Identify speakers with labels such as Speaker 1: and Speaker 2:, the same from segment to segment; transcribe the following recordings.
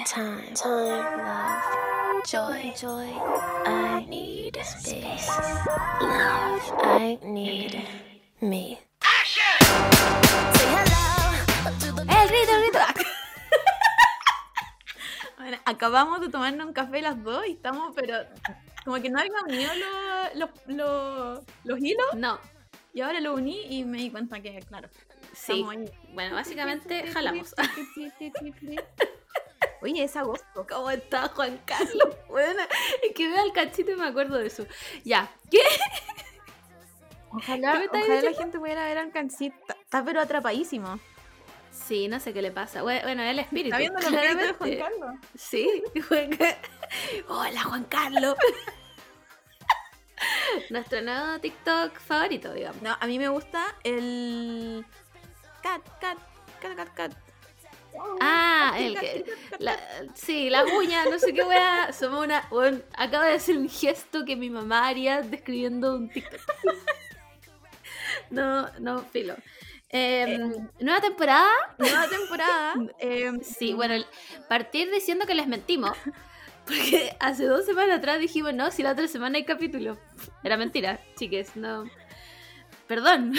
Speaker 1: love, joy. I need space. Love, I need me.
Speaker 2: El grito. Bueno, acabamos de tomarnos un café las dos y estamos, pero como que no había unido los hilos.
Speaker 3: No,
Speaker 2: Y ahora lo uní y me di cuenta que, claro.
Speaker 3: sí.
Speaker 2: estamos ahí.
Speaker 3: Bueno, básicamente jalamos.
Speaker 2: Oye, es agosto.
Speaker 3: ¿Cómo está Juan Carlos? Bueno, es que veo al cachito y me acuerdo de eso. Ya, ¿qué?
Speaker 2: Ojalá,
Speaker 3: ¿Qué me estás
Speaker 2: ojalá la
Speaker 3: diciendo?
Speaker 2: gente pudiera ver al Cancita. Está pero atrapadísimo.
Speaker 3: Sí, no sé qué le pasa. Bueno, el espíritu.
Speaker 2: ¿Está viendo los gritos de Juan
Speaker 3: claramente.
Speaker 2: Carlos?
Speaker 3: Sí, Hola, Juan Carlos. Nuestro nuevo TikTok favorito, digamos.
Speaker 2: No, a mí me gusta el... Cat.
Speaker 3: Ah, el que. Sí, las uñas, no sé qué wea. Somos una. Bueno, acabo de hacer un gesto que mi mamá haría describiendo un TikTok. No, filo. Nueva temporada.
Speaker 2: Nueva temporada.
Speaker 3: Sí, bueno, partir diciendo que les mentimos. Porque hace 2 semanas atrás dijimos, no, si la otra semana hay capítulo. Era mentira, chiques, no. Perdón.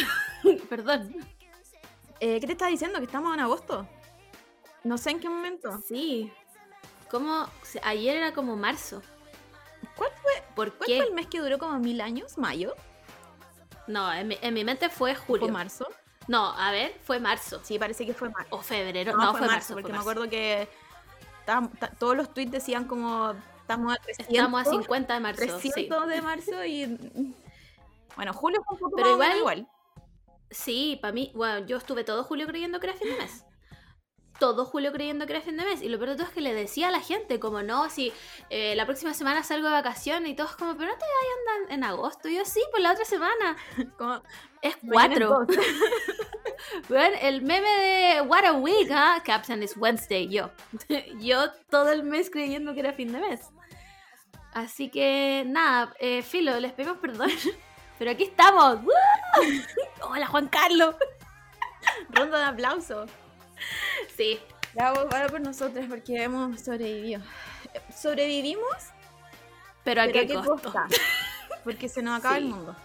Speaker 2: ¿Qué te estaba diciendo? Que estamos en agosto. No sé en qué momento.
Speaker 3: Sí. Como ayer era como marzo.
Speaker 2: ¿Cuál fue?
Speaker 3: ¿Por
Speaker 2: ¿Cuál
Speaker 3: qué?
Speaker 2: fue el mes que duró como 1000 años? ¿Mayo?
Speaker 3: No, en mi mente fue julio.
Speaker 2: ¿Fue marzo?
Speaker 3: No, a ver, fue marzo.
Speaker 2: Sí, parece que fue marzo.
Speaker 3: O febrero.
Speaker 2: No,
Speaker 3: No,
Speaker 2: fue
Speaker 3: fue
Speaker 2: marzo,
Speaker 3: marzo.
Speaker 2: porque
Speaker 3: fue
Speaker 2: me
Speaker 3: marzo.
Speaker 2: acuerdo que todos los tweets decían como estamos a 300.
Speaker 3: Estamos a 50 de marzo.
Speaker 2: 300
Speaker 3: Sí.
Speaker 2: de marzo y... Bueno, julio fue un poco
Speaker 3: Pero
Speaker 2: más o menos
Speaker 3: igual- Sí, para mí, bueno, yo estuve todo julio creyendo que era fin de mes. Todo julio creyendo que era fin de mes. Y lo peor de todo es que le decía a la gente, como no, si la próxima semana salgo de vacaciones y todos como, pero no te vayas en agosto. Y yo, sí, pues la otra semana.
Speaker 2: Como,
Speaker 3: Es
Speaker 2: mañana es
Speaker 3: 4.
Speaker 2: dos.
Speaker 3: Bueno, el meme de What a Week, ¿ah? Captain is Wednesday, yo. Yo todo el mes creyendo que era fin de mes. Así que nada, filo, les pedimos perdón. Pero aquí estamos. ¡Woo! Hola, Juan Carlos.
Speaker 2: Ronda de aplausos.
Speaker 3: Sí,
Speaker 2: Bravo, ahora por nosotras porque hemos sobrevivido. Sobrevivimos,
Speaker 3: pero ¿a
Speaker 2: pero
Speaker 3: qué
Speaker 2: ¿a
Speaker 3: costo?
Speaker 2: costa? Porque se nos acaba
Speaker 3: Sí.
Speaker 2: el mundo.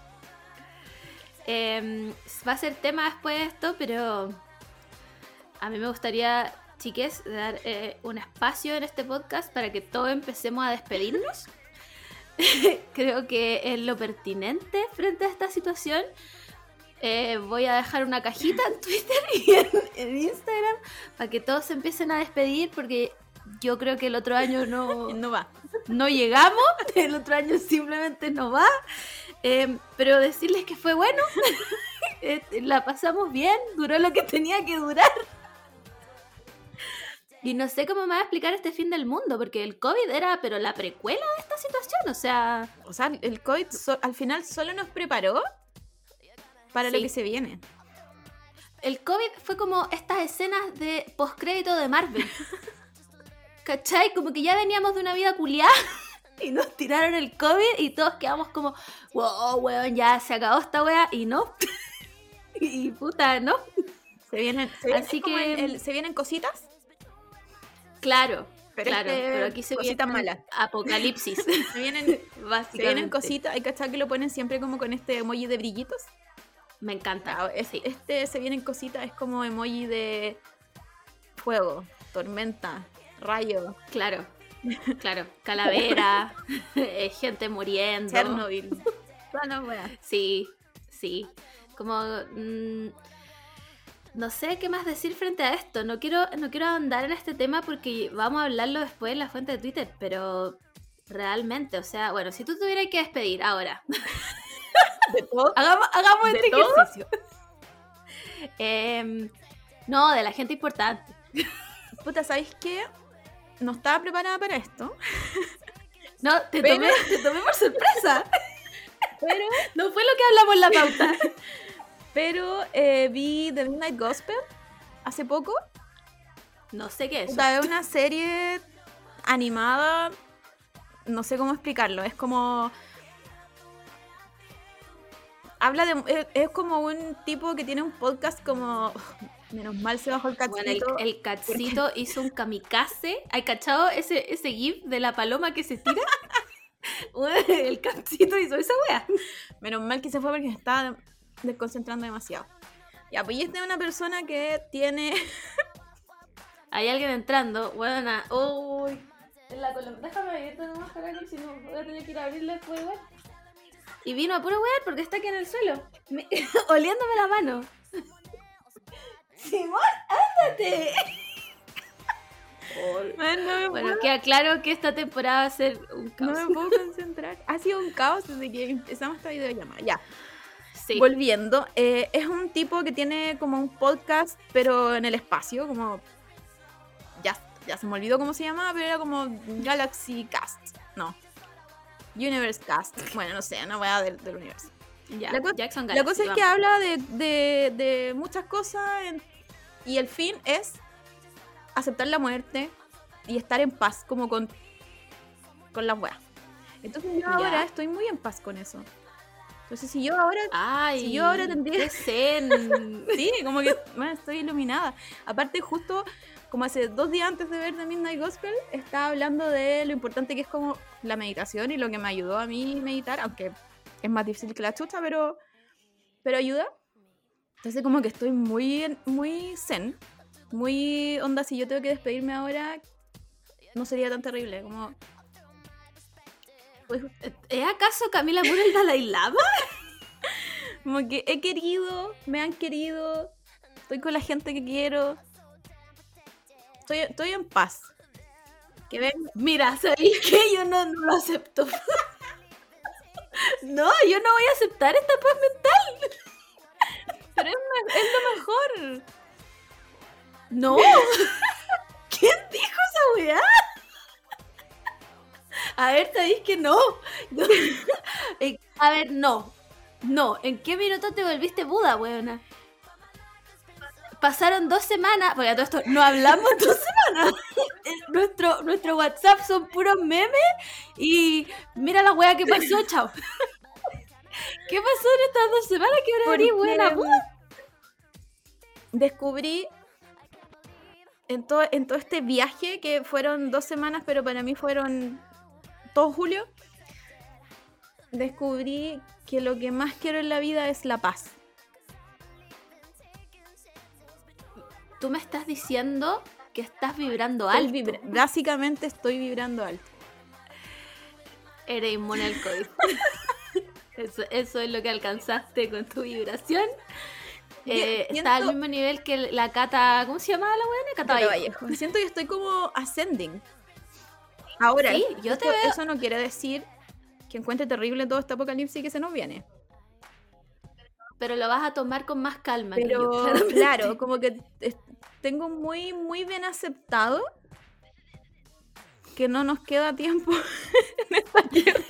Speaker 3: Va a ser tema después de esto, pero a mí me gustaría, chiques, dar un espacio en este podcast para que todos empecemos a despedirnos. Creo que es lo pertinente frente a esta situación. Voy a dejar una cajita en Twitter y en Instagram para que todos se empiecen a despedir, porque yo creo que el otro año
Speaker 2: No va.
Speaker 3: no llegamos, el otro año simplemente no va. Pero decirles que fue bueno, la pasamos bien, duró lo que tenía que durar. Y no sé cómo me va a explicar este fin del mundo, porque el COVID era, pero la precuela de esta situación, o sea...
Speaker 2: O sea, el COVID al final solo nos preparó para lo
Speaker 3: Sí.
Speaker 2: que se viene.
Speaker 3: El COVID fue como estas escenas de postcrédito de Marvel. ¿Cachai? Como que ya veníamos de una vida culiada y nos tiraron el COVID y todos quedamos como, wow, weón, ya se acabó esta wea, y no. Y puta, no.
Speaker 2: Se vienen
Speaker 3: Así
Speaker 2: como
Speaker 3: que-
Speaker 2: se vienen cositas,
Speaker 3: Claro,
Speaker 2: pero,
Speaker 3: pero aquí se
Speaker 2: cositas
Speaker 3: vienen
Speaker 2: malas.
Speaker 3: apocalipsis,
Speaker 2: Se vienen
Speaker 3: básicamente.
Speaker 2: cositas. Hay cachado que lo ponen siempre como con este emoji de brillitos.
Speaker 3: Me encanta.
Speaker 2: Ah,
Speaker 3: Sí.
Speaker 2: se vienen cositas, es como emoji de tormenta, rayo,
Speaker 3: Claro, calavera, gente muriendo.
Speaker 2: Chernobyl. Bueno, weas.
Speaker 3: Sí. Como no sé qué más decir frente a esto. No quiero ahondar en este tema porque vamos a hablarlo después en la fuente de Twitter, pero realmente, o sea, bueno, si tú tuvieras que despedir ahora,
Speaker 2: De todo.
Speaker 3: hagamos
Speaker 2: ¿De
Speaker 3: este
Speaker 2: todo?
Speaker 3: ejercicio. No, de la gente importante.
Speaker 2: Puta, ¿sabéis qué? No estaba preparada para esto,
Speaker 3: No, te
Speaker 2: Pero-
Speaker 3: tomé por sorpresa.
Speaker 2: pero,
Speaker 3: No fue lo que hablamos en la pauta.
Speaker 2: pero vi The Midnight Gospel hace poco.
Speaker 3: No sé qué es.
Speaker 2: Puta, es una serie animada, no sé cómo explicarlo, es como... Es como un tipo que tiene un podcast como... Menos mal se bajó el cachito.
Speaker 3: Bueno, el Catsito hizo un kamikaze. ¿Hay cachado ese gif de la paloma que se tira? Bueno, el Catsito hizo esa wea.
Speaker 2: Menos mal que se fue porque se estaba desconcentrando demasiado. Ya, pues y esta es una persona que tiene...
Speaker 3: Hay alguien entrando. Bueno, uy. En la columna. Déjame abrirte nomás, Caracol, si no voy a tener que ir a abrirle después igual. Y vino a puro wear porque está aquí en el suelo. Oliéndome la mano. Simón, ándate. Bueno, queda claro que esta temporada va a ser un caos.
Speaker 2: No me puedo concentrar. Ha sido un caos desde que empezamos esta videollamada. Ya.
Speaker 3: Sí.
Speaker 2: Volviendo. Es un tipo que tiene como un podcast, pero en el espacio, como... Ya se me olvidó cómo se llamaba, pero era como Galaxy Cast. No. Universe Cast. Bueno, no sé, una weá del universo.
Speaker 3: Ya,
Speaker 2: Jackson
Speaker 3: Galaxy,
Speaker 2: la cosa es que habla de muchas cosas y el fin es aceptar la muerte y estar en paz como con las weas. Entonces yo ahora estoy muy en paz con eso. Entonces si yo ahora tendría...
Speaker 3: ¡Qué zen!
Speaker 2: Sí, como que bueno, estoy iluminada. Aparte justo como hace 2 días antes de ver The Midnight Gospel, estaba hablando de lo importante que es como la meditación y lo que me ayudó a mí meditar, aunque es más difícil que la chucha, pero ayuda. Entonces como que estoy muy zen, muy onda, si yo tengo que despedirme ahora, no sería tan terrible, como...
Speaker 3: Pues, ¿es acaso Camila Muro el Dalai Lama?
Speaker 2: Como que he querido, me han querido, estoy con la gente que quiero, estoy en paz. Que ven...
Speaker 3: Mira, ¿sabéis qué? Yo no lo acepto. No, yo no voy a aceptar esta paz mental.
Speaker 2: Pero es lo mejor.
Speaker 3: No. ¿Quién dijo esa weá? A ver, ¿sabéis que no? A ver, no. No, ¿en qué minuto te volviste Buda, weona? Pasaron 2 semanas, porque a todo esto no hablamos 2 semanas. Nuestro WhatsApp son puros memes y mira la wea que pasó, chao. ¿Qué pasó en estas 2 semanas que ahora eres buena Buda?
Speaker 2: Descubrí en todo este viaje, que fueron 2 semanas, pero para mí fueron todo julio, descubrí que lo que más quiero en la vida es la paz.
Speaker 3: Tú me estás diciendo que estás vibrando alto.
Speaker 2: Básicamente estoy vibrando alto.
Speaker 3: Eres inmune al COVID. Eso es lo que alcanzaste con tu vibración. Está al mismo nivel que la Cata... ¿Cómo se llamaba la buena? Cata Vallejo.
Speaker 2: Siento que estoy como ascending. Ahora,
Speaker 3: sí, yo te veo...
Speaker 2: Eso no quiere decir que encuentre terrible todo este apocalipsis que se nos viene.
Speaker 3: Pero lo vas a tomar con más calma.
Speaker 2: Pero que yo, claro, como que tengo muy, muy bien aceptado que no nos queda tiempo en esta tierra.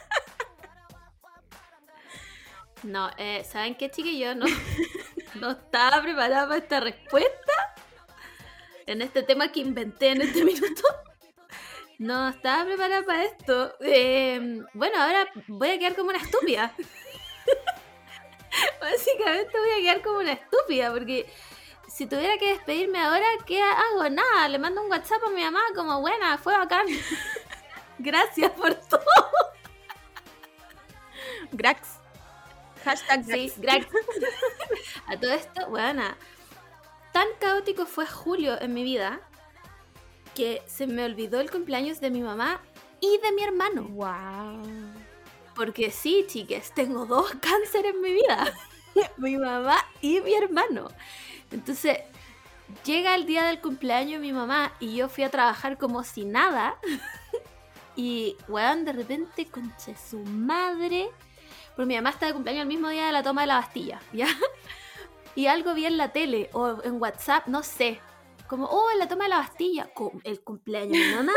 Speaker 3: No, ¿saben qué, chiquillos? No estaba preparada para esta respuesta. En este tema que inventé en este minuto. No estaba preparada para esto. Bueno, ahora voy a quedar como una estúpida. Básicamente voy a quedar como una estúpida, porque si tuviera que despedirme ahora, ¿qué hago? Nada, le mando un WhatsApp a mi mamá como, buena, fue bacán. Gracias por todo.
Speaker 2: Grax. Hashtag Grax.
Speaker 3: Sí, Grax. A todo esto, buena. Tan caótico fue julio en mi vida que se me olvidó el cumpleaños de mi mamá y de mi hermano.
Speaker 2: Wow.
Speaker 3: Porque sí, chiques, tengo 2 cánceres en mi vida. Mi mamá y mi hermano. Entonces, llega el día del cumpleaños de mi mamá y yo fui a trabajar como si nada. Y, weón, de repente, concha su madre. Porque mi mamá está de cumpleaños el mismo día de la toma de la Bastilla, ¿ya? Y algo vi en la tele o en WhatsApp, no sé. Como, en la toma de la Bastilla. El cumpleaños de mi mamá.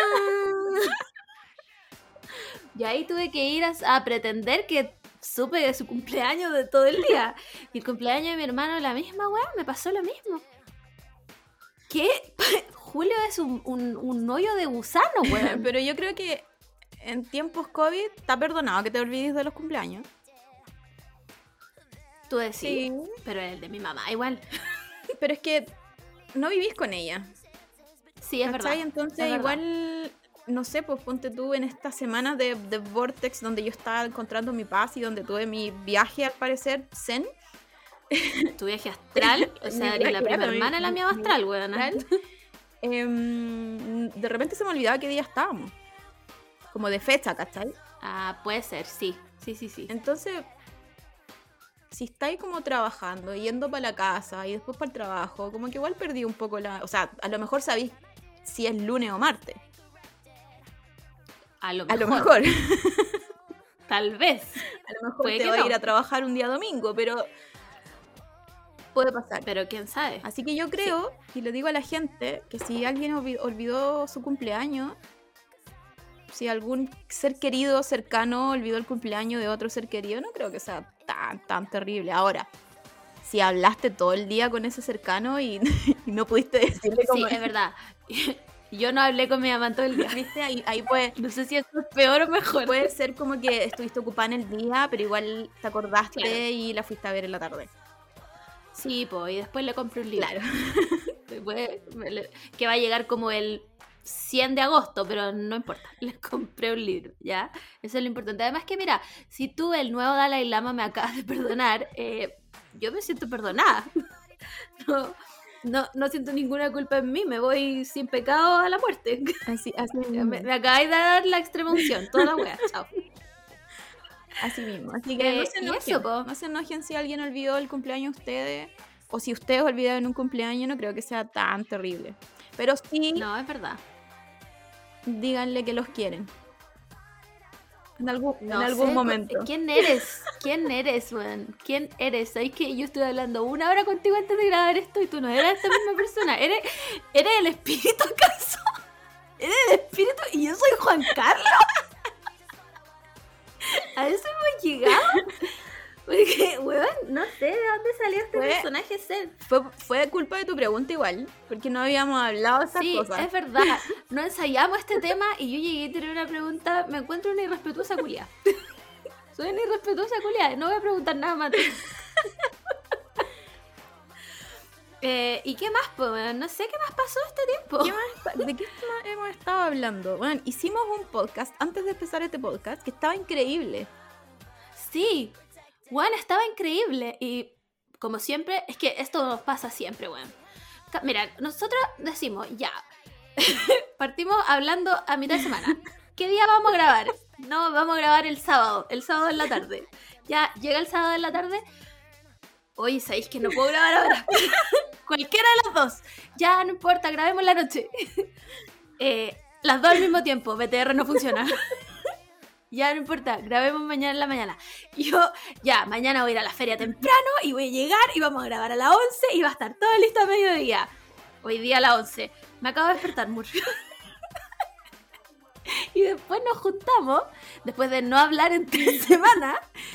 Speaker 3: Y ahí tuve que ir a pretender que supe de su cumpleaños de todo el día. Y el cumpleaños de mi hermano, la misma weá, me pasó lo mismo. ¿Qué? Julio es un hoyo de gusano, weón.
Speaker 2: Pero yo creo que en tiempos COVID está perdonado que te olvides de los cumpleaños.
Speaker 3: Tú decís,
Speaker 2: sí.
Speaker 3: Pero el de mi mamá igual.
Speaker 2: Pero es que no vivís con ella.
Speaker 3: Sí, es verdad.
Speaker 2: ¿Cachai? Entonces,
Speaker 3: es verdad.
Speaker 2: igual, no sé, pues ponte tú en estas semanas de Vortex donde yo estaba encontrando mi paz y donde tuve mi viaje, al parecer, zen.
Speaker 3: Tu viaje astral, o sea, eres la prima hermana de la mía astral, weón.
Speaker 2: De repente se me olvidaba qué día estábamos. Como de fecha, ¿cachai?
Speaker 3: Ah, puede ser, sí. Sí.
Speaker 2: Entonces, si estáis como trabajando, yendo para la casa y después para el trabajo, como que igual perdí un poco la... O sea, a lo mejor sabéis si es lunes o martes.
Speaker 3: A lo
Speaker 2: A lo
Speaker 3: mejor.
Speaker 2: mejor.
Speaker 3: Tal vez.
Speaker 2: A lo mejor
Speaker 3: Puede
Speaker 2: te
Speaker 3: que
Speaker 2: va a
Speaker 3: no.
Speaker 2: ir a trabajar un día domingo, pero puede pasar.
Speaker 3: Pero quién sabe.
Speaker 2: Así que yo creo, y le digo a la gente, que si alguien olvidó su cumpleaños, si algún ser querido cercano olvidó el cumpleaños de otro ser querido, no creo que sea tan terrible. Ahora, si hablaste todo el día con ese cercano y no pudiste decirle
Speaker 3: Sí, es verdad. Yo no hablé con mi mamá todo el día.
Speaker 2: ¿Viste? Ahí puede,
Speaker 3: No sé si esto es peor o mejor.
Speaker 2: puede ser como que estuviste ocupada en el día, pero igual te acordaste
Speaker 3: Claro.
Speaker 2: y la fuiste a ver en la tarde.
Speaker 3: Sí, pues, y después le compré un libro.
Speaker 2: Claro.
Speaker 3: Después, que va a llegar como el 100 de agosto, pero no importa. Le compré un libro, ¿ya? Eso es lo importante. Además que, mira, si tú, el nuevo Dalai Lama, me acabas de perdonar, yo me siento perdonada. No siento ninguna culpa en mí, me voy sin pecado a la muerte.
Speaker 2: Así
Speaker 3: Me acabáis de dar la extrema unción, toda la wea, chao.
Speaker 2: Así mismo. Así que no se
Speaker 3: y
Speaker 2: enojen.
Speaker 3: eso, po.
Speaker 2: No se enojen si alguien olvidó el cumpleaños de ustedes. O si ustedes olvidaron un cumpleaños, no creo que sea tan terrible. Pero sí,
Speaker 3: No, es verdad.
Speaker 2: díganle que los quieren. En algún
Speaker 3: No sé,
Speaker 2: momento.
Speaker 3: ¿Quién eres? ¿Quién eres, weón? ¿Quién eres? ¿Sabes que yo estuve hablando 1 hora contigo antes de grabar esto y tú no eras esta misma persona? ¿Eres el espíritu acaso? ¿Eres el espíritu y yo soy Juan Carlos? ¿A eso hemos llegado? Porque, weón, no sé de dónde salió este personaje Zen.
Speaker 2: Fue culpa de tu pregunta igual, porque no habíamos hablado de esas
Speaker 3: Sí,
Speaker 2: cosas.
Speaker 3: es verdad. No ensayamos este tema y yo llegué a tener una pregunta. Me encuentro una irrespetuosa culia. Soy una irrespetuosa culia. No voy a preguntar nada más. ¿Y qué más, pues? No sé qué más pasó este tiempo.
Speaker 2: ¿De qué más hemos estado hablando? Bueno, hicimos un podcast antes de empezar este podcast que estaba increíble.
Speaker 3: Sí, Juan estaba increíble. Y como siempre, es que esto nos pasa siempre, weón. Mira, nosotros decimos, ya. Partimos hablando a mitad de semana. ¿Qué día vamos a grabar? No, vamos a grabar el sábado en la tarde. Ya, llega el sábado en la tarde. Oye, ¿sabéis que no puedo grabar ahora? Cualquiera de las dos. Ya, no importa, grabemos en la noche. Las dos al mismo tiempo. BTR no funciona. Ya, no importa, grabemos mañana en la mañana. Y yo, ya, mañana voy a ir a la feria temprano y voy a llegar y vamos a grabar a las 11 y va a estar todo listo a mediodía. Hoy día a las 11. Me acabo de despertar, Murphy. Y después nos juntamos, después de no hablar en 3 semanas.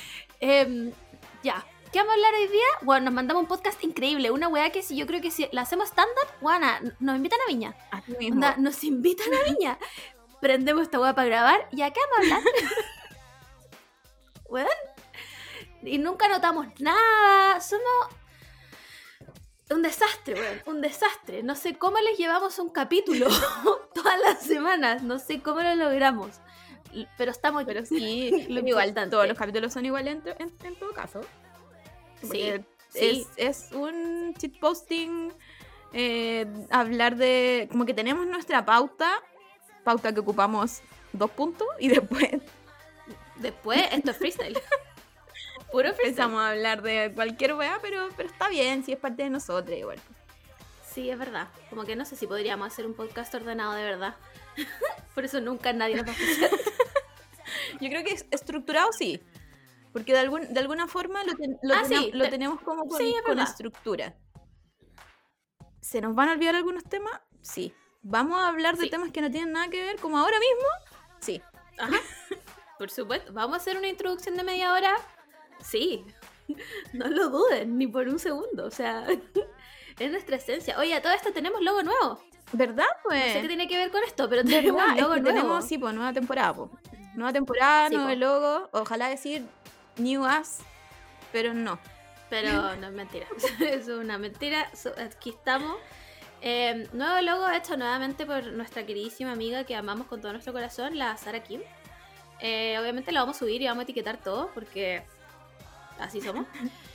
Speaker 3: Ya, ¿qué vamos a hablar hoy día? Bueno, nos mandamos un podcast increíble. Una weá que si yo creo que si la hacemos stand-up, guana, nos invitan a Viña.
Speaker 2: Así mismo.
Speaker 3: Onda, nos invitan a Viña. Prendemos esta weá para grabar. ¿Y a qué vamos a hablar? Weón. Y nunca notamos nada. Somos un desastre, weón. Un desastre. No sé cómo les llevamos un capítulo todas las semanas. No sé cómo lo logramos. Pero estamos...
Speaker 2: Pero sí,
Speaker 3: lo
Speaker 2: igual
Speaker 3: importante.
Speaker 2: todos los capítulos son iguales en todo caso.
Speaker 3: Sí,
Speaker 2: Porque es un shitposting, hablar de... Como que tenemos nuestra pauta que ocupamos 2 puntos y después
Speaker 3: Después, esto es freestyle. Puro freestyle.
Speaker 2: empezamos a hablar de cualquier weá, pero está bien, si es parte de nosotros igual.
Speaker 3: Sí, es verdad. Como que no sé si podríamos hacer un podcast ordenado de verdad. Por eso nunca nadie nos va a escuchar.
Speaker 2: Yo creo que estructurado sí, porque de alguna forma lo tenemos como con,
Speaker 3: sí, es
Speaker 2: con
Speaker 3: verdad.
Speaker 2: estructura. ¿Se nos van a olvidar algunos temas? Sí. ¿Vamos a hablar de
Speaker 3: Sí.
Speaker 2: temas que no tienen nada que ver como ahora mismo? Sí.
Speaker 3: Ajá. Por supuesto. ¿Vamos a hacer una introducción de media hora? Sí. No lo duden, ni por un segundo. O sea, es nuestra esencia. Oye, a todo esto tenemos logo nuevo.
Speaker 2: ¿Verdad, pues?
Speaker 3: No sé qué tiene que ver con esto, pero tenemos
Speaker 2: ¿Verdad?
Speaker 3: logo
Speaker 2: Es que
Speaker 3: nuevo.
Speaker 2: tenemos, sí, pues, nueva temporada, pues. Nueva temporada,
Speaker 3: Sí,
Speaker 2: nuevo
Speaker 3: po.
Speaker 2: logo. Ojalá decir New Us, pero no.
Speaker 3: Pero no es mentira. Es una mentira. Aquí estamos. Nuevo logo hecho nuevamente por nuestra queridísima amiga que amamos con todo nuestro corazón, la Sara Kim. Obviamente la vamos a subir y vamos a etiquetar todo porque así somos.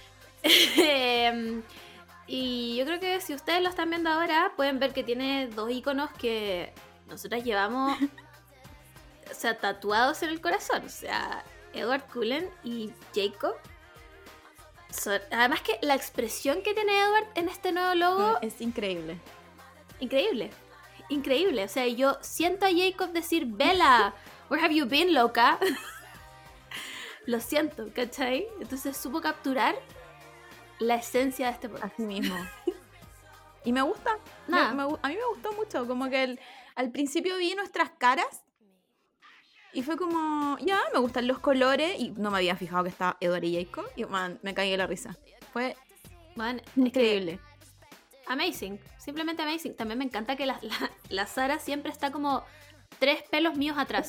Speaker 3: Y yo creo que si ustedes lo están viendo ahora, pueden ver que tiene 2 iconos que nosotras llevamos, o sea, tatuados en el corazón. O sea, Edward Cullen y Jacob. Además que la expresión que tiene Edward en este nuevo logo
Speaker 2: es increíble.
Speaker 3: Increíble. Increíble. O sea, yo siento a Jacob decir, Bella, where have you been, loca? Lo siento, ¿cachai? Entonces supo capturar la esencia de este podcast.
Speaker 2: Así mismo. Y me gusta.
Speaker 3: Nada.
Speaker 2: A mí me gustó mucho. Como que al principio vi nuestras caras y fue como, ya, me gustan los colores. Y no me había fijado que estaba Edward y Jacob. Y man, me caí de la risa. Fue increíble.
Speaker 3: Amazing. Simplemente amazing. También me encanta que la Sara siempre está como 3 pelos míos atrás.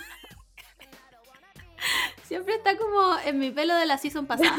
Speaker 3: Siempre está como en mi pelo de la season pasada.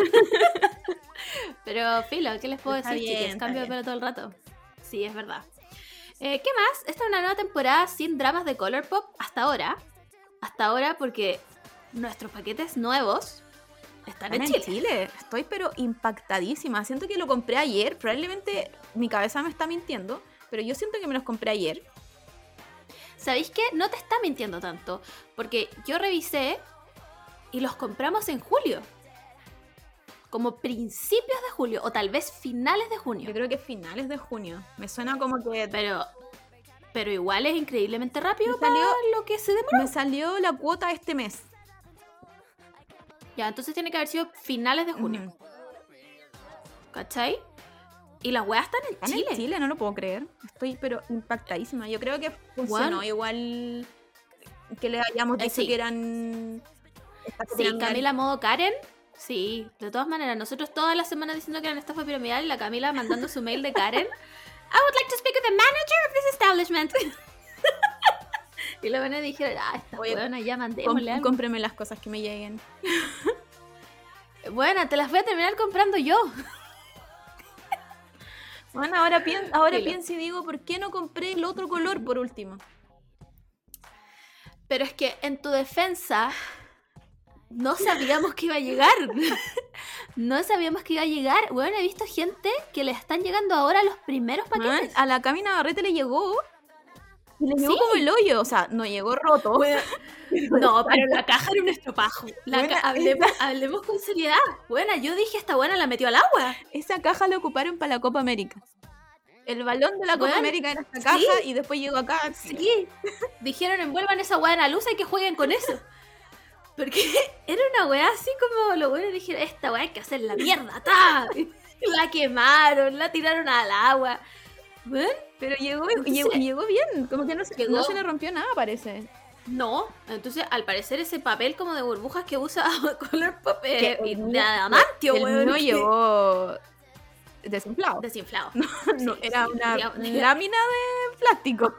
Speaker 3: Pero filo, ¿qué les puedo decir, chicas? Cambio de pelo todo el rato. Sí, es verdad. ¿Qué más? Esta es una nueva temporada sin dramas de Colourpop hasta ahora. Hasta ahora porque nuestros paquetes nuevos están en Chile.
Speaker 2: Estoy pero impactadísima. Siento que lo compré ayer. Probablemente mi cabeza me está mintiendo, pero yo siento que me los compré ayer.
Speaker 3: ¿Sabéis qué? No te está mintiendo tanto. Porque yo revisé y los compramos en julio. Como principios de julio. O tal vez finales de junio.
Speaker 2: Yo creo que finales de junio. Me suena como que...
Speaker 3: Pero igual es increíblemente rápido para lo que se demoró.
Speaker 2: Me salió la cuota este mes.
Speaker 3: Ya, entonces tiene que haber sido finales de junio. ¿Cachai? Y las weas están en Chile.
Speaker 2: En Chile, no lo puedo creer. Estoy pero impactadísima. Yo creo que funcionó igual que le hayamos dicho que eran...
Speaker 3: Sí, Camila modo Karen. Sí, de todas maneras, nosotros todas las semanas diciendo que eran estafa piramidal y la Camila mandando su mail de Karen. I would like to speak with the manager of this establishment. Y luego me dijeron, esta buena, ya mandémosle algo.
Speaker 2: Cómpreme las cosas que me lleguen.
Speaker 3: Bueno, te las voy a terminar comprando yo.
Speaker 2: Bueno, ahora pienso y digo, ¿por qué no compré el otro color por último?
Speaker 3: Pero es que en tu defensa... No sabíamos que iba a llegar. No sabíamos que iba a llegar. Bueno, he visto gente que le están llegando ahora los primeros paquetes.
Speaker 2: A la Cami Navarrete le llegó. Y le llegó como el hoyo. O sea, no llegó roto.
Speaker 3: Bueno, no, pero la caja era un estropajo. Hablemos con seriedad. Bueno, yo dije, esta buena la metió al agua.
Speaker 2: Esa caja la ocuparon para la Copa América. El balón de la Copa América era esta caja y después llegó acá.
Speaker 3: Sí. Dijeron, envuelvan esa weá en la luz y que jueguen con eso. Porque era una weá así como lo bueno dijeron, esta weá hay que hacer la mierda, ¡ta! La quemaron, la tiraron al agua. ¿Ven?
Speaker 2: Pero llegó bien, como que no se le rompió nada, parece.
Speaker 3: No, entonces al parecer ese papel como de burbujas que usa Colourpop de adamantio, weón.
Speaker 2: No llegó desinflado.
Speaker 3: Desinflado.
Speaker 2: No, era una lámina de plástico.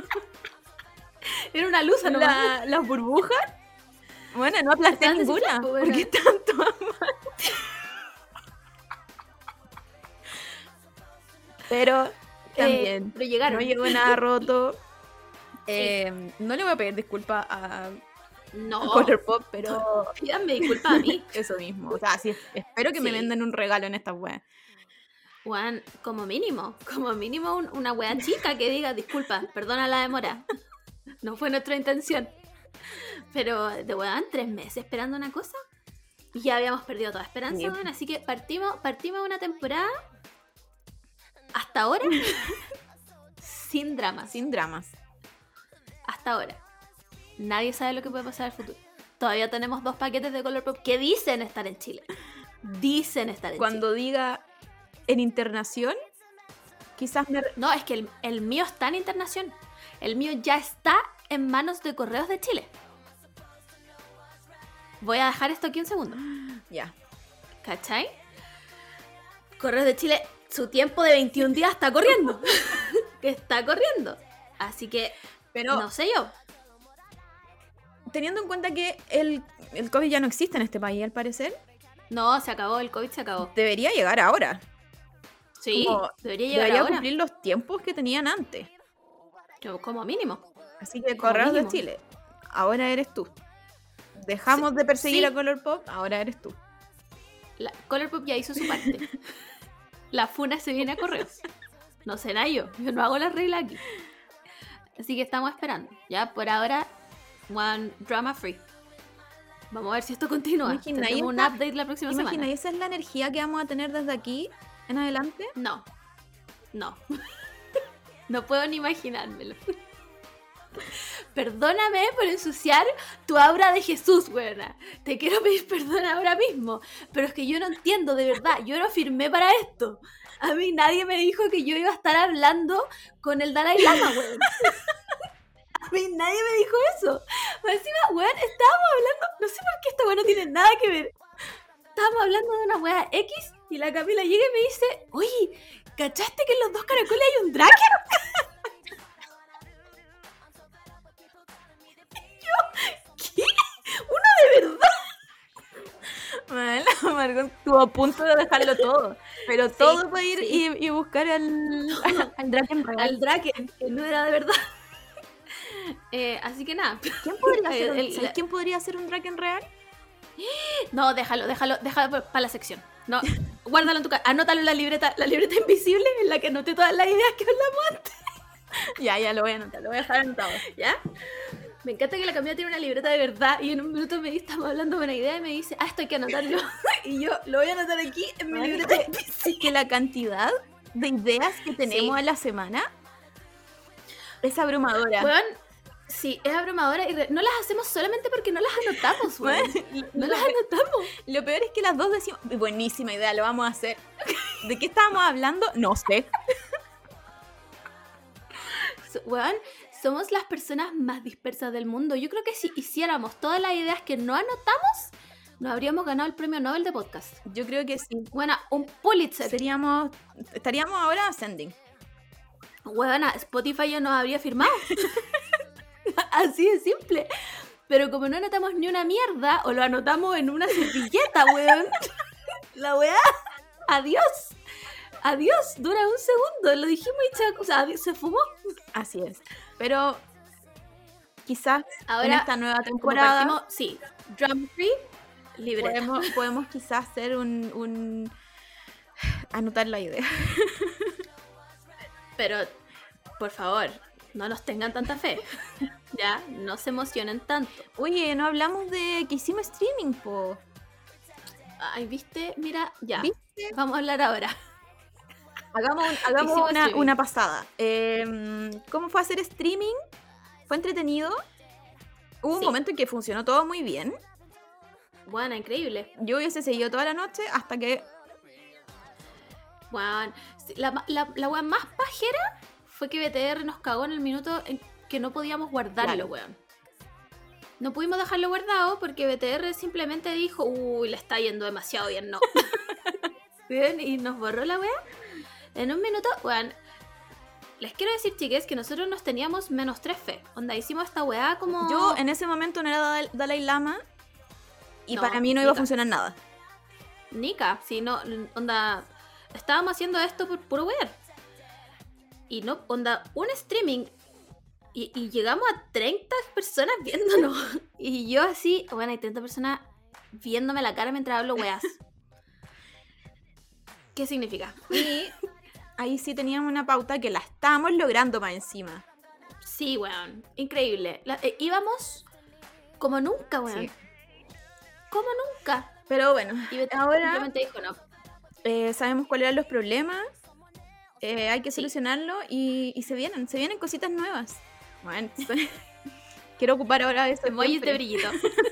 Speaker 3: Era una luz, ¿no?
Speaker 2: Las burbujas. Bueno, no aplasté ninguna. ¿Por qué tanto amante? Pero también
Speaker 3: pero llegaron.
Speaker 2: No llegó nada roto. No le voy a pedir disculpas a Colourpop, pero
Speaker 3: pídanme disculpas a mí.
Speaker 2: Eso mismo. O sea, sí, espero que me vendan un regalo en esta wea.
Speaker 3: Juan, como mínimo una wea chica que diga disculpa, perdona la demora. No fue nuestra intención. Pero de weón, 3 meses esperando una cosa y ya habíamos perdido toda esperanza, weón. Así que partimos una temporada hasta ahora sin dramas. Hasta ahora. Nadie sabe lo que puede pasar en el futuro. Todavía tenemos 2 paquetes de Colourpop que dicen estar en Chile.
Speaker 2: Cuando diga en internación, quizás
Speaker 3: No, es que el mío está en internación. El mío ya está en manos de Correos de Chile. Voy a dejar esto aquí un segundo.
Speaker 2: Ya.
Speaker 3: ¿Cachai? Correos de Chile, su tiempo de 21 días está corriendo. Que está corriendo. Así que, pero no sé yo.
Speaker 2: Teniendo en cuenta que el COVID ya no existe en este país, al parecer.
Speaker 3: No, se acabó, el COVID se acabó.
Speaker 2: Debería llegar ahora.
Speaker 3: Sí,
Speaker 2: Como
Speaker 3: debería llegar
Speaker 2: debería
Speaker 3: ahora.
Speaker 2: cumplir los tiempos que tenían antes.
Speaker 3: Como mínimo.
Speaker 2: Así que Correos de
Speaker 3: mínimo.
Speaker 2: Chile, ahora eres tú. Dejamos de perseguir
Speaker 3: sí.
Speaker 2: a Colourpop, ahora eres tú.
Speaker 3: Colourpop ya hizo su parte. La funa se viene a correos. No será yo no hago la regla aquí. Así que estamos esperando. Ya, por ahora, one drama free. Vamos a ver si esto continúa.
Speaker 2: Imagina,
Speaker 3: Tendremos
Speaker 2: y
Speaker 3: un
Speaker 2: esta-
Speaker 3: update la próxima
Speaker 2: Imagina,
Speaker 3: semana.
Speaker 2: ¿y esa es la energía que vamos a tener desde aquí en adelante?
Speaker 3: No. No puedo ni imaginármelo. Perdóname por ensuciar tu aura de Jesús, buena. Te quiero pedir perdón ahora mismo. Pero es que yo no entiendo, de verdad. Yo no firmé para esto. A mí nadie me dijo que yo iba a estar hablando con el Dalai Lama, weón. A mí nadie me dijo eso. Más encima, weón, estábamos hablando... No sé por qué esta weón no tiene nada que ver. Estábamos hablando de una weá X y la Camila llega y me dice: oye, ¿cachaste que en los dos caracoles hay un Draken? ¿Qué? ¿Uno de verdad?
Speaker 2: Bueno, Margot estuvo a punto de dejarlo todo. Pero todo para ir y buscar al Draken real.
Speaker 3: Al Draken, que no era de verdad. Así que nada.
Speaker 2: ¿Quién podría hacer
Speaker 3: El-
Speaker 2: ¿sabes quién podría hacer un Draken real?
Speaker 3: No, déjalo para la sección. No, guárdalo en tu casa. Anótalo en la libreta invisible en la que anoté todas las ideas que hablamos antes.
Speaker 2: Ya lo voy a anotar, lo voy a dejar anotado.
Speaker 3: ¿Ya? Me encanta que la Camila tiene una libreta de verdad y en un minuto estamos hablando de una idea y me dice: esto hay que anotarlo. Y yo lo voy a anotar aquí en mi libreta.
Speaker 2: Es que la cantidad de ideas que tenemos
Speaker 3: Sí.
Speaker 2: a la semana es abrumadora.
Speaker 3: Weón, sí, es abrumadora y no las hacemos solamente porque no las anotamos, weón. No las anotamos.
Speaker 2: Lo peor es que las dos decimos, buenísima idea, lo vamos a hacer. ¿De qué estábamos hablando? No sé.
Speaker 3: Weón, somos las personas más dispersas del mundo. Yo creo que si hiciéramos todas las ideas que no anotamos, nos habríamos ganado el premio Nobel de podcast.
Speaker 2: Yo creo que sí.
Speaker 3: Bueno, un Pulitzer.
Speaker 2: Estaríamos ahora ascending.
Speaker 3: Weona, Spotify ya nos habría firmado. Así de simple. Pero como no anotamos ni una mierda, o lo anotamos en una servilleta, weón. La weá, adiós. Adiós, dura un segundo. Lo dijimos y se fumó.
Speaker 2: Así es. Pero quizás
Speaker 3: Ahora,
Speaker 2: en esta nueva
Speaker 3: Como
Speaker 2: temporada
Speaker 3: partimos, sí, drum free, libreta.
Speaker 2: podemos quizás hacer un anotar la idea.
Speaker 3: Pero, por favor, no nos tengan tanta fe. Ya, no se emocionen tanto.
Speaker 2: Oye, no hablamos de que hicimos streaming, po.
Speaker 3: Ay, ¿viste? Mira, ya.
Speaker 2: ¿Viste?
Speaker 3: Vamos a hablar ahora.
Speaker 2: Hagamos
Speaker 3: Hicimos streaming.
Speaker 2: una pasada. ¿Cómo fue hacer streaming? ¿Fue entretenido? Hubo un
Speaker 3: Sí.
Speaker 2: momento en que funcionó todo muy bien.
Speaker 3: Bueno, increíble.
Speaker 2: Yo hubiese seguido toda la noche hasta que...
Speaker 3: Bueno, la weá más pajera fue que BTR nos cagó en el minuto en que no podíamos guardarlo,
Speaker 2: Claro.
Speaker 3: weón. No pudimos dejarlo guardado porque BTR simplemente dijo: uy, le está yendo demasiado bien, no. Bien, y nos borró la weá. En un minuto, weón. Les quiero decir, chiques, que nosotros nos teníamos -3 fe. Onda, hicimos esta weá como...
Speaker 2: Yo en ese momento no era Dalai Lama y
Speaker 3: No,
Speaker 2: para mí no iba a
Speaker 3: Nika.
Speaker 2: funcionar nada.
Speaker 3: Nika, si no, onda, estábamos haciendo esto por puro wear. Y no, onda, un streaming y llegamos a 30 personas viéndonos. Y yo así, bueno, hay 30 personas viéndome la cara mientras hablo weas. ¿Qué significa?
Speaker 2: Y ahí sí teníamos una pauta que la estábamos logrando más encima.
Speaker 3: Sí, weón, increíble. Íbamos como nunca, weón.
Speaker 2: Sí.
Speaker 3: Como nunca.
Speaker 2: Pero bueno,
Speaker 3: Y BTR
Speaker 2: ahora
Speaker 3: simplemente dijo no.
Speaker 2: sabemos cuáles eran los problemas. Hay que solucionarlo y se vienen cositas nuevas. Bueno, quiero ocupar ahora ese
Speaker 3: Emojis de
Speaker 2: siempre.
Speaker 3: brillito.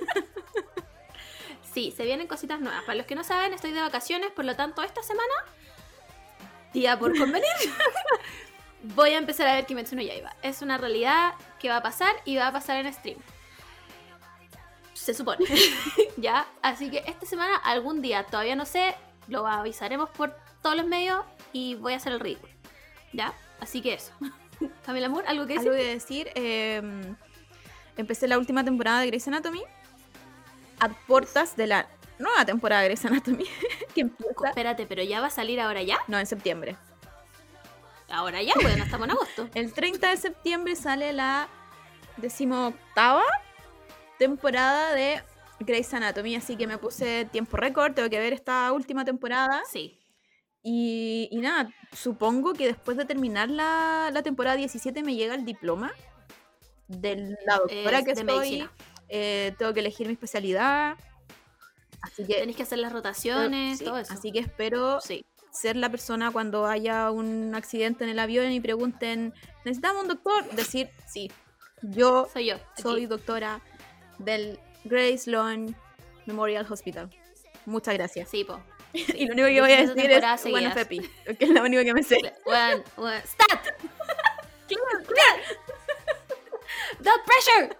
Speaker 3: Sí, se vienen cositas nuevas. Para los que no saben, estoy de vacaciones, por lo tanto, esta semana, día por convenir, voy a empezar a ver Kimetsu no Yaiba. Es una realidad que va a pasar y va a pasar en stream. Se supone. ¿Ya? Así que esta semana, algún día, todavía no sé, lo avisaremos por todos los medios y voy a hacer el ridículo. ¿Ya? Así que eso. Camila Moore, ¿algo que decir?
Speaker 2: Algo que decir. Empecé la última temporada de Grey's Anatomy a puertas de la nueva temporada de Grey's Anatomy que empieza.
Speaker 3: Espérate, pero ya va a salir ahora ya.
Speaker 2: No, en septiembre.
Speaker 3: Ahora ya, bueno, estamos en agosto.
Speaker 2: El 30 de septiembre sale la 18ª temporada de Grey's Anatomy, así que me puse tiempo récord, tengo que ver esta última temporada.
Speaker 3: Sí.
Speaker 2: Y nada, supongo que después de terminar la temporada 17 me llega el diploma de la doctora que
Speaker 3: de
Speaker 2: soy.
Speaker 3: medicina.
Speaker 2: Tengo que elegir mi especialidad. Así que
Speaker 3: Tenés que hacer las rotaciones,
Speaker 2: sí,
Speaker 3: todo eso.
Speaker 2: así que espero
Speaker 3: Sí.
Speaker 2: ser la persona cuando haya un accidente en el avión y pregunten, ¿necesitamos un doctor? Decir, sí, yo
Speaker 3: Soy yo.
Speaker 2: soy
Speaker 3: aquí.
Speaker 2: doctora del Grace Sloan Memorial Hospital. Muchas gracias.
Speaker 3: Sí, po.
Speaker 2: Y lo único que voy a
Speaker 3: 17
Speaker 2: decir
Speaker 3: temporadas
Speaker 2: es bueno,
Speaker 3: seguidas.
Speaker 2: Pepi, que es lo único que me sé.
Speaker 3: Bueno, ¡stat! ¡Clear! ¡Blood pressure!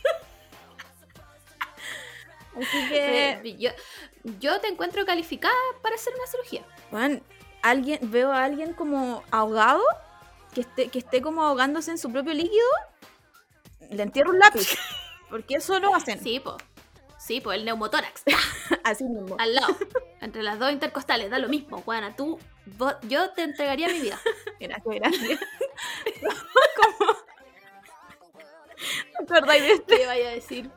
Speaker 2: Así que,
Speaker 3: Yo te encuentro calificada para hacer una cirugía.
Speaker 2: bueno, veo a alguien como ahogado, que esté como ahogándose en su propio líquido, le entierro un lápiz. Porque eso lo hacen.
Speaker 3: Sí, po. Sí, po, el neumotórax.
Speaker 2: Así mismo.
Speaker 3: Al lado. Entre las dos intercostales, da lo mismo. Juana, yo te entregaría mi vida.
Speaker 2: Gracias. ¿Cómo? ¿Te acordáis de
Speaker 3: ¿Qué vaya a decir?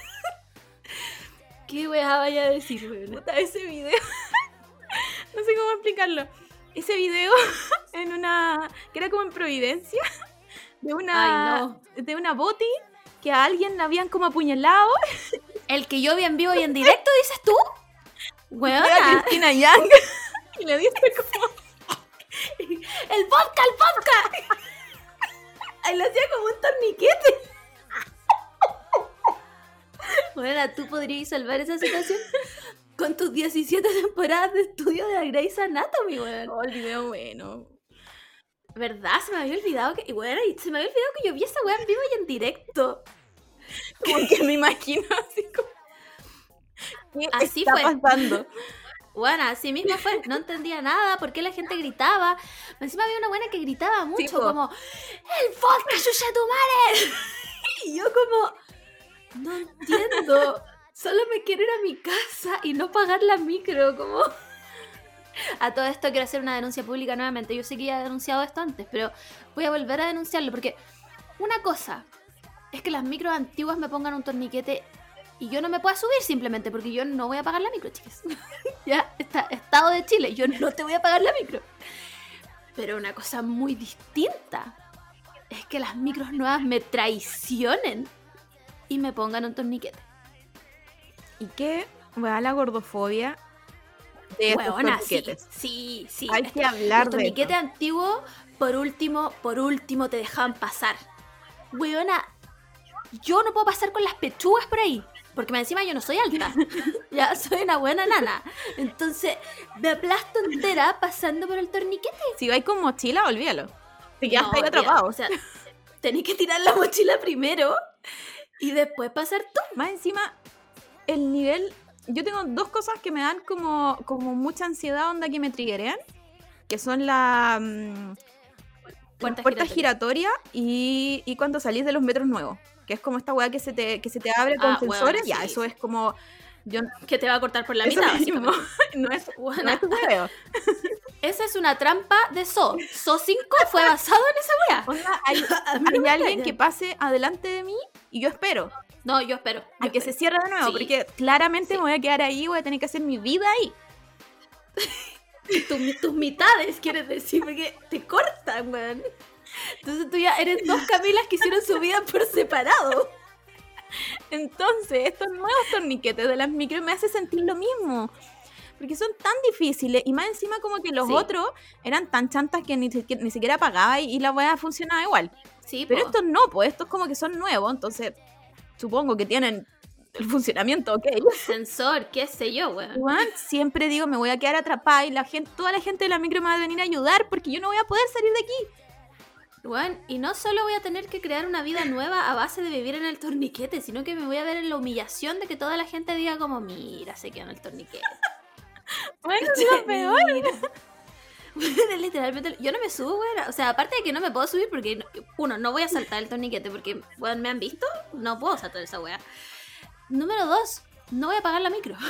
Speaker 3: ¿Qué weá vaya a decir, weón?
Speaker 2: puta ese video? No sé cómo explicarlo. Ese video que era como en Providencia, de una boti que a alguien la habían como apuñalado.
Speaker 3: El que yo vi en vivo y en directo, dices tú.
Speaker 2: Era
Speaker 3: Weona.
Speaker 2: Cristina Yang. Y le diste como...
Speaker 3: ¡El vodka! Ahí le hacía como un torniquete. Bueno, tú podrías salvar esa situación con tus 17 temporadas de estudio de la Grey's Anatomy, weón.
Speaker 2: Oh, el video bueno.
Speaker 3: ¿Verdad? Se me había olvidado que... Bueno, se me había olvidado que yo vi esa weá en vivo y en directo.
Speaker 2: Como que me imagino así como... ¿Qué
Speaker 3: Así
Speaker 2: está
Speaker 3: fue.
Speaker 2: pasando?
Speaker 3: Bueno, así mismo fue. No entendía nada. ¿Por qué la gente gritaba? Encima había una buena que gritaba mucho,
Speaker 2: po.
Speaker 3: como... ¡El vodka, chucha tu madre! Y yo como... No entiendo. Solo me quiero ir a mi casa y no pagar la micro, como... A todo esto quiero hacer una denuncia pública nuevamente. Yo sé que ya he denunciado esto antes, pero voy a volver a denunciarlo porque una cosa es que las micros antiguas me pongan un torniquete y yo no me pueda subir simplemente porque yo no voy a pagar la micro, chicas. Ya, Estado de Chile, yo no te voy a pagar la micro. Pero una cosa muy distinta es que las micros nuevas me traicionen y me pongan un torniquete.
Speaker 2: ¿Y qué va a la gordofobia de estos
Speaker 3: Huevona,
Speaker 2: torniquetes?
Speaker 3: sí.
Speaker 2: Hay que hablar
Speaker 3: Los
Speaker 2: de
Speaker 3: torniquetes
Speaker 2: esto.
Speaker 3: antiguos, por último te dejaban pasar. Huevona, yo no puedo pasar con las pechugas por ahí. Porque encima yo no soy alta. Ya soy una buena nana. Entonces me aplasto entera pasando por el torniquete.
Speaker 2: Si vais con mochila, olvídalo. Te quedas
Speaker 3: No,
Speaker 2: ahí
Speaker 3: olvídalo.
Speaker 2: atrapado.
Speaker 3: O sea, tenés que tirar la mochila primero y después pasar tú.
Speaker 2: Más encima, el nivel... Yo tengo dos cosas que me dan como mucha ansiedad, onda que me triggerean. Que son la puerta giratoria y cuando salís de los metros nuevos. Que es como esta weá que se te abre con
Speaker 3: Ah,
Speaker 2: sensores.
Speaker 3: bueno,
Speaker 2: Ya,
Speaker 3: sí.
Speaker 2: eso es como... Yo,
Speaker 3: Que te va a cortar por la
Speaker 2: eso
Speaker 3: mitad,
Speaker 2: mismo.
Speaker 3: básicamente.
Speaker 2: No es
Speaker 3: Buena.
Speaker 2: hueveo.
Speaker 3: Esa es una trampa de So. So 5 fue basado en esa wea.
Speaker 2: Onda, hay
Speaker 3: me
Speaker 2: alguien
Speaker 3: callan.
Speaker 2: que pase adelante de mí y yo espero
Speaker 3: No, yo espero.
Speaker 2: a que se cierre de nuevo,
Speaker 3: Sí.
Speaker 2: porque claramente
Speaker 3: Sí.
Speaker 2: me voy a quedar ahí, voy a tener que hacer mi vida ahí.
Speaker 3: Tus mitades, quieres decir, porque te cortan, weón. Entonces tú ya eres dos Camilas que hicieron su vida por separado.
Speaker 2: Entonces, estos nuevos torniquetes de las micros me hacen sentir lo mismo. Porque son tan difíciles y más encima como que los
Speaker 3: Sí.
Speaker 2: otros eran tan chantas que ni siquiera pagaba y la weá funcionaba igual.
Speaker 3: Sí,
Speaker 2: Pero
Speaker 3: po.
Speaker 2: estos no, pues estos como que son nuevos, entonces supongo que tienen el funcionamiento, ok.
Speaker 3: Sensor, qué sé yo, weón.
Speaker 2: Juan, siempre digo, me voy a quedar atrapada y toda la gente de la micro me va a venir a ayudar porque yo no voy a poder salir de aquí.
Speaker 3: Weón, y no solo voy a tener que crear una vida nueva a base de vivir en el torniquete, sino que me voy a ver en la humillación de que toda la gente diga como, mira, se quedó en el torniquete.
Speaker 2: Bueno, es lo peor.
Speaker 3: Mira. Weón, literalmente, yo no me subo, weón. O sea, aparte de que no me puedo subir porque, uno, no voy a saltar el torniquete porque, weón, ¿me han visto? No puedo saltar esa weá. Número 2, no voy a pagar la micro.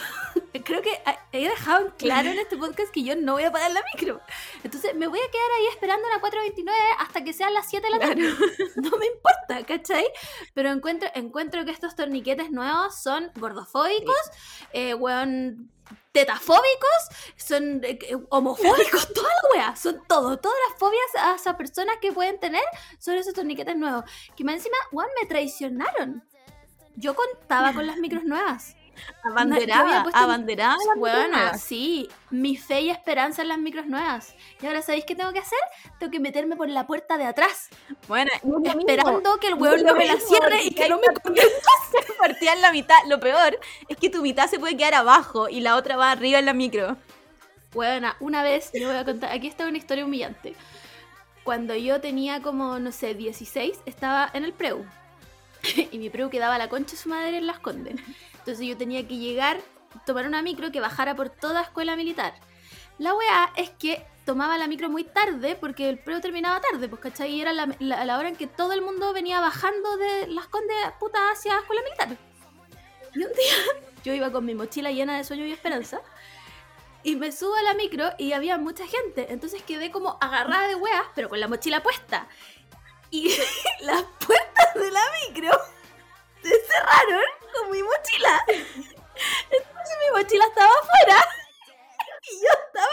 Speaker 3: creo que he dejado en claro en este podcast que yo no voy a pagar la micro. Entonces me voy a quedar ahí esperando a la 4:29 hasta que sean las 7 de la tarde. No me importa, ¿cachai? Pero encuentro que estos torniquetes nuevos son gordofóbicos, weón, tetafóbicos, son homofóbicos, toda la wea, son todo. Todas las fobias a esas personas que pueden tener son esos torniquetes nuevos. Que más encima, weón, me traicionaron. Yo contaba con las micros nuevas.
Speaker 2: Abanderada.
Speaker 3: Bueno, sí, mi fe y esperanza en las micros nuevas. Y ahora, ¿sabéis qué tengo que hacer? Tengo que meterme por la puerta de atrás.
Speaker 2: Bueno,
Speaker 3: esperando que el hueón no me la cierre y que no me
Speaker 2: partía en la mitad. Lo peor es que tu mitad se puede quedar abajo y la otra va arriba en la micro.
Speaker 3: Bueno, una vez, yo voy a contar, aquí está una historia humillante. Cuando yo tenía como, no sé, 16, estaba en el preu. Y mi preu quedaba a la concha de su madre en Las Condes. Entonces yo tenía que llegar, tomar una micro que bajara por toda escuela militar. La weá es que tomaba la micro muy tarde porque el preu terminaba tarde, pues, ¿cachai? Y era la hora en que todo el mundo venía bajando de Las Condes puta hacia escuela militar. Y un día yo iba con mi mochila llena de sueño y esperanza y me subo a la micro y había mucha gente. Entonces quedé como agarrada de weas, pero con la mochila puesta. Y las puertas de la micro se cerraron con mi mochila. Entonces mi mochila estaba afuera y yo estaba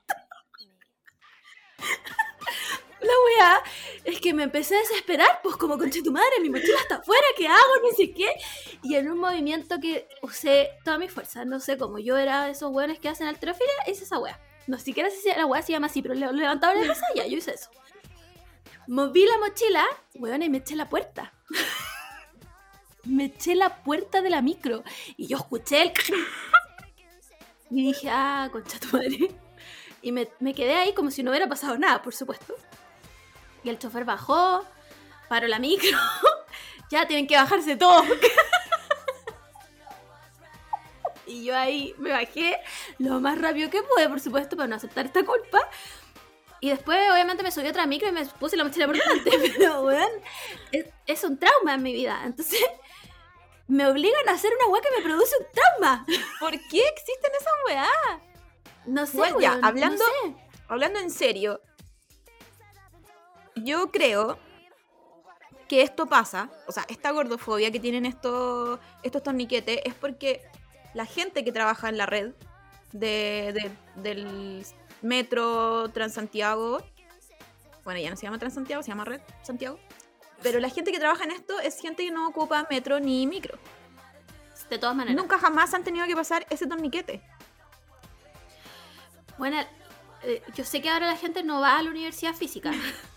Speaker 3: dentro. La weá es que me empecé a desesperar, pues como conche tu madre, mi mochila está afuera, ¿qué hago? No sé qué. Y en un movimiento que usé toda mi fuerza, no sé cómo, yo era de esos weones que hacen halterofilia, hice esa weá. No siquiera sé si la weá se llama así, pero levantaba la mesa y ya, yo hice eso. Moví la mochila, weón, y me eché la puerta. Me eché la puerta de la micro. Y yo escuché el... Y dije, concha tu madre. Y me quedé ahí como si no hubiera pasado nada, por supuesto. Y el chofer bajó, paró la micro. Ya tienen que bajarse todos. Y yo ahí me bajé lo más rápido que pude, por supuesto, para no aceptar esta culpa. Y después, obviamente, me subí a otra micro y me puse la mochila por delante. Pero, weón, es un trauma en mi vida. Entonces, me obligan a hacer una weá que me produce un trauma.
Speaker 2: ¿Por qué existen esas weá?
Speaker 3: No sé,
Speaker 2: bueno,
Speaker 3: weón,
Speaker 2: ya, hablando,
Speaker 3: no sé.
Speaker 2: Hablando en serio, yo creo que esto pasa, o sea, esta gordofobia que tienen estos torniquetes es porque la gente que trabaja en la red del Metro Transantiago, bueno, ya no se llama Transantiago, se llama Red Santiago, pero la gente que trabaja en esto es gente que no ocupa metro ni micro.
Speaker 3: De todas maneras.
Speaker 2: Nunca jamás han tenido que pasar ese torniquete.
Speaker 3: Bueno, yo sé que ahora la gente no va a la universidad física.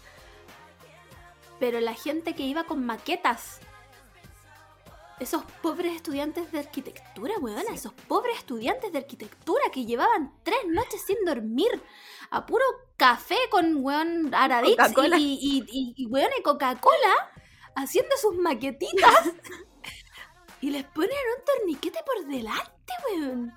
Speaker 3: Pero la gente que iba con maquetas, esos pobres estudiantes de arquitectura, weón, sí. Esos pobres estudiantes de arquitectura que llevaban 3 noches sin dormir a puro café con, weón, Aradix y weón, y Coca-Cola haciendo sus maquetitas y les ponen un torniquete por delante, weón.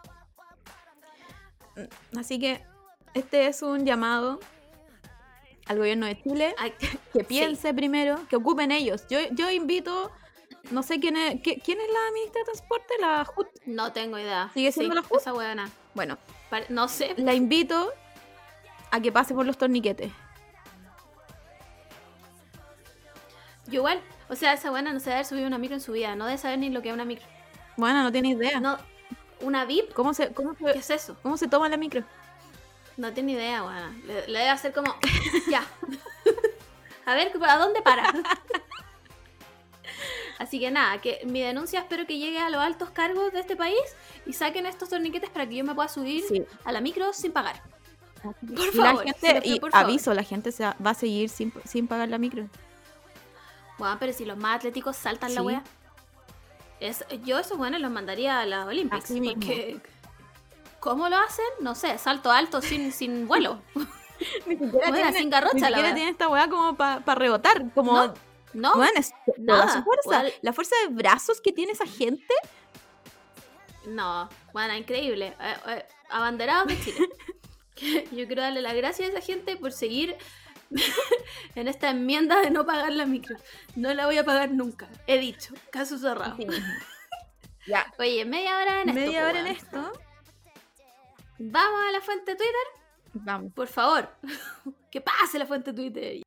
Speaker 2: Así que este es un llamado al gobierno de Chile que piense primero, que ocupen ellos. Yo invito, no sé quién es la ministra de Transporte, la JUT.
Speaker 3: No tengo idea.
Speaker 2: ¿Sigue siendo la JUT?
Speaker 3: Esa weona.
Speaker 2: Bueno,
Speaker 3: no sé.
Speaker 2: La invito a que pase por los torniquetes.
Speaker 3: Yo igual, o sea, esa buena no se debe haber subido una micro en su vida, no debe saber ni lo que es una micro.
Speaker 2: Bueno, no tiene idea.
Speaker 3: No, ¿una VIP? ¿Qué es eso?
Speaker 2: ¿Cómo se toma la micro?
Speaker 3: No tiene idea, buena. Le debe hacer como, ya. A ver, ¿a dónde para? Así que nada, que mi denuncia espero que llegue a los altos cargos de este país y saquen estos torniquetes para que yo me pueda subir a la micro sin pagar. Por favor.
Speaker 2: Por aviso, la gente va a seguir sin pagar la micro.
Speaker 3: Bueno, pero si los más atléticos saltan la wea. Yo esos buenos los mandaría a las Olympics.
Speaker 2: Así mismo.
Speaker 3: Porque ¿cómo lo hacen? No sé, salto alto sin vuelo.
Speaker 2: Ni siquiera
Speaker 3: sin garrocha,
Speaker 2: ni siquiera tiene esta weá como para rebotar. Como,
Speaker 3: no,
Speaker 2: bueno, es toda su fuerza.
Speaker 3: Bueno,
Speaker 2: la fuerza de brazos que tiene esa gente.
Speaker 3: No, bueno, increíble. Abanderados de Chile. Yo quiero darle las gracias a esa gente por seguir en esta enmienda de no pagar la micro. No la voy a pagar nunca. He dicho, caso cerrado.
Speaker 2: Ya.
Speaker 3: Oye, media hora en esto. Vamos a la fuente de Twitter,
Speaker 2: Vamos.
Speaker 3: por favor. Que pase la fuente de Twitter.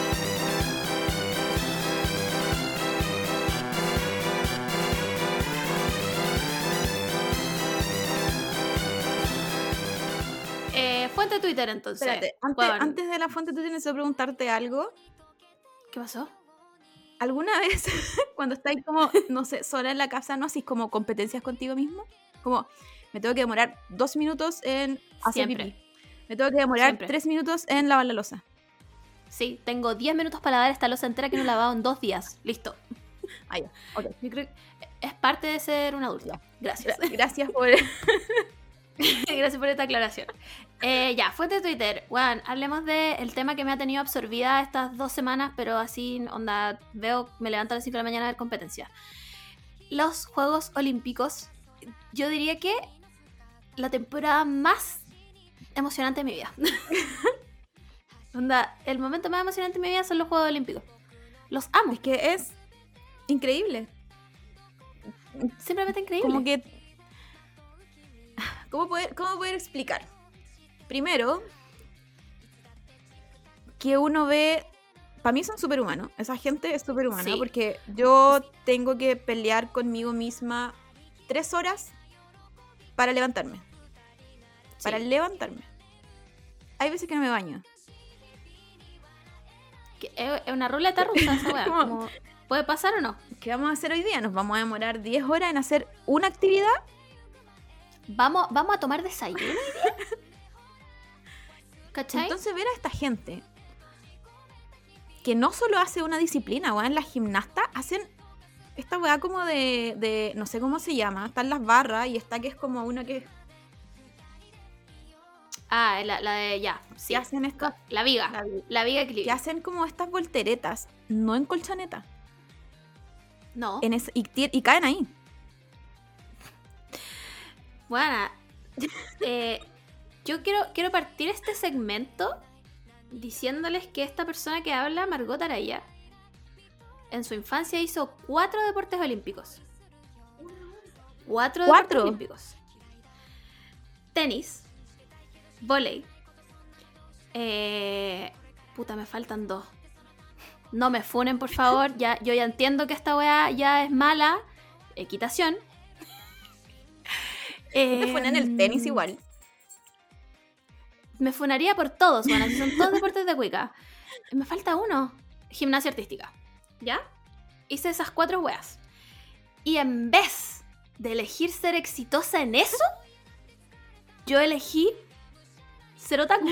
Speaker 3: Fuente de Twitter, entonces.
Speaker 2: Espérate,
Speaker 3: Juan,
Speaker 2: antes de la fuente tú tienes que preguntarte algo.
Speaker 3: ¿qué pasó?
Speaker 2: ¿Alguna vez cuando estáis como, no sé, sola en la casa, no hacís como competencias contigo mismo? Como, me tengo que demorar 2 minutos en hacer
Speaker 3: Siempre.
Speaker 2: pipí. Me tengo que demorar
Speaker 3: Siempre.
Speaker 2: 3 minutos en lavar la loza.
Speaker 3: Sí, tengo 10 minutos para lavar esta loza entera que no he lavado en 2 días. Listo.
Speaker 2: Ah, ya, ok.
Speaker 3: Yo creo que es parte de ser un adulto. Gracias.
Speaker 2: Gracias por...
Speaker 3: Gracias por esta aclaración. Ya, fuente de Twitter. Juan, hablemos del tema que me ha tenido absorbida estas 2 semanas, pero así, onda, me levanto a las 5 de la mañana a ver competencia. Los Juegos Olímpicos, yo diría que la temporada más emocionante de mi vida. Onda, el momento más emocionante de mi vida son los Juegos Olímpicos. Los amo.
Speaker 2: Es que es increíble.
Speaker 3: Simplemente increíble.
Speaker 2: Como que... ¿Cómo poder explicar? Primero, que uno ve... Para mí son superhumanos. Esa gente es superhumana.
Speaker 3: Sí.
Speaker 2: Porque yo tengo que pelear conmigo misma 3 horas para levantarme.
Speaker 3: Sí.
Speaker 2: Para levantarme. Hay veces que no me baño.
Speaker 3: Que es una ruleta rusa esa weá.
Speaker 2: ¿Cómo?
Speaker 3: Como, ¿puede pasar o no?
Speaker 2: ¿Qué vamos a hacer hoy día? Nos vamos a demorar 10 horas en hacer una actividad.
Speaker 3: ¿Vamos a tomar desayuno hoy día? ¿Cachai?
Speaker 2: Entonces ver a esta gente que no solo hace una disciplina, weón, las gimnastas hacen esta weá como de no sé cómo se llama, están las barras y esta que es como una que
Speaker 3: la de ya. Sí.
Speaker 2: hacen estas,
Speaker 3: La viga.
Speaker 2: La viga.
Speaker 3: La viga
Speaker 2: que
Speaker 3: equilibrio.
Speaker 2: hacen como estas volteretas, no en colchoneta,
Speaker 3: No.
Speaker 2: y caen ahí.
Speaker 3: Bueno, yo quiero partir este segmento diciéndoles que esta persona que habla, Margot Araya, en su infancia hizo 4 deportes olímpicos. 4 deportes
Speaker 2: ¿4?
Speaker 3: olímpicos. Tenis, vóley. Puta, me faltan 2. No me funen, por favor. Yo ya entiendo que esta weá ya es mala. Equitación.
Speaker 2: Me fue en el tenis igual.
Speaker 3: Me funaría por todos, bueno, si son todos deportes de cuica. Me falta uno. Gimnasia artística. ¿Ya? Hice esas 4 weas. Y en vez de elegir ser exitosa en eso, yo elegí ser otaku.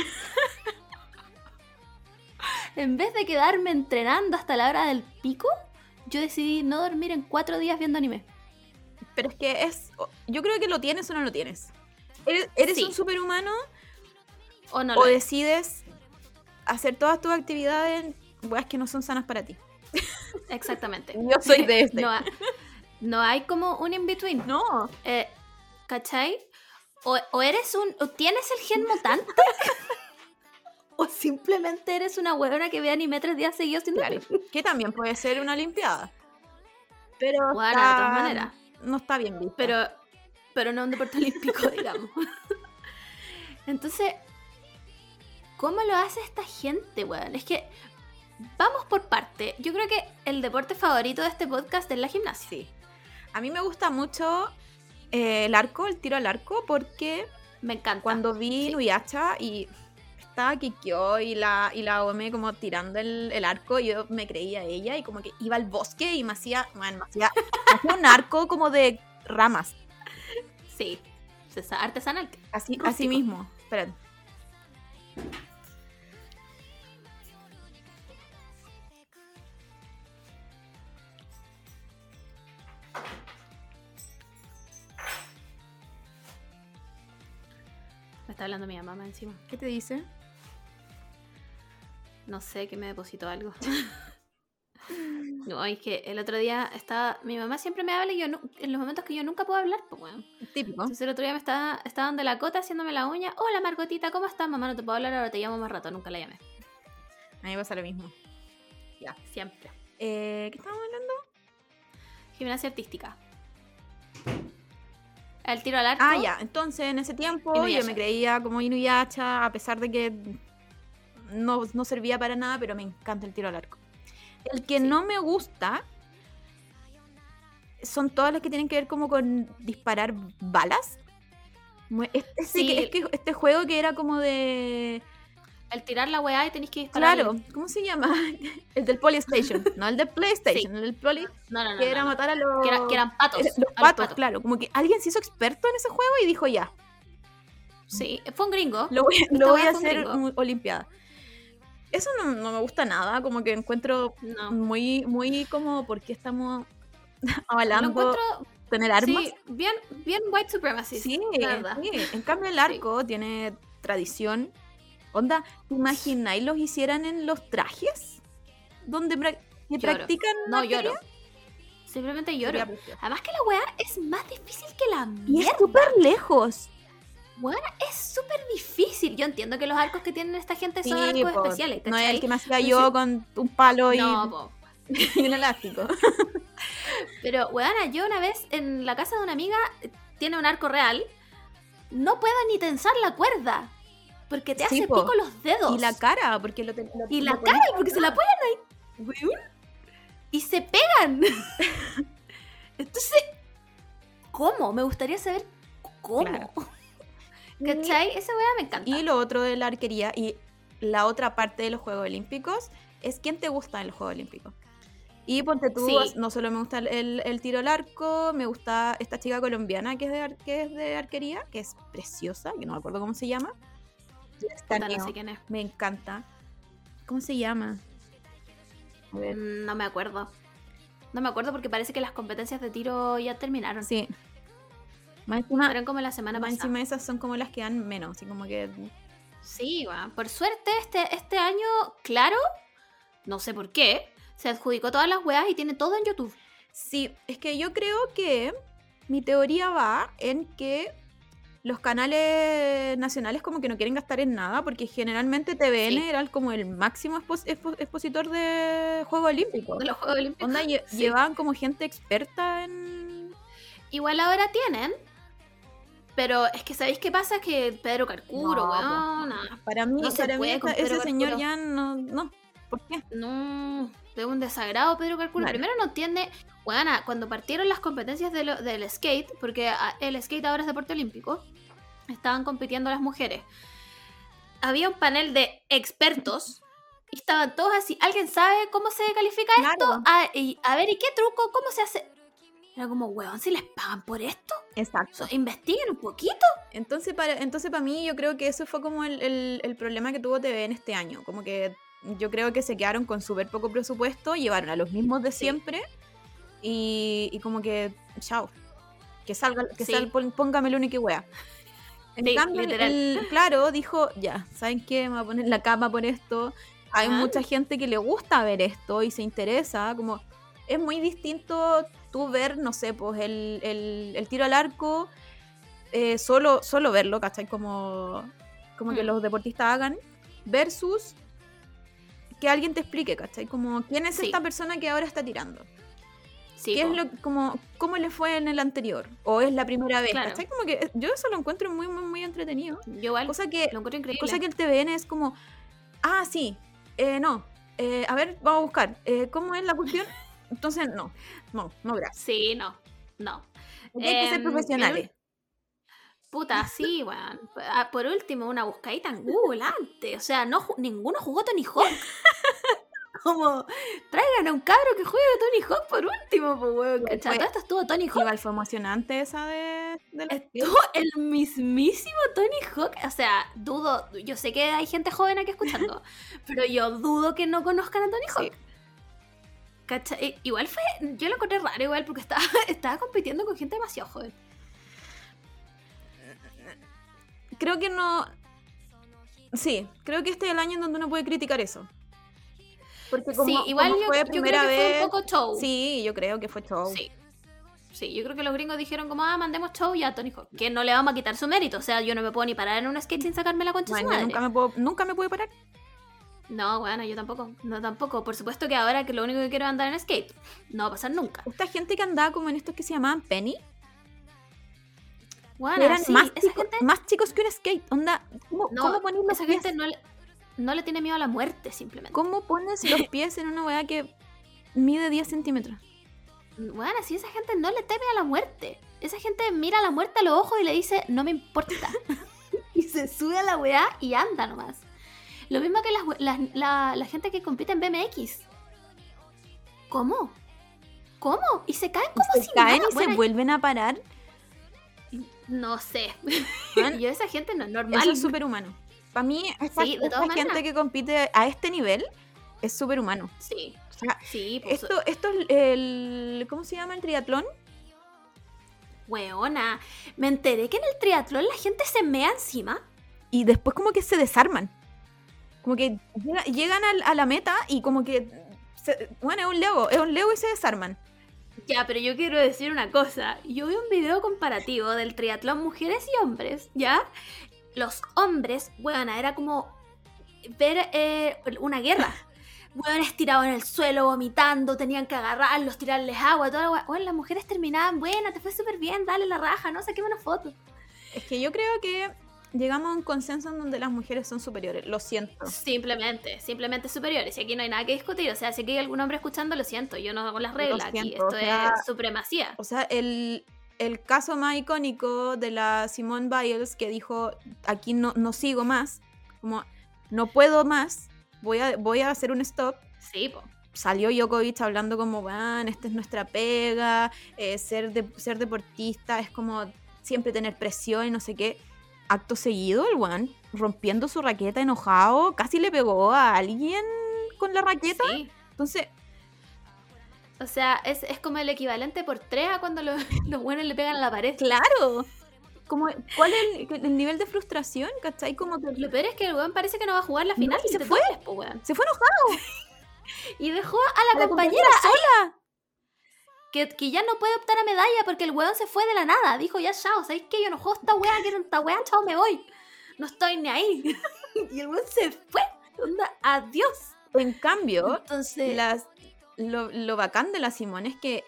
Speaker 3: En vez de quedarme entrenando hasta la hora del pico, yo decidí no dormir en 4 días viendo anime.
Speaker 2: Pero es que yo creo que lo tienes o no lo tienes. ¿Eres
Speaker 3: Sí.
Speaker 2: un superhumano
Speaker 3: O no
Speaker 2: o
Speaker 3: lo es.
Speaker 2: decides hacer todas tus actividades en weas que no son sanas para ti?
Speaker 3: Exactamente.
Speaker 2: Yo soy de este.
Speaker 3: No hay como un in-between.
Speaker 2: No.
Speaker 3: ¿Cachai? O eres o tienes el gen mutante, o simplemente eres una huevona que ve anime 3 días seguidos sin
Speaker 2: Claro,
Speaker 3: dormir.
Speaker 2: que también puede ser una olimpiada. Pero
Speaker 3: Bueno, de todas maneras.
Speaker 2: no está bien visto.
Speaker 3: Pero no un deporte olímpico, digamos. Entonces, ¿cómo lo hace esta gente, weón? Es que vamos por parte. Yo creo que el deporte favorito de este podcast es la gimnasia.
Speaker 2: Sí. A mí me gusta mucho el tiro al arco, porque
Speaker 3: Me encanta.
Speaker 2: cuando vi
Speaker 3: Sí.
Speaker 2: Inuyasha y estaba Kikyo y la Ome como tirando el arco, yo me creía ella y como que iba al bosque y me hacía un arco como de ramas.
Speaker 3: Sí. Es artesanal.
Speaker 2: Así
Speaker 3: Rústico.
Speaker 2: mismo. Esperen.
Speaker 3: Me está hablando mi mamá encima.
Speaker 2: ¿Qué te dice?
Speaker 3: No sé, que me depositó algo. No, es que el otro día mi mamá siempre me habla y yo en los momentos que yo nunca puedo hablar, pues bueno.
Speaker 2: Típico.
Speaker 3: Entonces el otro día me estaba dando la cota haciéndome la uña. Hola Margotita, ¿cómo estás? Mamá, no te puedo hablar ahora, te llamo más rato. Nunca la llamé.
Speaker 2: A mí me pasa lo mismo.
Speaker 3: Siempre.
Speaker 2: ¿Qué estábamos hablando?
Speaker 3: Gimnasia artística. al tiro al arco.
Speaker 2: Ah, ya. Entonces, en ese tiempo
Speaker 3: Inuyasha.
Speaker 2: yo me creía como Inuyasha, a pesar de que no servía para nada, pero me encanta el tiro al arco. El que
Speaker 3: Sí.
Speaker 2: no me gusta son todas las que tienen que ver como con disparar balas.
Speaker 3: Sí.
Speaker 2: Es que este juego que era como de...
Speaker 3: Al tirar la weá y tenéis que disparar.
Speaker 2: Claro, ¿cómo se llama? El del PlayStation, no el de PlayStation, el del Poly,
Speaker 3: No, no, no.
Speaker 2: que era
Speaker 3: no.
Speaker 2: matar a los...
Speaker 3: Que eran patos.
Speaker 2: Los
Speaker 3: a
Speaker 2: patos, claro. Como que alguien se hizo experto en ese juego y dijo ya,
Speaker 3: Sí, fue un gringo.
Speaker 2: lo voy
Speaker 3: Esta
Speaker 2: a
Speaker 3: weá fue un
Speaker 2: hacer
Speaker 3: gringo.
Speaker 2: olimpiada. Eso no me gusta nada, como que encuentro
Speaker 3: No.
Speaker 2: muy como, ¿por qué estamos
Speaker 3: Lo
Speaker 2: avalando
Speaker 3: encuentro,
Speaker 2: tener armas?
Speaker 3: sí, bien white supremacy.
Speaker 2: Sí,
Speaker 3: la verdad.
Speaker 2: sí. En cambio el arco tiene tradición. Onda, ¿te imagináis los hicieran en los trajes? Donde que
Speaker 3: Lloro.
Speaker 2: practican
Speaker 3: No,
Speaker 2: arquería?
Speaker 3: lloro. Simplemente lloro.
Speaker 2: Sería precioso.
Speaker 3: Además que la weá es más difícil que la
Speaker 2: Y es
Speaker 3: mierda.
Speaker 2: súper lejos.
Speaker 3: Bueno, es súper difícil. Yo entiendo que los arcos que tienen esta gente son
Speaker 2: Sí,
Speaker 3: arcos
Speaker 2: po,
Speaker 3: especiales,
Speaker 2: no es
Speaker 3: ¿cachai?
Speaker 2: el que me hacía
Speaker 3: Pero
Speaker 2: yo
Speaker 3: sí-
Speaker 2: con un palo
Speaker 3: No, po.
Speaker 2: y un elástico.
Speaker 3: Pero, weona, yo una vez en la casa de una amiga tiene un arco real. No puedo ni tensar la cuerda. Porque te
Speaker 2: Sí,
Speaker 3: hace
Speaker 2: po.
Speaker 3: pico los dedos.
Speaker 2: Y la cara, porque lo
Speaker 3: Y la
Speaker 2: lo
Speaker 3: cara,
Speaker 2: pones-
Speaker 3: porque se la ponen ahí. Y se pegan. Entonces, ¿cómo? Me gustaría saber cómo.
Speaker 2: Claro.
Speaker 3: ¿Cachai? Esa weá me encanta.
Speaker 2: Y lo otro de la arquería y la otra parte de los Juegos Olímpicos es quién te gusta en los Juegos Olímpicos. Y ponte tú,
Speaker 3: Sí.
Speaker 2: no solo me gusta el tiro al arco, me gusta esta chica colombiana que es de arquería, que es preciosa, que no me acuerdo cómo se llama.
Speaker 3: Puta, no sé quién es.
Speaker 2: Me encanta. ¿Cómo se llama? A ver.
Speaker 3: No me acuerdo. No me acuerdo porque parece que las competencias de tiro ya terminaron.
Speaker 2: Sí. Más encima,
Speaker 3: Fueron como la semana
Speaker 2: más
Speaker 3: pasada.
Speaker 2: encima esas son como las que dan menos, así como que...
Speaker 3: Sí, weón. Por suerte, este año, claro, no sé por qué, se adjudicó todas las weas y tiene todo en YouTube.
Speaker 2: Sí, es que yo creo que mi teoría va en que los canales nacionales como que no quieren gastar en nada, porque generalmente TVN
Speaker 3: Sí.
Speaker 2: era como el máximo expositor de Juegos Olímpicos.
Speaker 3: De los Juegos Olímpicos.
Speaker 2: Onda,
Speaker 3: Sí.
Speaker 2: llevaban como gente experta en...
Speaker 3: Igual ahora tienen, pero es que ¿sabéis qué pasa? Que Pedro Carcuro,
Speaker 2: No,
Speaker 3: weón.
Speaker 2: Para mí,
Speaker 3: No se puede con
Speaker 2: ese
Speaker 3: Pedro
Speaker 2: señor
Speaker 3: Carcuro.
Speaker 2: ya no. ¿Por qué?
Speaker 3: No, de un desagrado Pedro Carcuro.
Speaker 2: Claro.
Speaker 3: Primero no tiene, weona, cuando partieron las competencias del skate, porque el skate ahora es deporte olímpico, estaban compitiendo las mujeres. Había un panel de expertos y estaban todos así. ¿Alguien sabe cómo se califica
Speaker 2: Claro.
Speaker 3: esto? A ver, ¿y qué truco? ¿Cómo se hace? Era como, weón, ¿si les pagan por esto?
Speaker 2: Exacto.
Speaker 3: Investiguen un poquito.
Speaker 2: Entonces para mí yo creo que eso fue como el problema que tuvo TVN este año. Como que yo creo que se quedaron con súper poco presupuesto, llevaron a los mismos de
Speaker 3: Sí.
Speaker 2: siempre y como que, chao, que salga,
Speaker 3: Sí.
Speaker 2: póngame el único wea. En
Speaker 3: Sí,
Speaker 2: cambio,
Speaker 3: literal.
Speaker 2: claro, dijo, ya, ¿saben qué? Me voy a poner la cama por esto. Hay
Speaker 3: Ajá.
Speaker 2: mucha gente que le gusta ver esto y se interesa, como es muy distinto tú ver, no sé, pues el tiro al arco, solo verlo, ¿cachai? Como que los deportistas hagan, versus que alguien te explique, ¿cachai? Como, ¿quién es
Speaker 3: Sí.
Speaker 2: esta persona que ahora está tirando?
Speaker 3: Sí,
Speaker 2: ¿Qué
Speaker 3: po.
Speaker 2: es cómo le fue en el anterior? ¿O es la primera vez?
Speaker 3: Claro.
Speaker 2: ¿Cachai? Como que yo eso lo encuentro muy entretenido.
Speaker 3: Yo igual
Speaker 2: Cosa que,
Speaker 3: lo encuentro increíble.
Speaker 2: cosa que el TVN es como, sí, no, a ver, vamos a buscar, ¿cómo es la cuestión? Entonces, no, gracias.
Speaker 3: Sí, no.
Speaker 2: Aquí hay que ser profesionales.
Speaker 3: Puta, sí, weón. Por último, una buscadita en Google antes. O sea, ninguno jugó Tony Hawk. Como, traigan a un cabro que juegue Tony Hawk por último, pues, weón.
Speaker 2: Igual
Speaker 3: ¿Cachai?
Speaker 2: fue-
Speaker 3: Todo esto estuvo Tony Hawk.
Speaker 2: Igual fue emocionante esa de la...
Speaker 3: Estuvo el mismísimo Tony Hawk. O sea, dudo. Yo sé que hay gente joven aquí escuchando, pero yo dudo que no conozcan a Tony Hawk.
Speaker 2: Sí.
Speaker 3: ¿Cachai? Igual fue. Yo lo encontré raro, igual, porque estaba compitiendo con gente demasiado joven.
Speaker 2: Creo que no... Sí, creo que este es el año en donde uno puede criticar eso. Porque como,
Speaker 3: Sí, igual
Speaker 2: como
Speaker 3: yo,
Speaker 2: fue
Speaker 3: yo creo
Speaker 2: primera
Speaker 3: que
Speaker 2: vez...
Speaker 3: fue un poco show.
Speaker 2: Sí, yo creo que fue show.
Speaker 3: Sí. Sí, yo creo que los gringos dijeron como, mandemos show ya a Tony Hawk. Que no le vamos a quitar su mérito. O sea, yo no me puedo ni parar en un skate sin sacarme la concha de su
Speaker 2: Bueno,
Speaker 3: madre.
Speaker 2: nunca me pude parar.
Speaker 3: No, bueno, yo tampoco. No, tampoco. Por supuesto que ahora que lo único que quiero es andar en skate. No va a pasar nunca.
Speaker 2: Esta gente que andaba como en estos que se llamaban penny,
Speaker 3: Bueno,
Speaker 2: eran
Speaker 3: sí,
Speaker 2: más,
Speaker 3: esa gente,
Speaker 2: más chicos que un skate. Onda, ¿cómo pones los
Speaker 3: esa
Speaker 2: pies?
Speaker 3: gente no le tiene miedo a la muerte, simplemente.
Speaker 2: ¿Cómo pones los pies en una weá que mide 10 centímetros?
Speaker 3: Bueno, si esa gente no le teme a la muerte. Esa gente mira a la muerte a los ojos y le dice, no me importa. Y se sube a la weá y anda nomás. Lo mismo que la gente que compite en BMX. ¿Cómo? Y se caen como
Speaker 2: Se
Speaker 3: si
Speaker 2: caen
Speaker 3: nada.
Speaker 2: y
Speaker 3: Bueno,
Speaker 2: se vuelven a parar.
Speaker 3: no sé.
Speaker 2: Man,
Speaker 3: Yo esa gente no es normal.
Speaker 2: Eso es superhumano. Para mí, esta
Speaker 3: Sí, de todas
Speaker 2: gente
Speaker 3: maneras.
Speaker 2: que compite a este nivel es superhumano.
Speaker 3: Sí,
Speaker 2: O sea,
Speaker 3: sí, pues,
Speaker 2: esto es el... ¿Cómo se llama el triatlón?
Speaker 3: weona. Me enteré que en el triatlón la gente se mea encima.
Speaker 2: Y después como que se desarman. Como que llegan a la meta y como que... bueno, es un Lego y se desarman.
Speaker 3: Ya, pero yo quiero decir una cosa. Yo vi un video comparativo del triatlón mujeres y hombres, ¿ya? Los hombres, weona, era como ver una guerra. Weones tirados en el suelo, vomitando, tenían que agarrarlos, tirarles agua, toda la weá. Bueno, las mujeres terminaban, buena, te fue súper bien, dale la raja, ¿no? Saquemos una foto.
Speaker 2: Es que yo creo que llegamos a un consenso en donde las mujeres son superiores. Lo siento.
Speaker 3: Simplemente superiores. Y aquí no hay nada que discutir. O sea, si aquí hay algún hombre escuchando, lo siento, yo no hago las reglas. Aquí
Speaker 2: siento,
Speaker 3: esto
Speaker 2: o sea,
Speaker 3: es supremacía.
Speaker 2: O sea, el caso más icónico de la Simone Biles que dijo, aquí no sigo más, como, no puedo más, voy a hacer un stop.
Speaker 3: Sí, po.
Speaker 2: Salió Djokovic hablando como, bueno, esta es nuestra pega, ser deportista es como siempre tener presión y no sé qué. Acto seguido, el weón, rompiendo su raqueta, enojado, casi le pegó a alguien con la raqueta.
Speaker 3: Sí.
Speaker 2: Entonces,
Speaker 3: O sea, es como el equivalente por 3 a cuando los buenos le pegan a la pared.
Speaker 2: claro, como, ¿cuál es el nivel de frustración? ¿Cachai? Como
Speaker 3: Lo peor es que el weón parece que no va a jugar la final.
Speaker 2: y se
Speaker 3: de
Speaker 2: fue.
Speaker 3: dobles, po, weón.
Speaker 2: se fue enojado.
Speaker 3: Y dejó a la compañera
Speaker 2: sola.
Speaker 3: que ya no puede optar a medalla porque el weón se fue de la nada. Dijo, ya, chao, ¿sabéis qué? Yo no juego esta weá, quiero esta weá, chao, me voy. No estoy ni ahí. Y el weón se fue. Onda, adiós.
Speaker 2: En cambio,
Speaker 3: Entonces,
Speaker 2: lo bacán de la Simone es que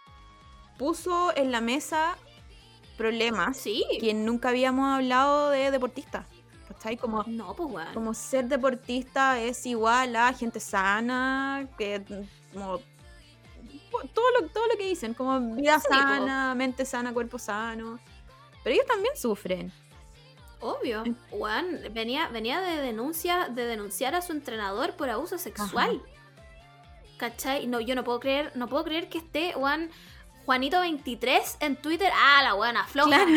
Speaker 2: puso en la mesa problemas
Speaker 3: sí.
Speaker 2: que nunca habíamos hablado de deportistas. ¿Cachai? Como
Speaker 3: No, pues weón.
Speaker 2: como ser deportista es igual a gente sana, que como todo lo que dicen, como vida
Speaker 3: Sí,
Speaker 2: sana, mente sana, cuerpo sano. Pero ellos también sufren.
Speaker 3: Obvio. Weón, venía de denunciar a su entrenador por abuso sexual. ¿Cachai? No, yo no puedo creer que esté Juanito 23 en Twitter. Ah, la weona floja.
Speaker 2: Claro.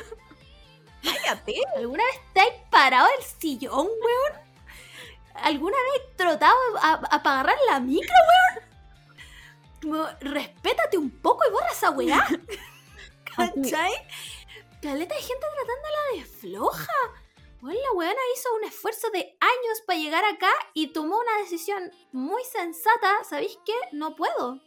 Speaker 2: Cállate.
Speaker 3: ¿Alguna vez te has parado del sillón, weón? ¿Alguna vez has trotado a para agarrar la micro, weón? Como, respétate un poco y borra esa weá. ¿Cachai? Caleta de gente tratándola de floja. Bueno, la weona hizo un esfuerzo de años para llegar acá y tomó una decisión muy sensata. ¿Sabéis qué? No puedo.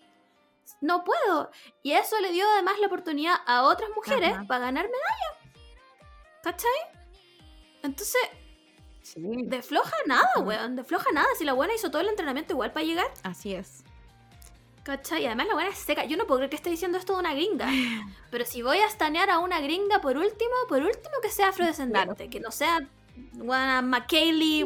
Speaker 3: Y eso le dio además la oportunidad a otras mujeres para ganar medalla. ¿Cachai? Entonces,
Speaker 2: Sí.
Speaker 3: de floja nada, weón. De floja nada. Si la buena hizo todo el entrenamiento igual para llegar.
Speaker 2: Así es.
Speaker 3: ¿Cachai? Y además la buena es seca. Yo no puedo creer que esté diciendo esto de una gringa. Pero si voy a estanear a una gringa por último que sea afrodescendiente.
Speaker 2: Claro.
Speaker 3: Que no sea McKaylee,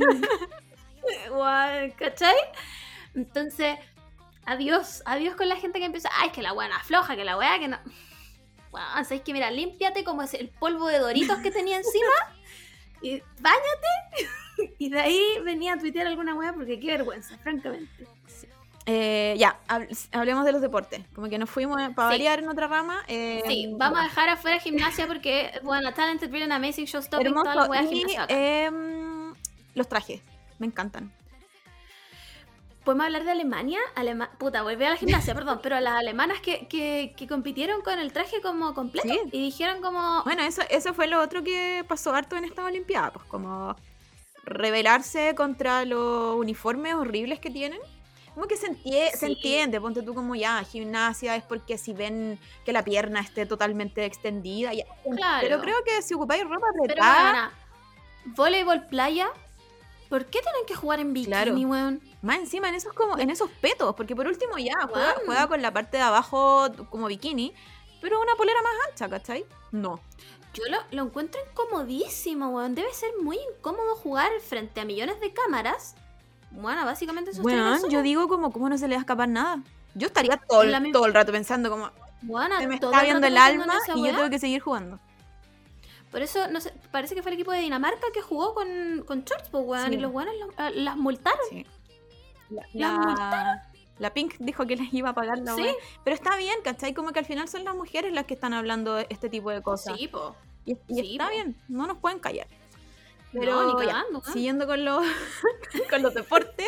Speaker 3: ¿cachai? Entonces, adiós con la gente que empieza. Ay, es que la buena floja, que la wea que no. Bueno, sabes que mira, límpiate como es el polvo de Doritos que tenía encima. Y báñate. Y de ahí venía a tuitear alguna wea porque qué vergüenza, francamente.
Speaker 2: Ya, hablemos de los deportes. Como que nos fuimos para
Speaker 3: Sí.
Speaker 2: variar en otra rama.
Speaker 3: Sí, vamos a dejar afuera gimnasia porque, bueno, Talented, Brilliant, Amazing, Showstopping, todas las weas
Speaker 2: Y
Speaker 3: gimnasia bacán.
Speaker 2: los trajes, me encantan.
Speaker 3: ¿Podemos hablar de Alemania? Puta, volví a la gimnasia, perdón, pero a las alemanas que compitieron con el traje como completo
Speaker 2: Sí.
Speaker 3: y dijeron como...
Speaker 2: Bueno, eso fue lo otro que pasó harto en esta Olimpiada, pues como rebelarse contra los uniformes horribles que tienen. Como que se
Speaker 3: Sí.
Speaker 2: entiende, ponte tú como ya, gimnasia es porque si ven que la pierna esté totalmente extendida, ya.
Speaker 3: Claro.
Speaker 2: Pero creo que si ocupáis ropa
Speaker 3: Pero
Speaker 2: apretada,
Speaker 3: bueno, voleibol playa, ¿por qué tienen que jugar en bikini,
Speaker 2: Claro.
Speaker 3: weón?
Speaker 2: más encima en esos petos, porque por último ya,
Speaker 3: Weón.
Speaker 2: juega con la parte de abajo como bikini, pero una polera más ancha, ¿cachai? No.
Speaker 3: Yo lo encuentro incomodísimo, weón. Debe ser muy incómodo jugar frente a millones de cámaras. Bueno, básicamente eso
Speaker 2: Bueno, yo digo ¿cómo no se le va a escapar nada? Yo estaría todo el rato pensando como,
Speaker 3: bueno,
Speaker 2: se me
Speaker 3: todo
Speaker 2: está
Speaker 3: el
Speaker 2: viendo
Speaker 3: rato
Speaker 2: el
Speaker 3: pensando
Speaker 2: alma
Speaker 3: en esa
Speaker 2: y
Speaker 3: weá.
Speaker 2: yo tengo que seguir jugando.
Speaker 3: Por eso, no sé, parece que fue el equipo de Dinamarca que jugó con shorts, pues, weón.
Speaker 2: Sí.
Speaker 3: Y los weones las multaron.
Speaker 2: Sí.
Speaker 3: Las multaron.
Speaker 2: La Pink dijo que les iba a pagar la
Speaker 3: Sí.
Speaker 2: wea. Pero está bien, ¿cachai? Como que al final son las mujeres las que están hablando de este tipo de cosas.
Speaker 3: Sí, po.
Speaker 2: Y
Speaker 3: Sí,
Speaker 2: está
Speaker 3: po.
Speaker 2: bien, no nos pueden callar.
Speaker 3: No,
Speaker 2: Pero
Speaker 3: ni
Speaker 2: ya,
Speaker 3: cagando, ¿no?
Speaker 2: siguiendo con los, con los deportes.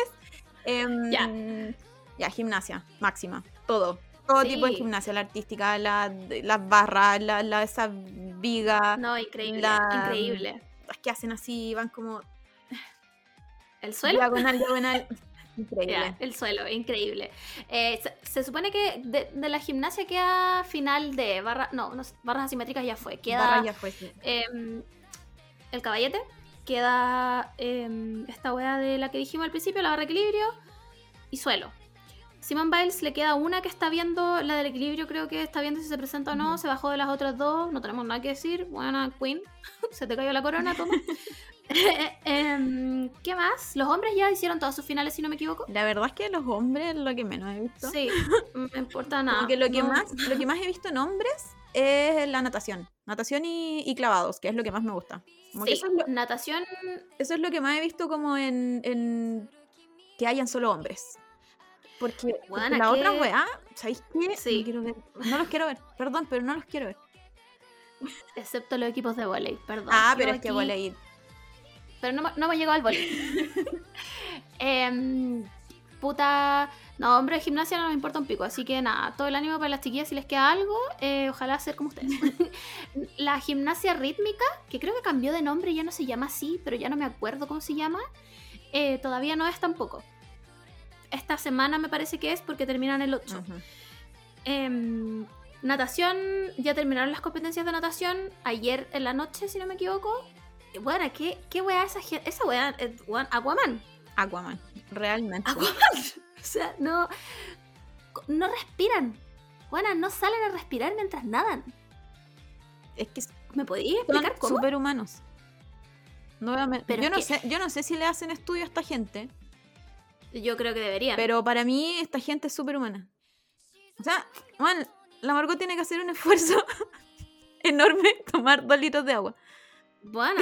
Speaker 3: Ya.
Speaker 2: Gimnasia, máxima. Todo
Speaker 3: Sí.
Speaker 2: tipo de gimnasia, la artística, las barras, esa viga.
Speaker 3: No, increíble, increíble.
Speaker 2: Las que hacen así, van como
Speaker 3: ¿El suelo?
Speaker 2: diagonal. Increíble.
Speaker 3: Ya, el suelo, increíble. Se supone que de la gimnasia queda final de barras asimétricas ya fue. Queda
Speaker 2: Barra ya fue, sí.
Speaker 3: el caballete, queda esta wea de la que dijimos al principio, la barra de equilibrio y suelo. Simone Biles le queda una que está viendo, la del equilibrio creo que está viendo si se presenta o no, se bajó de las otras dos, no tenemos nada que decir. Buena Queen, se te cayó la corona, toma. ¿Qué más? Los hombres ya hicieron todas sus finales, si no me equivoco.
Speaker 2: La verdad es que los hombres es lo que menos he visto.
Speaker 3: Sí, no me importa nada.
Speaker 2: Como que lo que
Speaker 3: No.
Speaker 2: más he visto en hombres es la natación. Natación y clavados, que es lo que más me gusta. Como que
Speaker 3: Sí,
Speaker 2: eso es
Speaker 3: natación.
Speaker 2: lo que más he visto como en que hayan solo hombres. Porque
Speaker 3: Bueno,
Speaker 2: la
Speaker 3: ¿qué?
Speaker 2: otra weá, ¿sabéis qué?
Speaker 3: Sí.
Speaker 2: No quiero ver. No los quiero ver. Perdón, pero no los quiero ver.
Speaker 3: Excepto los equipos de volei, perdón.
Speaker 2: Pero
Speaker 3: Yo
Speaker 2: es que
Speaker 3: aquí-
Speaker 2: volei.
Speaker 3: Pero no hemos llegado al volei. Puta. No, hombre, de gimnasia no nos importa un pico. Así que nada, todo el ánimo para las chiquillas si les queda algo. Ojalá ser como ustedes. La gimnasia rítmica, que creo que cambió de nombre, ya no se llama así, pero ya no me acuerdo cómo se llama. Todavía no es tampoco. Esta semana me parece que es porque terminan el 8.
Speaker 2: Ujú.
Speaker 3: Natación, ya terminaron las competencias de natación ayer en la noche, si no me equivoco. Bueno, ¿qué weá esa weá? Aquaman.
Speaker 2: Aquaman, realmente.
Speaker 3: Aquaman. O sea, no respiran. Bueno, no salen a respirar mientras nadan.
Speaker 2: Es que
Speaker 3: ¿Me podías explicar
Speaker 2: son
Speaker 3: cómo?
Speaker 2: superhumanos. Nuevamente,
Speaker 3: Pero
Speaker 2: yo no sé si le hacen estudio a esta gente,
Speaker 3: Yo creo que deberían.
Speaker 2: pero para mí esta gente es superhumana. O sea, man, la Margot tiene que hacer un esfuerzo enorme tomar 2 litros de agua.
Speaker 3: Bueno.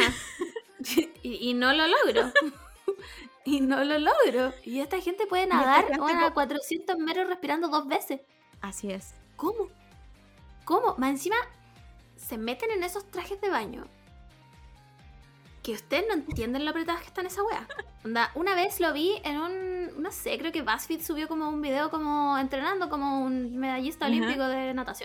Speaker 3: y no lo logro. Y no lo logro. Y esta gente puede nadar a 400 metros respirando 2 veces.
Speaker 2: Así es.
Speaker 3: ¿Cómo? ¿Cómo? Más encima se meten en esos trajes de baño que ustedes no entienden lo apretadas que están esa wea. Onda, una vez lo vi en no sé, creo que BuzzFeed subió como un video como entrenando como un medallista
Speaker 2: Ajá.
Speaker 3: olímpico de natación.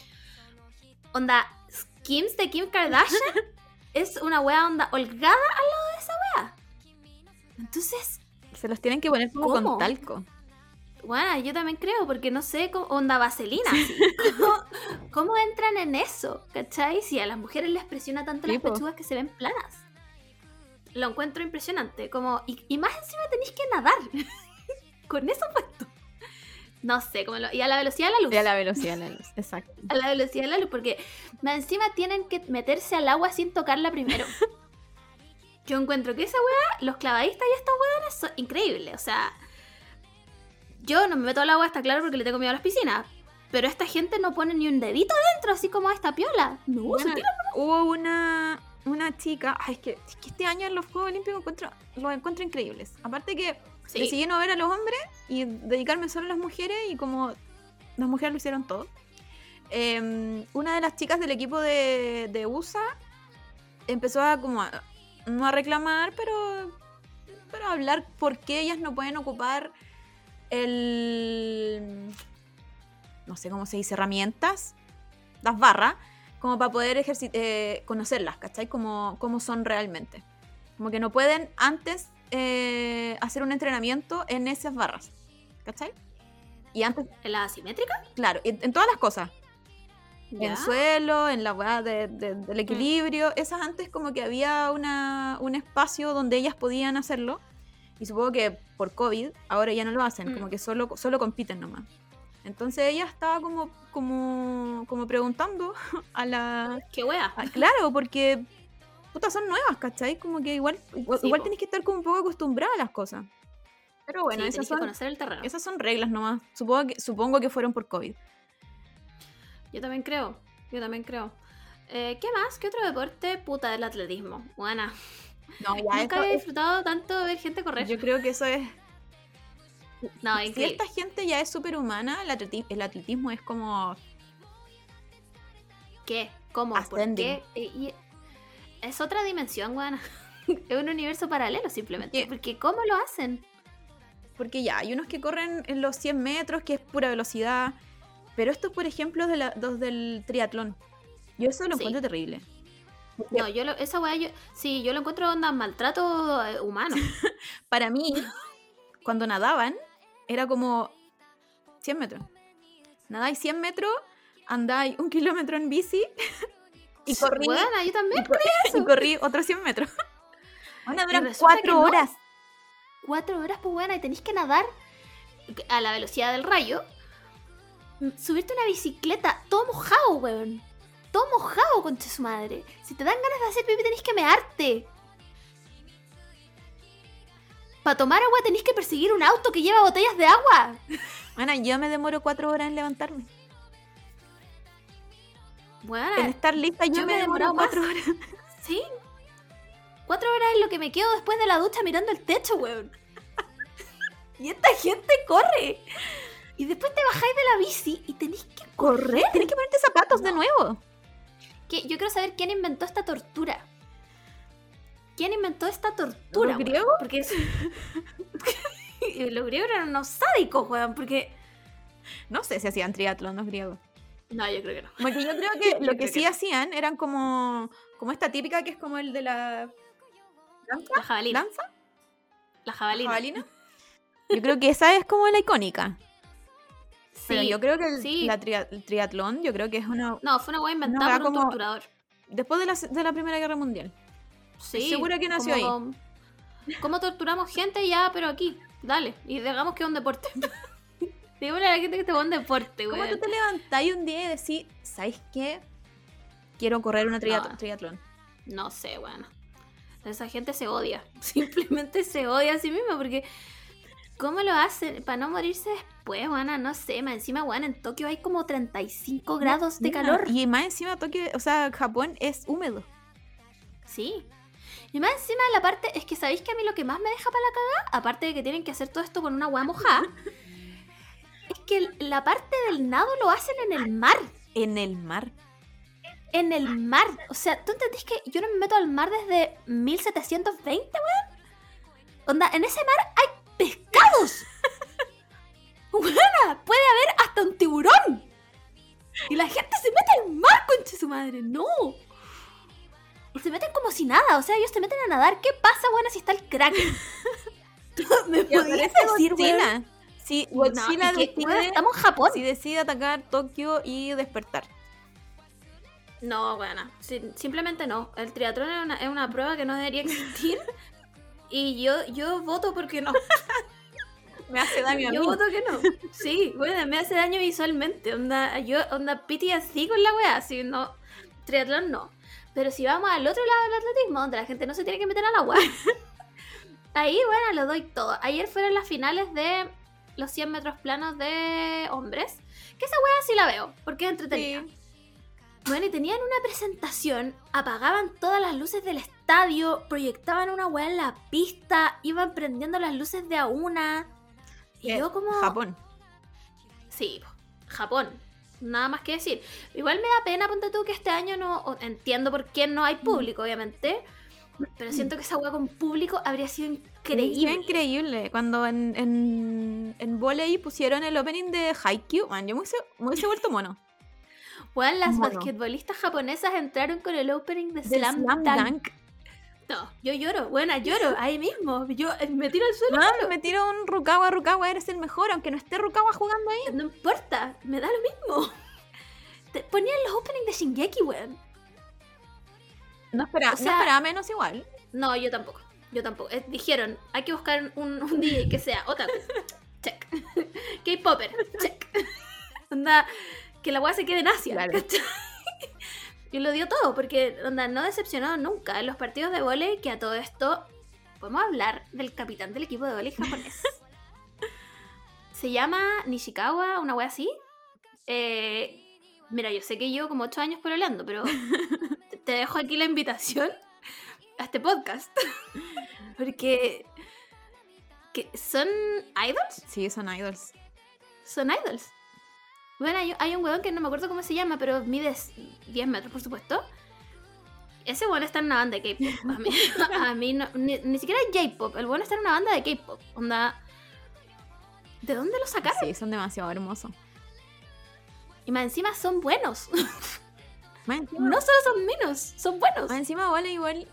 Speaker 3: Onda, Skims de Kim Kardashian es una wea onda holgada al lado de esa wea. Entonces,
Speaker 2: Se los tienen que poner como
Speaker 3: ¿Cómo?
Speaker 2: con talco.
Speaker 3: bueno, yo también creo, porque no sé, onda vaselina. así. ¿Cómo entran en eso? ¿Cachai? Si a las mujeres les presiona tanto
Speaker 2: Sí,
Speaker 3: las
Speaker 2: po.
Speaker 3: pechugas que se ven planas. Lo encuentro impresionante. Como, y más encima tenéis que nadar. Con eso puesto. No sé, y a la velocidad de la luz.
Speaker 2: Y a la velocidad de la luz, exacto.
Speaker 3: A la velocidad de la luz, porque más encima tienen que meterse al agua sin tocarla primero. Yo encuentro que esa weá, los clavadistas y estos weones son increíbles. O sea, yo no me meto al agua, está claro, porque le tengo miedo a las piscinas. Pero esta gente no pone ni un dedito dentro, así como esta piola. No,
Speaker 2: Bueno,
Speaker 3: se tira.
Speaker 2: hubo una chica, es que este año en los Juegos Olímpicos los encuentro increíbles. Aparte que
Speaker 3: Sí.
Speaker 2: decidí no ver a los hombres y dedicarme solo a las mujeres, y como las mujeres lo hicieron todo. Una de las chicas del equipo de USA empezó a no a reclamar, pero a hablar por qué ellas no pueden ocupar no sé cómo se dice, herramientas, las barras, como para poder conocerlas, ¿cachai? Cómo son realmente. Como que no pueden antes hacer un entrenamiento en esas barras, ¿cachai? Y antes,
Speaker 3: ¿En la asimétrica?
Speaker 2: claro, en todas las cosas.
Speaker 3: Ya.
Speaker 2: En suelo, en la weá del equilibrio. Esas antes como que había un espacio donde ellas podían hacerlo. Y supongo que por COVID ahora ya no lo hacen, como que solo compiten nomás. Entonces ella estaba como preguntando a la...
Speaker 3: Qué wea.
Speaker 2: Claro, porque puta, son nuevas, ¿cachai? Como que igual
Speaker 3: po.
Speaker 2: tenés que estar como un poco acostumbrada a las cosas. Pero bueno,
Speaker 3: Sí,
Speaker 2: esas
Speaker 3: tenés que
Speaker 2: son,
Speaker 3: conocer el terreno.
Speaker 2: esas son reglas nomás. Supongo que fueron por COVID.
Speaker 3: Yo también creo. ¿Qué más? ¿Qué otro deporte? Puta, el atletismo. Buena.
Speaker 2: No, ya
Speaker 3: Nunca había disfrutado tanto de ver gente correr.
Speaker 2: yo creo que eso es...
Speaker 3: No,
Speaker 2: Si
Speaker 3: increíble.
Speaker 2: esta gente ya es superhumana, el atletismo es como...
Speaker 3: ¿Qué? ¿Cómo? ¿Por
Speaker 2: Ascending.
Speaker 3: qué? Es otra dimensión, buena. Es un universo paralelo simplemente.
Speaker 2: ¿Qué?
Speaker 3: Porque ¿cómo lo hacen?
Speaker 2: Porque ya, hay unos que corren en los 100 metros, que es pura velocidad. Pero estos, por ejemplo, los del triatlón. Yo eso lo
Speaker 3: Sí.
Speaker 2: encuentro terrible.
Speaker 3: No, esa weá, yo lo encuentro onda maltrato humano.
Speaker 2: Para mí, cuando nadaban, era como 100 metros. Nadáis 100 metros, andáis 1 kilómetro en bici y corrí,
Speaker 3: Buena, yo también.
Speaker 2: y corrí otros 100 metros. Bueno, duran
Speaker 3: resulta que
Speaker 2: 4
Speaker 3: no.
Speaker 2: horas.
Speaker 3: 4 horas, pues buena, y tenéis que nadar a la velocidad del rayo. Subirte una bicicleta, todo mojado, weón. Todo mojado, concha su madre. Si te dan ganas de hacer pipí, tenés que mearte. Para tomar agua tenés que perseguir un auto que lleva botellas de agua.
Speaker 2: Bueno, yo me demoro 4 horas en levantarme.
Speaker 3: Bueno,
Speaker 2: En estar lista yo me demoro 4 horas.
Speaker 3: sí. 4 horas es lo que me quedo después de la ducha mirando el techo, weón. Y esta gente corre. Y después te bajáis de la bici y tenés que correr.
Speaker 2: Tienes que ponerte zapatos de nuevo.
Speaker 3: Yo quiero saber quién inventó esta tortura. ¿Quién inventó esta tortura?
Speaker 2: ¿Los
Speaker 3: weón?
Speaker 2: griegos?
Speaker 3: Porque los griegos eran unos sádicos, weón. Porque...
Speaker 2: No sé si hacían triatlón los griegos.
Speaker 3: No, yo creo que no.
Speaker 2: Porque yo creo que
Speaker 3: Yo
Speaker 2: lo
Speaker 3: creo
Speaker 2: que
Speaker 3: que
Speaker 2: sí
Speaker 3: no.
Speaker 2: hacían eran como esta típica que es como el de la... ¿Lanza?
Speaker 3: La jabalina.
Speaker 2: ¿Lanza?
Speaker 3: La jabalina.
Speaker 2: ¿Jabalina? Yo creo que esa es como la icónica.
Speaker 3: Sí.
Speaker 2: Pero yo creo que
Speaker 3: sí.
Speaker 2: el triatlón, yo creo que es una...
Speaker 3: No, fue una weá inventada
Speaker 2: weá
Speaker 3: por un
Speaker 2: como-
Speaker 3: torturador.
Speaker 2: Después de la Primera Guerra Mundial.
Speaker 3: Sí.
Speaker 2: segura que nació ahí.
Speaker 3: ¿Cómo torturamos gente? Ya, pero aquí. Dale. Y digamos que es un deporte. Dígale a la gente que este es un deporte,
Speaker 2: ¿Cómo tú
Speaker 3: weón.
Speaker 2: te levantáis un día y decís, ¿sabes qué? Quiero correr una
Speaker 3: No.
Speaker 2: triatlón.
Speaker 3: No sé, bueno. Esa gente se odia. Simplemente se odia a sí misma porque... ¿Cómo lo hacen? Para no morirse después, bueno, no sé. Más encima, bueno, en Tokio hay como 35 grados de
Speaker 2: Mira,
Speaker 3: calor.
Speaker 2: Y más encima Tokio, o sea, Japón es húmedo.
Speaker 3: Sí. Y más encima la parte... Es que ¿sabéis que a mí lo que más me deja para la cagada? Aparte de que tienen que hacer todo esto con una hueá mojada... es que la parte del nado lo hacen en el mar.
Speaker 2: En el mar.
Speaker 3: En el mar. O sea, ¿tú entendís que yo no me meto al mar desde 1720, weón? Onda, en ese mar hay pescados. Buena, puede haber hasta un tiburón. Y la gente se mete al mar, concha su madre. No. Y se meten como si nada. O sea, ellos se meten a nadar. ¿Qué pasa, buena, si está el Kraken? ¿Me podías decir, weón?
Speaker 2: Godzilla. Sí, Godzilla
Speaker 3: No, es que, weón, estamos en Japón.
Speaker 2: si decide atacar Tokio y despertar.
Speaker 3: No, bueno, simplemente no. El triatlón es una prueba que no debería existir. Y yo voto porque no.
Speaker 2: Me hace daño a mí.
Speaker 3: Yo voto que no. Sí, bueno, me hace daño visualmente. Onda PTSD con la wea. Si no, triatlón no. Pero si vamos al otro lado del atletismo, donde la gente no se tiene que meter al agua, ahí, bueno, lo doy todo. Ayer fueron las finales de los 100 metros planos de hombres. Que esa wea sí la veo, porque es entretenida.
Speaker 2: Sí.
Speaker 3: Bueno, y tenían una presentación, apagaban todas las luces del estadio, proyectaban una weá en la pista, iban prendiendo las luces de a una. Y yo como...
Speaker 2: Japón.
Speaker 3: Sí, Japón. Nada más que decir. Igual me da pena, ponte tú, que este año no... Entiendo por qué no hay público, obviamente. Pero siento que esa weá con público habría sido increíble.
Speaker 2: Sí, increíble. Cuando en volei pusieron el opening de Haikyuu, man, yo me hubiese vuelto mono.
Speaker 3: Weón, las
Speaker 2: Mono.
Speaker 3: basquetbolistas japonesas entraron con el opening de
Speaker 2: De
Speaker 3: Slam
Speaker 2: Slam
Speaker 3: Dunk.
Speaker 2: Dunk.
Speaker 3: No, yo lloro, buena, lloro, ahí mismo. Yo me tiro al suelo.
Speaker 2: No, me tiro un Rukawa, eres el mejor, aunque no esté Rukawa jugando ahí.
Speaker 3: No importa, me da lo mismo. Te ponían los openings de Shingeki, weón.
Speaker 2: No esperaba,
Speaker 3: O sea-
Speaker 2: no esperaba menos igual.
Speaker 3: No, yo tampoco. Dijeron, hay que buscar un DJ que sea otaku. Check. K-popper. Check. Onda, que la weá se quede en Asia.
Speaker 2: Claro.
Speaker 3: ¿Cachai? Y lo dio todo, porque onda, no decepcionó nunca en los partidos de vóley, que a todo esto podemos hablar del capitán del equipo de vóley japonés. Se llama Nishikawa, una wea así. Mira, yo sé que llevo como 8 años pololeando, pero te dejo aquí la invitación a este podcast. Porque son idols.
Speaker 2: Sí, son idols.
Speaker 3: Son idols. Bueno, hay un weón que no me acuerdo cómo se llama, pero mide 10 metros, por supuesto. Ese weón está en una banda de K-pop. A mí no, ni siquiera es J-pop. El weón está en una banda de K-pop. Onda, ¿de dónde lo sacaron?
Speaker 2: Sí, son demasiado hermosos.
Speaker 3: Y más encima son buenos.
Speaker 2: Más encima,
Speaker 3: No solo son menos, son buenos.
Speaker 2: más encima vale igual,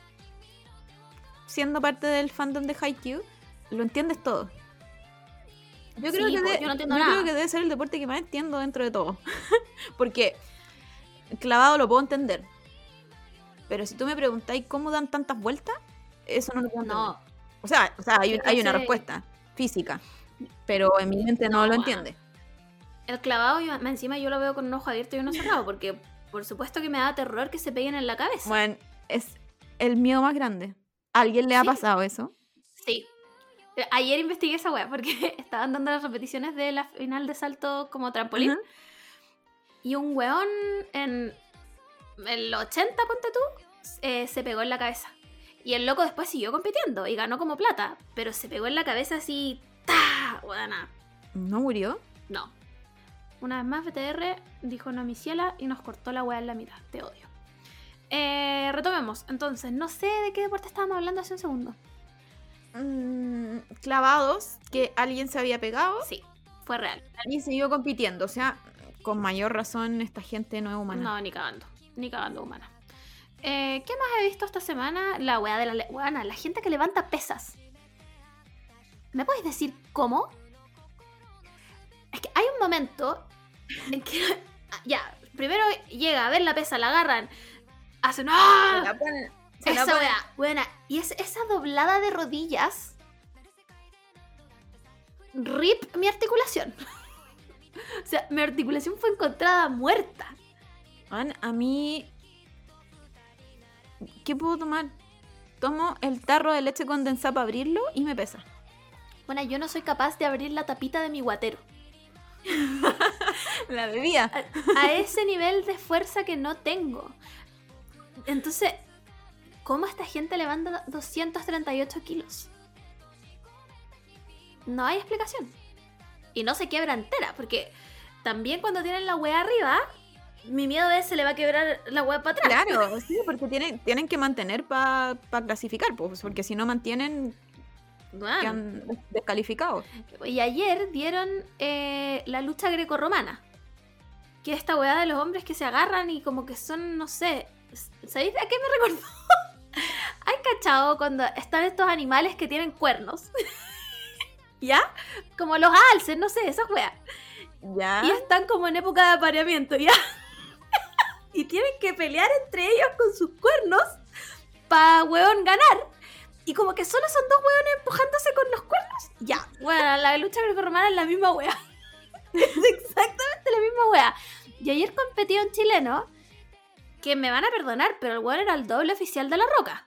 Speaker 2: siendo parte del fandom de Haikyuu, lo entiendes todo. Yo creo,
Speaker 3: Sí,
Speaker 2: que,
Speaker 3: pues, yo no entiendo
Speaker 2: yo
Speaker 3: nada.
Speaker 2: creo que debe ser el deporte que más entiendo dentro de todo. Porque clavado lo puedo entender. Pero si tú me preguntáis cómo dan tantas vueltas, eso no lo puedo entender.
Speaker 3: No,
Speaker 2: O sea hay una
Speaker 3: Entonces-
Speaker 2: respuesta física, pero en mi mente no lo entiende.
Speaker 3: el clavado más encima yo lo veo con un ojo abierto y uno cerrado, porque por supuesto que me da terror que se peguen en la cabeza.
Speaker 2: Bueno, es el miedo más grande. ¿A alguien le ha
Speaker 3: Sí.
Speaker 2: pasado eso?
Speaker 3: Sí. Ayer investigué esa wea porque estaban dando las repeticiones de la final de salto como trampolín.
Speaker 2: Ajá.
Speaker 3: Y un weón en el 80, ponte tú, se pegó en la cabeza. Y el loco después siguió compitiendo y ganó como plata. Pero se pegó en la cabeza así. ¡Ta! Weona.
Speaker 2: ¿No murió?
Speaker 3: No. Una vez más BTR dijo no mi ciela y nos cortó la wea en la mitad. Te odio. Retomemos. Entonces, no sé de qué deporte estábamos hablando hace un segundo.
Speaker 2: Clavados, que alguien se había pegado
Speaker 3: Sí, fue real.
Speaker 2: y siguió compitiendo. O sea, con mayor razón esta gente no es humana.
Speaker 3: No, ni cagando. Ni cagando humana. ¿Qué más he visto esta semana? La weá de la gente que levanta pesas. ¿Me puedes decir cómo? Es que hay un momento en que... Ya, primero llega a ver la pesa, la agarran, hacen...
Speaker 2: Se
Speaker 3: ¡Ah!
Speaker 2: la ponen- se la
Speaker 3: Esa
Speaker 2: ponen-
Speaker 3: weá, buena. Y esa doblada de rodillas... RIP mi articulación. O sea, mi articulación fue encontrada muerta.
Speaker 2: Man, a mí... ¿Qué puedo tomar? Tomo el tarro de leche condensada para abrirlo y me pesa.
Speaker 3: Bueno, yo no soy capaz de abrir la tapita de mi guatero.
Speaker 2: La bebía.
Speaker 3: A ese nivel de fuerza que no tengo. Entonces, ¿cómo esta gente levanta 238 kilos? No hay explicación. Y no se quiebra entera, porque también cuando tienen la wea arriba, mi miedo es se le va a quebrar la wea para atrás.
Speaker 2: Claro, sí, porque tienen que mantener para clasificar, pues, porque si no mantienen,
Speaker 3: Bueno,
Speaker 2: quedan descalificados.
Speaker 3: y ayer dieron la lucha grecorromana. Que es esta weá de los hombres que se agarran y como que son, no sé. ¿Sabéis a qué me recordó? ¿Hay cachado cuando están estos animales que tienen cuernos? ¿Ya? Como los alces, no sé, esas weas.
Speaker 2: Ya.
Speaker 3: Y están como en época de apareamiento, ¿ya? Y tienen que pelear entre ellos con sus cuernos para, weón, ganar. Y como que solo son dos weones empujándose con los cuernos. Ya, bueno, la lucha grecorromana es la misma wea. Es exactamente la misma wea. Y ayer competía un chileno que me van a perdonar, pero el weón era el doble oficial de La Roca.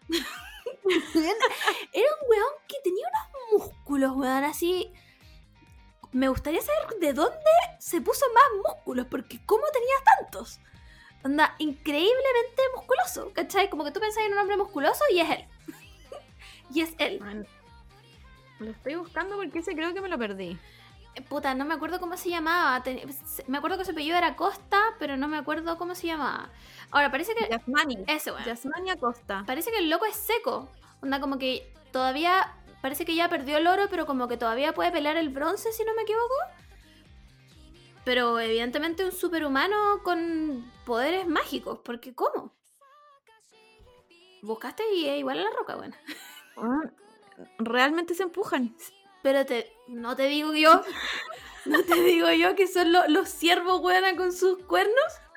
Speaker 3: Era un weón que tenía unos músculos, weón, así. Me gustaría saber de dónde se puso más músculos, porque ¿cómo tenía tantos? Onda, increíblemente musculoso, ¿cachai? Como que tú pensás en un hombre musculoso y es él. Y es él.
Speaker 2: Man, lo estoy buscando porque ese creo que me lo perdí.
Speaker 3: Puta, no me acuerdo cómo se llamaba. Me acuerdo que su apellido era Costa, pero no me acuerdo cómo se llamaba. Ahora, parece que...
Speaker 2: Yasmani.
Speaker 3: Ese, weón.
Speaker 2: Yasmani Acosta.
Speaker 3: Parece que el loco es seco. Onda, como que todavía... Parece que ya perdió el oro, pero como que todavía puede pelear el bronce, si no me equivoco. Pero evidentemente un superhumano con poderes mágicos. Porque ¿cómo? Buscaste y es igual a La Roca, bueno.
Speaker 2: Ah, realmente se empujan.
Speaker 3: Pero no te digo yo. No te digo yo que son los ciervos, weona, con sus cuernos.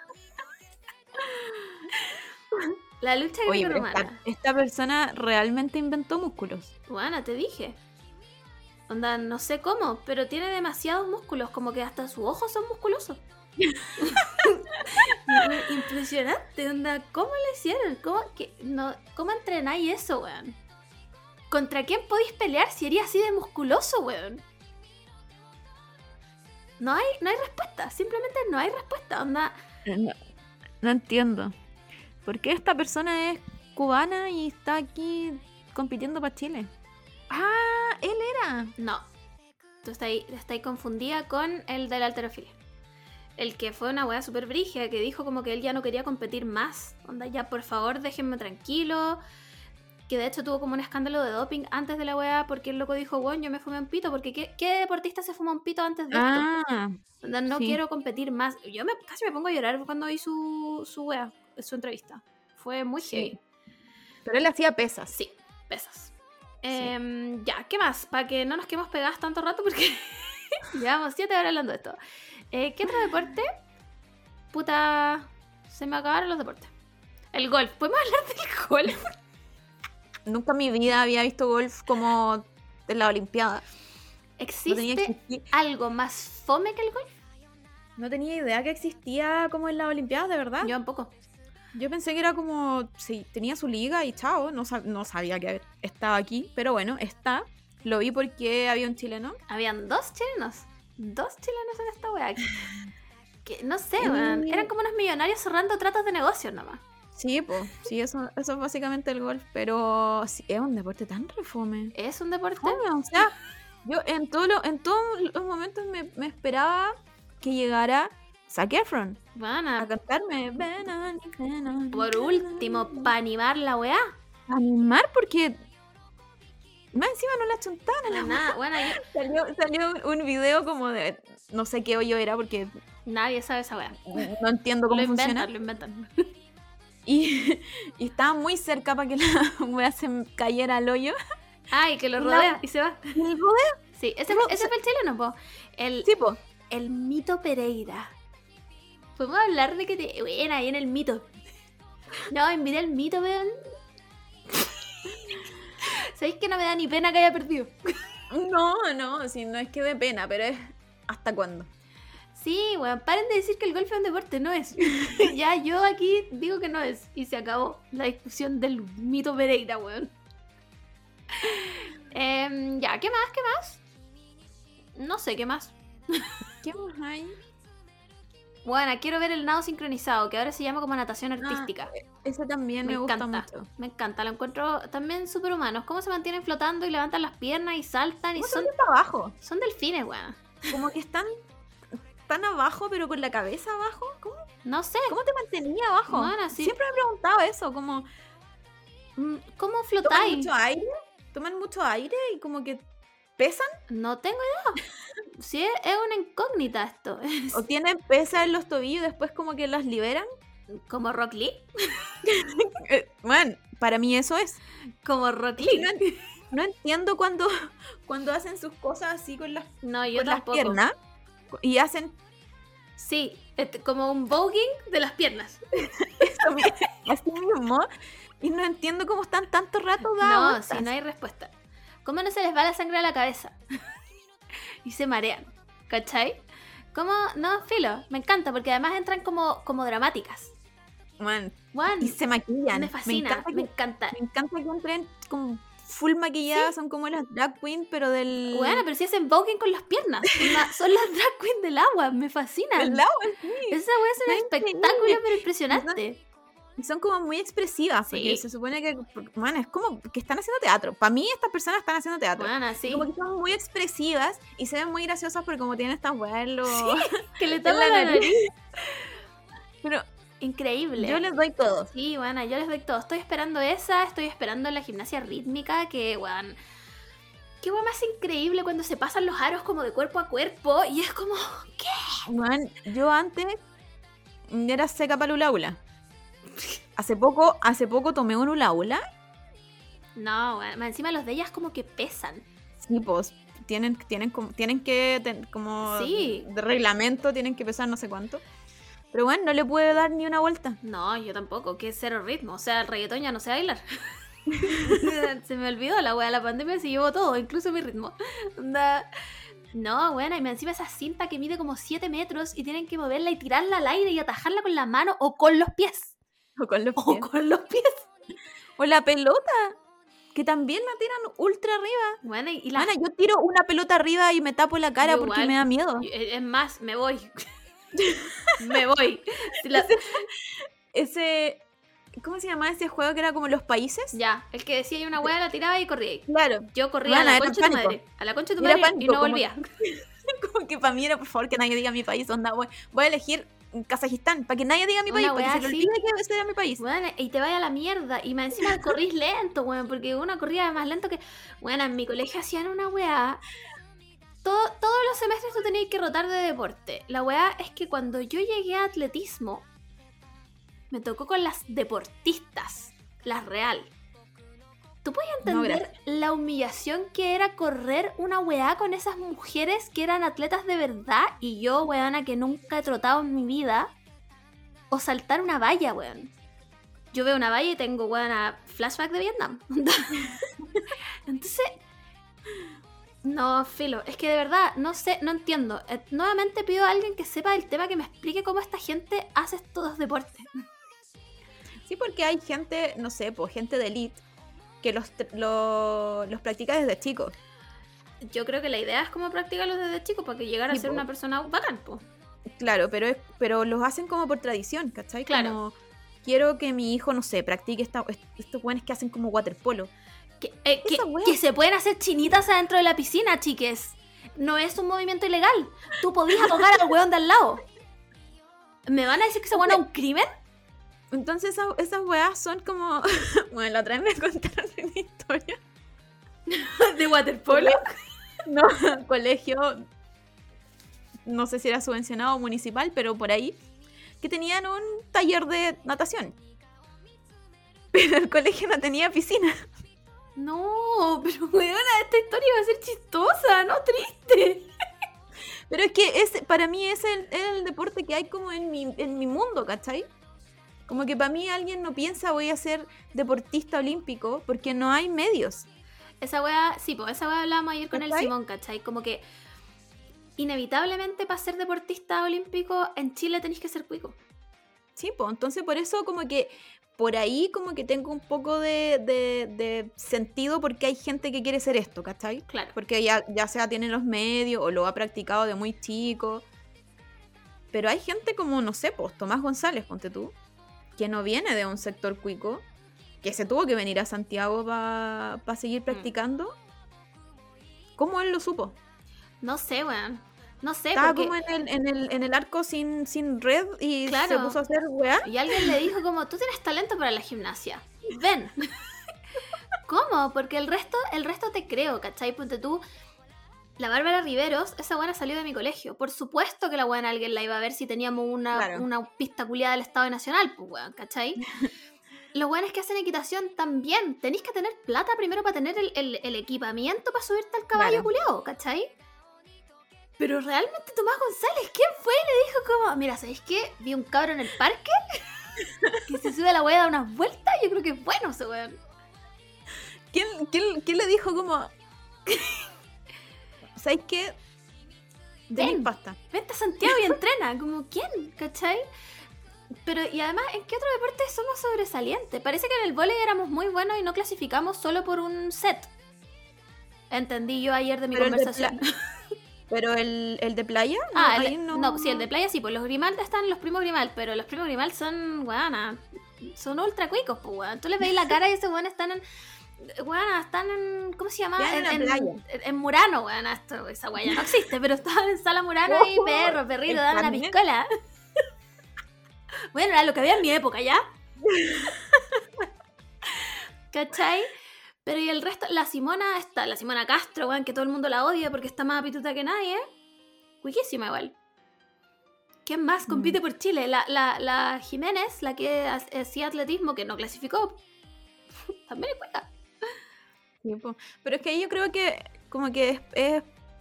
Speaker 3: La lucha
Speaker 2: Oye, pero
Speaker 3: grecorromana.
Speaker 2: esta persona realmente inventó músculos.
Speaker 3: Bueno, te dije. Onda, no sé cómo, pero tiene demasiados músculos, como que hasta sus ojos son musculosos. Impresionante, onda, ¿cómo lo hicieron? ¿Cómo entrenáis eso, weón? ¿Contra quién podéis pelear si eres así de musculoso, weón? No hay respuesta, simplemente no hay respuesta, onda.
Speaker 2: No entiendo. ¿Por qué esta persona es cubana y está aquí compitiendo para Chile? ¡Ah! ¡Él era!
Speaker 3: No, tú estás ahí confundida con el de la halterofilia. El que fue una wea súper brígida, que dijo como que él ya no quería competir más. Onda, ya por favor déjenme tranquilo. Que de hecho tuvo como un escándalo de doping antes de la wea, porque el loco dijo, bueno, yo me fumé un pito, porque ¿qué deportista se fuma un pito antes de esto? Onda, no quiero competir más. Yo casi me pongo a llorar cuando vi su wea, su entrevista. Fue muy heavy.
Speaker 2: Pero él hacía pesas.
Speaker 3: Sí, pesas. Ya, ¿qué más? Para que no nos quedemos pegadas tanto rato, porque llevamos 7 horas hablando de esto. ¿Qué otro deporte? Puta, se me acabaron los deportes. El golf. ¿Podemos hablar del golf?
Speaker 2: Nunca en mi vida había visto golf como en la Olimpiada.
Speaker 3: ¿Existe algo más fome que el golf?
Speaker 2: No tenía idea que existía como en las Olimpiadas, de verdad.
Speaker 3: Yo tampoco.
Speaker 2: Yo pensé que era como, sí, tenía su liga y chao, no sabía que estaba aquí, pero bueno, está. Lo vi porque había un chileno.
Speaker 3: Habían 2 chilenos. 2 chilenos en esta wea. Que no sé, man. Eran como unos millonarios cerrando tratos de negocios nomás.
Speaker 2: Sí, pues, sí, eso es básicamente el golf, pero sí, es un deporte tan refome.
Speaker 3: ¿Es un deporte?
Speaker 2: Fome, o sea, yo en todos los momentos me esperaba que llegara Zac Efron a cantarme.
Speaker 3: Por último, para animar la weá.
Speaker 2: Animar porque más encima no la chuntaban a la
Speaker 3: nada. Bueno,
Speaker 2: salió un video como de no sé qué hoyo era porque
Speaker 3: nadie sabe esa weá.
Speaker 2: No entiendo cómo funciona.
Speaker 3: Lo inventan.
Speaker 2: Y estaba muy cerca para que la weá se cayera al hoyo.
Speaker 3: Ay, que lo rodea y se va.
Speaker 2: ¿Y el rodeo?
Speaker 3: Sí, ese fue el chileno, po.
Speaker 2: Sí, po.
Speaker 3: El Mito Pereira. Podemos hablar de que te... Bueno, ahí en el Mito. No, envidia el Mito, weón. ¿Sabéis que no me da ni pena que haya perdido?
Speaker 2: No, sí, no es que dé pena, pero es ¿hasta cuándo?
Speaker 3: Sí, weón, paren de decir que el golf es un deporte, no es. Ya, yo aquí digo que no es. Y se acabó la discusión del Mito Pereira, weón. Ya, ¿qué más? No sé, ¿qué más?
Speaker 2: ¿Qué más hay?
Speaker 3: Bueno, quiero ver el nado sincronizado, que ahora se llama como natación artística.
Speaker 2: Ese también me gusta mucho.
Speaker 3: Me encanta, lo encuentro también súper humanos. ¿Cómo se mantienen flotando y levantan las piernas y saltan? Y
Speaker 2: son abajo.
Speaker 3: Son delfines, weón.
Speaker 2: Como que están abajo, pero con la cabeza abajo. ¿Cómo?
Speaker 3: No sé.
Speaker 2: ¿Cómo te mantenía abajo?
Speaker 3: Bueno, sí.
Speaker 2: Siempre me he preguntado eso, como...
Speaker 3: ¿Cómo flotáis?
Speaker 2: ¿Toman mucho aire y como que pesan?
Speaker 3: No tengo idea. Sí, es una incógnita esto.
Speaker 2: ¿O tienen pesas en los tobillos y después como que las liberan?
Speaker 3: ¿Como Rock Lee?
Speaker 2: Bueno, para mí eso es.
Speaker 3: Como Rock Lee.
Speaker 2: No entiendo cuando hacen sus cosas así con las,
Speaker 3: con
Speaker 2: las piernas y hacen...
Speaker 3: Sí, como un voguing de las piernas.
Speaker 2: Así mismo. Y no entiendo cómo están tanto rato
Speaker 3: dados. No, si no hay respuesta. ¿Cómo no se les va la sangre a la cabeza? Y se marean, ¿cachai? ¿Cómo? No, filo, me encanta, porque además entran como dramáticas.
Speaker 2: Bueno, y se maquillan.
Speaker 3: Me fascina, me encanta.
Speaker 2: Me encanta que entren como full maquilladas, ¿sí? Son como las drag queen, pero del...
Speaker 3: Bueno, pero si hacen voguing con las piernas. Son las drag queen del agua, me fascinan.
Speaker 2: Del agua, sí.
Speaker 3: Esa wea es un espectáculo, pero impresionante.
Speaker 2: Y son como muy expresivas,
Speaker 3: sí.
Speaker 2: Porque se supone que, bueno, es como que están haciendo teatro. Para mí estas personas están haciendo teatro.
Speaker 3: Bueno, sí.
Speaker 2: Como que son muy expresivas y se ven muy graciosas porque como tienen estas weas en los...
Speaker 3: Sí, que le tapan la nariz.
Speaker 2: Pero
Speaker 3: increíble.
Speaker 2: Yo les doy todo.
Speaker 3: Sí, bueno, yo les doy todo. Estoy esperando esa, estoy esperando la gimnasia rítmica, que, bueno... Qué wea más increíble cuando se pasan los aros como de cuerpo a cuerpo y es como... ¿Qué?
Speaker 2: Bueno, yo antes era seca para el hula-hula. Hace poco tomé un hula-hula.
Speaker 3: No, bueno, encima los de ellas como que pesan.
Speaker 2: Sí, pues tienen que como
Speaker 3: sí.
Speaker 2: De reglamento tienen que pesar no sé cuánto. Pero bueno, no le pude dar ni una vuelta.
Speaker 3: No, yo tampoco, que es cero ritmo. O sea, el reggaetón ya no sé bailar. Se me olvidó la wea, la pandemia se llevó todo, incluso mi ritmo. Onda, no, bueno, y me encima esa cinta que mide como 7 metros y tienen que moverla y tirarla al aire y atajarla con la mano o con los pies.
Speaker 2: O con los
Speaker 3: O
Speaker 2: pies.
Speaker 3: con los pies.
Speaker 2: O la pelota, que también la tiran ultra arriba.
Speaker 3: Bueno, y la...
Speaker 2: Mana, yo tiro una pelota arriba y me tapo la cara
Speaker 3: Yo
Speaker 2: porque
Speaker 3: igual.
Speaker 2: me da miedo.
Speaker 3: Es más, me voy. Me voy. Si la-
Speaker 2: Ese, ¿cómo se llamaba ese juego que era como los países?
Speaker 3: Ya, el que decía hay una wea la tiraba y corría.
Speaker 2: Claro.
Speaker 3: Yo corría
Speaker 2: Bueno,
Speaker 3: a la
Speaker 2: era
Speaker 3: concha de tu
Speaker 2: pánico.
Speaker 3: madre. A la concha de tu
Speaker 2: Era
Speaker 3: madre y
Speaker 2: pánico,
Speaker 3: no
Speaker 2: como-
Speaker 3: volvía.
Speaker 2: Como que para mí era, por favor, que nadie diga mi país. Onda, voy a elegir Kazajistán, para que nadie diga mi
Speaker 3: Una
Speaker 2: país, porque
Speaker 3: wea
Speaker 2: se le
Speaker 3: así.
Speaker 2: olvide que ese era mi país.
Speaker 3: Bueno, y te vaya a la mierda. Y más encima corrís lento, weón. Porque uno corría más lento que. Bueno, en mi colegio hacían una weá. Todos los semestres tú tenías que rotar de deporte. La weá es que cuando yo llegué a atletismo, me tocó con las deportistas. Las real. ¿Tú puedes
Speaker 2: No,
Speaker 3: entender la humillación que era correr una weá con esas mujeres que eran atletas de verdad? Y yo, weona, que nunca he trotado en mi vida. O saltar una valla, weón. Yo veo una valla y tengo, weona, flashback de Vietnam. Entonces... No, filo. Es que de verdad, no sé, no entiendo. Nuevamente pido a alguien que sepa del tema que me explique cómo esta gente hace estos deportes.
Speaker 2: Sí, porque hay gente, no sé, pues gente de elite que los practica desde chicos.
Speaker 3: Yo creo que la idea es cómo practicarlos desde chicos para que llegara a
Speaker 2: Sí,
Speaker 3: ser
Speaker 2: po.
Speaker 3: una persona bacán, po.
Speaker 2: Claro, pero los hacen como por tradición, ¿cachai?
Speaker 3: Claro.
Speaker 2: Como, quiero que mi hijo, no sé, practique estos buenos que hacen como waterpolo. Esa wea.
Speaker 3: Que se pueden hacer chinitas adentro de la piscina, chiques. No es un movimiento ilegal. Tú podías tocar al weón de al lado. ¿Me van a decir que ese weón es un crimen?
Speaker 2: Entonces esas weas son como... Bueno, la otra vez me contaron una historia.
Speaker 3: ¿De waterpolo?
Speaker 2: No, colegio, no sé si era subvencionado o municipal, pero por ahí, que tenían un taller de natación. Pero el colegio no tenía piscina.
Speaker 3: No, pero weona, esta historia va a ser chistosa, no triste.
Speaker 2: Pero es que para mí es el deporte que hay como en mi mundo, ¿cachai? Como que para mí alguien no piensa voy a ser deportista olímpico porque no hay medios.
Speaker 3: Esa wea, sí, pues esa wea hablábamos ayer con el
Speaker 2: ¿Cachai?
Speaker 3: Simón, ¿cachai? Como que inevitablemente para ser deportista olímpico en Chile tenéis que ser cuico.
Speaker 2: Sí, pues entonces por eso como que por ahí como que tengo un poco de sentido porque hay gente que quiere ser esto, ¿cachai?
Speaker 3: Claro.
Speaker 2: Porque ya sea tiene los medios o lo ha practicado de muy chico. Pero hay gente como, no sé, pues Tomás González, ponte tú, que no viene de un sector cuico, que se tuvo que venir a Santiago para seguir practicando. ¿Cómo él lo supo?
Speaker 3: No sé, weón. No sé,
Speaker 2: Estaba
Speaker 3: porque...
Speaker 2: como en el arco sin red y
Speaker 3: Claro.
Speaker 2: se puso a hacer weá.
Speaker 3: Y alguien le dijo como, tú tienes talento para la gimnasia. Ven. ¿Cómo? Porque el resto te creo, ¿cachai? Ponte tú, la Bárbara Riveros, esa buena salió de mi colegio. Por supuesto que la buena alguien la iba a ver si teníamos
Speaker 2: Claro.
Speaker 3: una pista culiada del Estado Nacional, pues weón, ¿cachai? Los buenos que hacen equitación también. Tenéis que tener plata primero para tener el equipamiento para subirte al caballo
Speaker 2: Claro.
Speaker 3: culiado, ¿cachai? Pero realmente Tomás González, ¿quién fue? Y le dijo como, mira, ¿sabéis qué? Vi un cabro en el parque que se sube a la wea a dar unas vueltas. Yo creo que es bueno ese weón.
Speaker 2: ¿Quién le dijo como... ¿Sabes qué? Denis
Speaker 3: Ven.
Speaker 2: pasta.
Speaker 3: Vente a Santiago y entrena. Como, ¿quién? ¿Cachai? Pero, y además, ¿en qué otro deporte somos sobresalientes? Parece que en el vóley éramos muy buenos y no clasificamos solo por un set. Entendí yo ayer de mi
Speaker 2: Pero el de
Speaker 3: conversación.
Speaker 2: Pero el de playa...
Speaker 3: Ah,
Speaker 2: ahí
Speaker 3: no, sí, el de playa sí, pues los Grimald están los primos Grimald, pero los primos Grimald son, weana, son ultra cuicos, pues, weón. Tú les veis la cara y esos weones están en, weana, están en, ¿cómo se llama?
Speaker 2: Ya en la playa.
Speaker 3: En Murano, weana, esa weá ya no existe, pero estaban en Sala Murano y perrito,
Speaker 2: el
Speaker 3: daban la
Speaker 2: carnet.
Speaker 3: piscola. Bueno, era lo que había en mi época, ¿ya? ¿Cachai? Pero y el resto, la Simona Castro, weón, que todo el mundo la odia porque está más pituta que nadie. Cuiquísima igual. ¿Quién más compite por Chile? La Jiménez, la que hacía atletismo, que no clasificó. También es cuica.
Speaker 2: Sí, po. Pero es que ahí yo creo que como que es...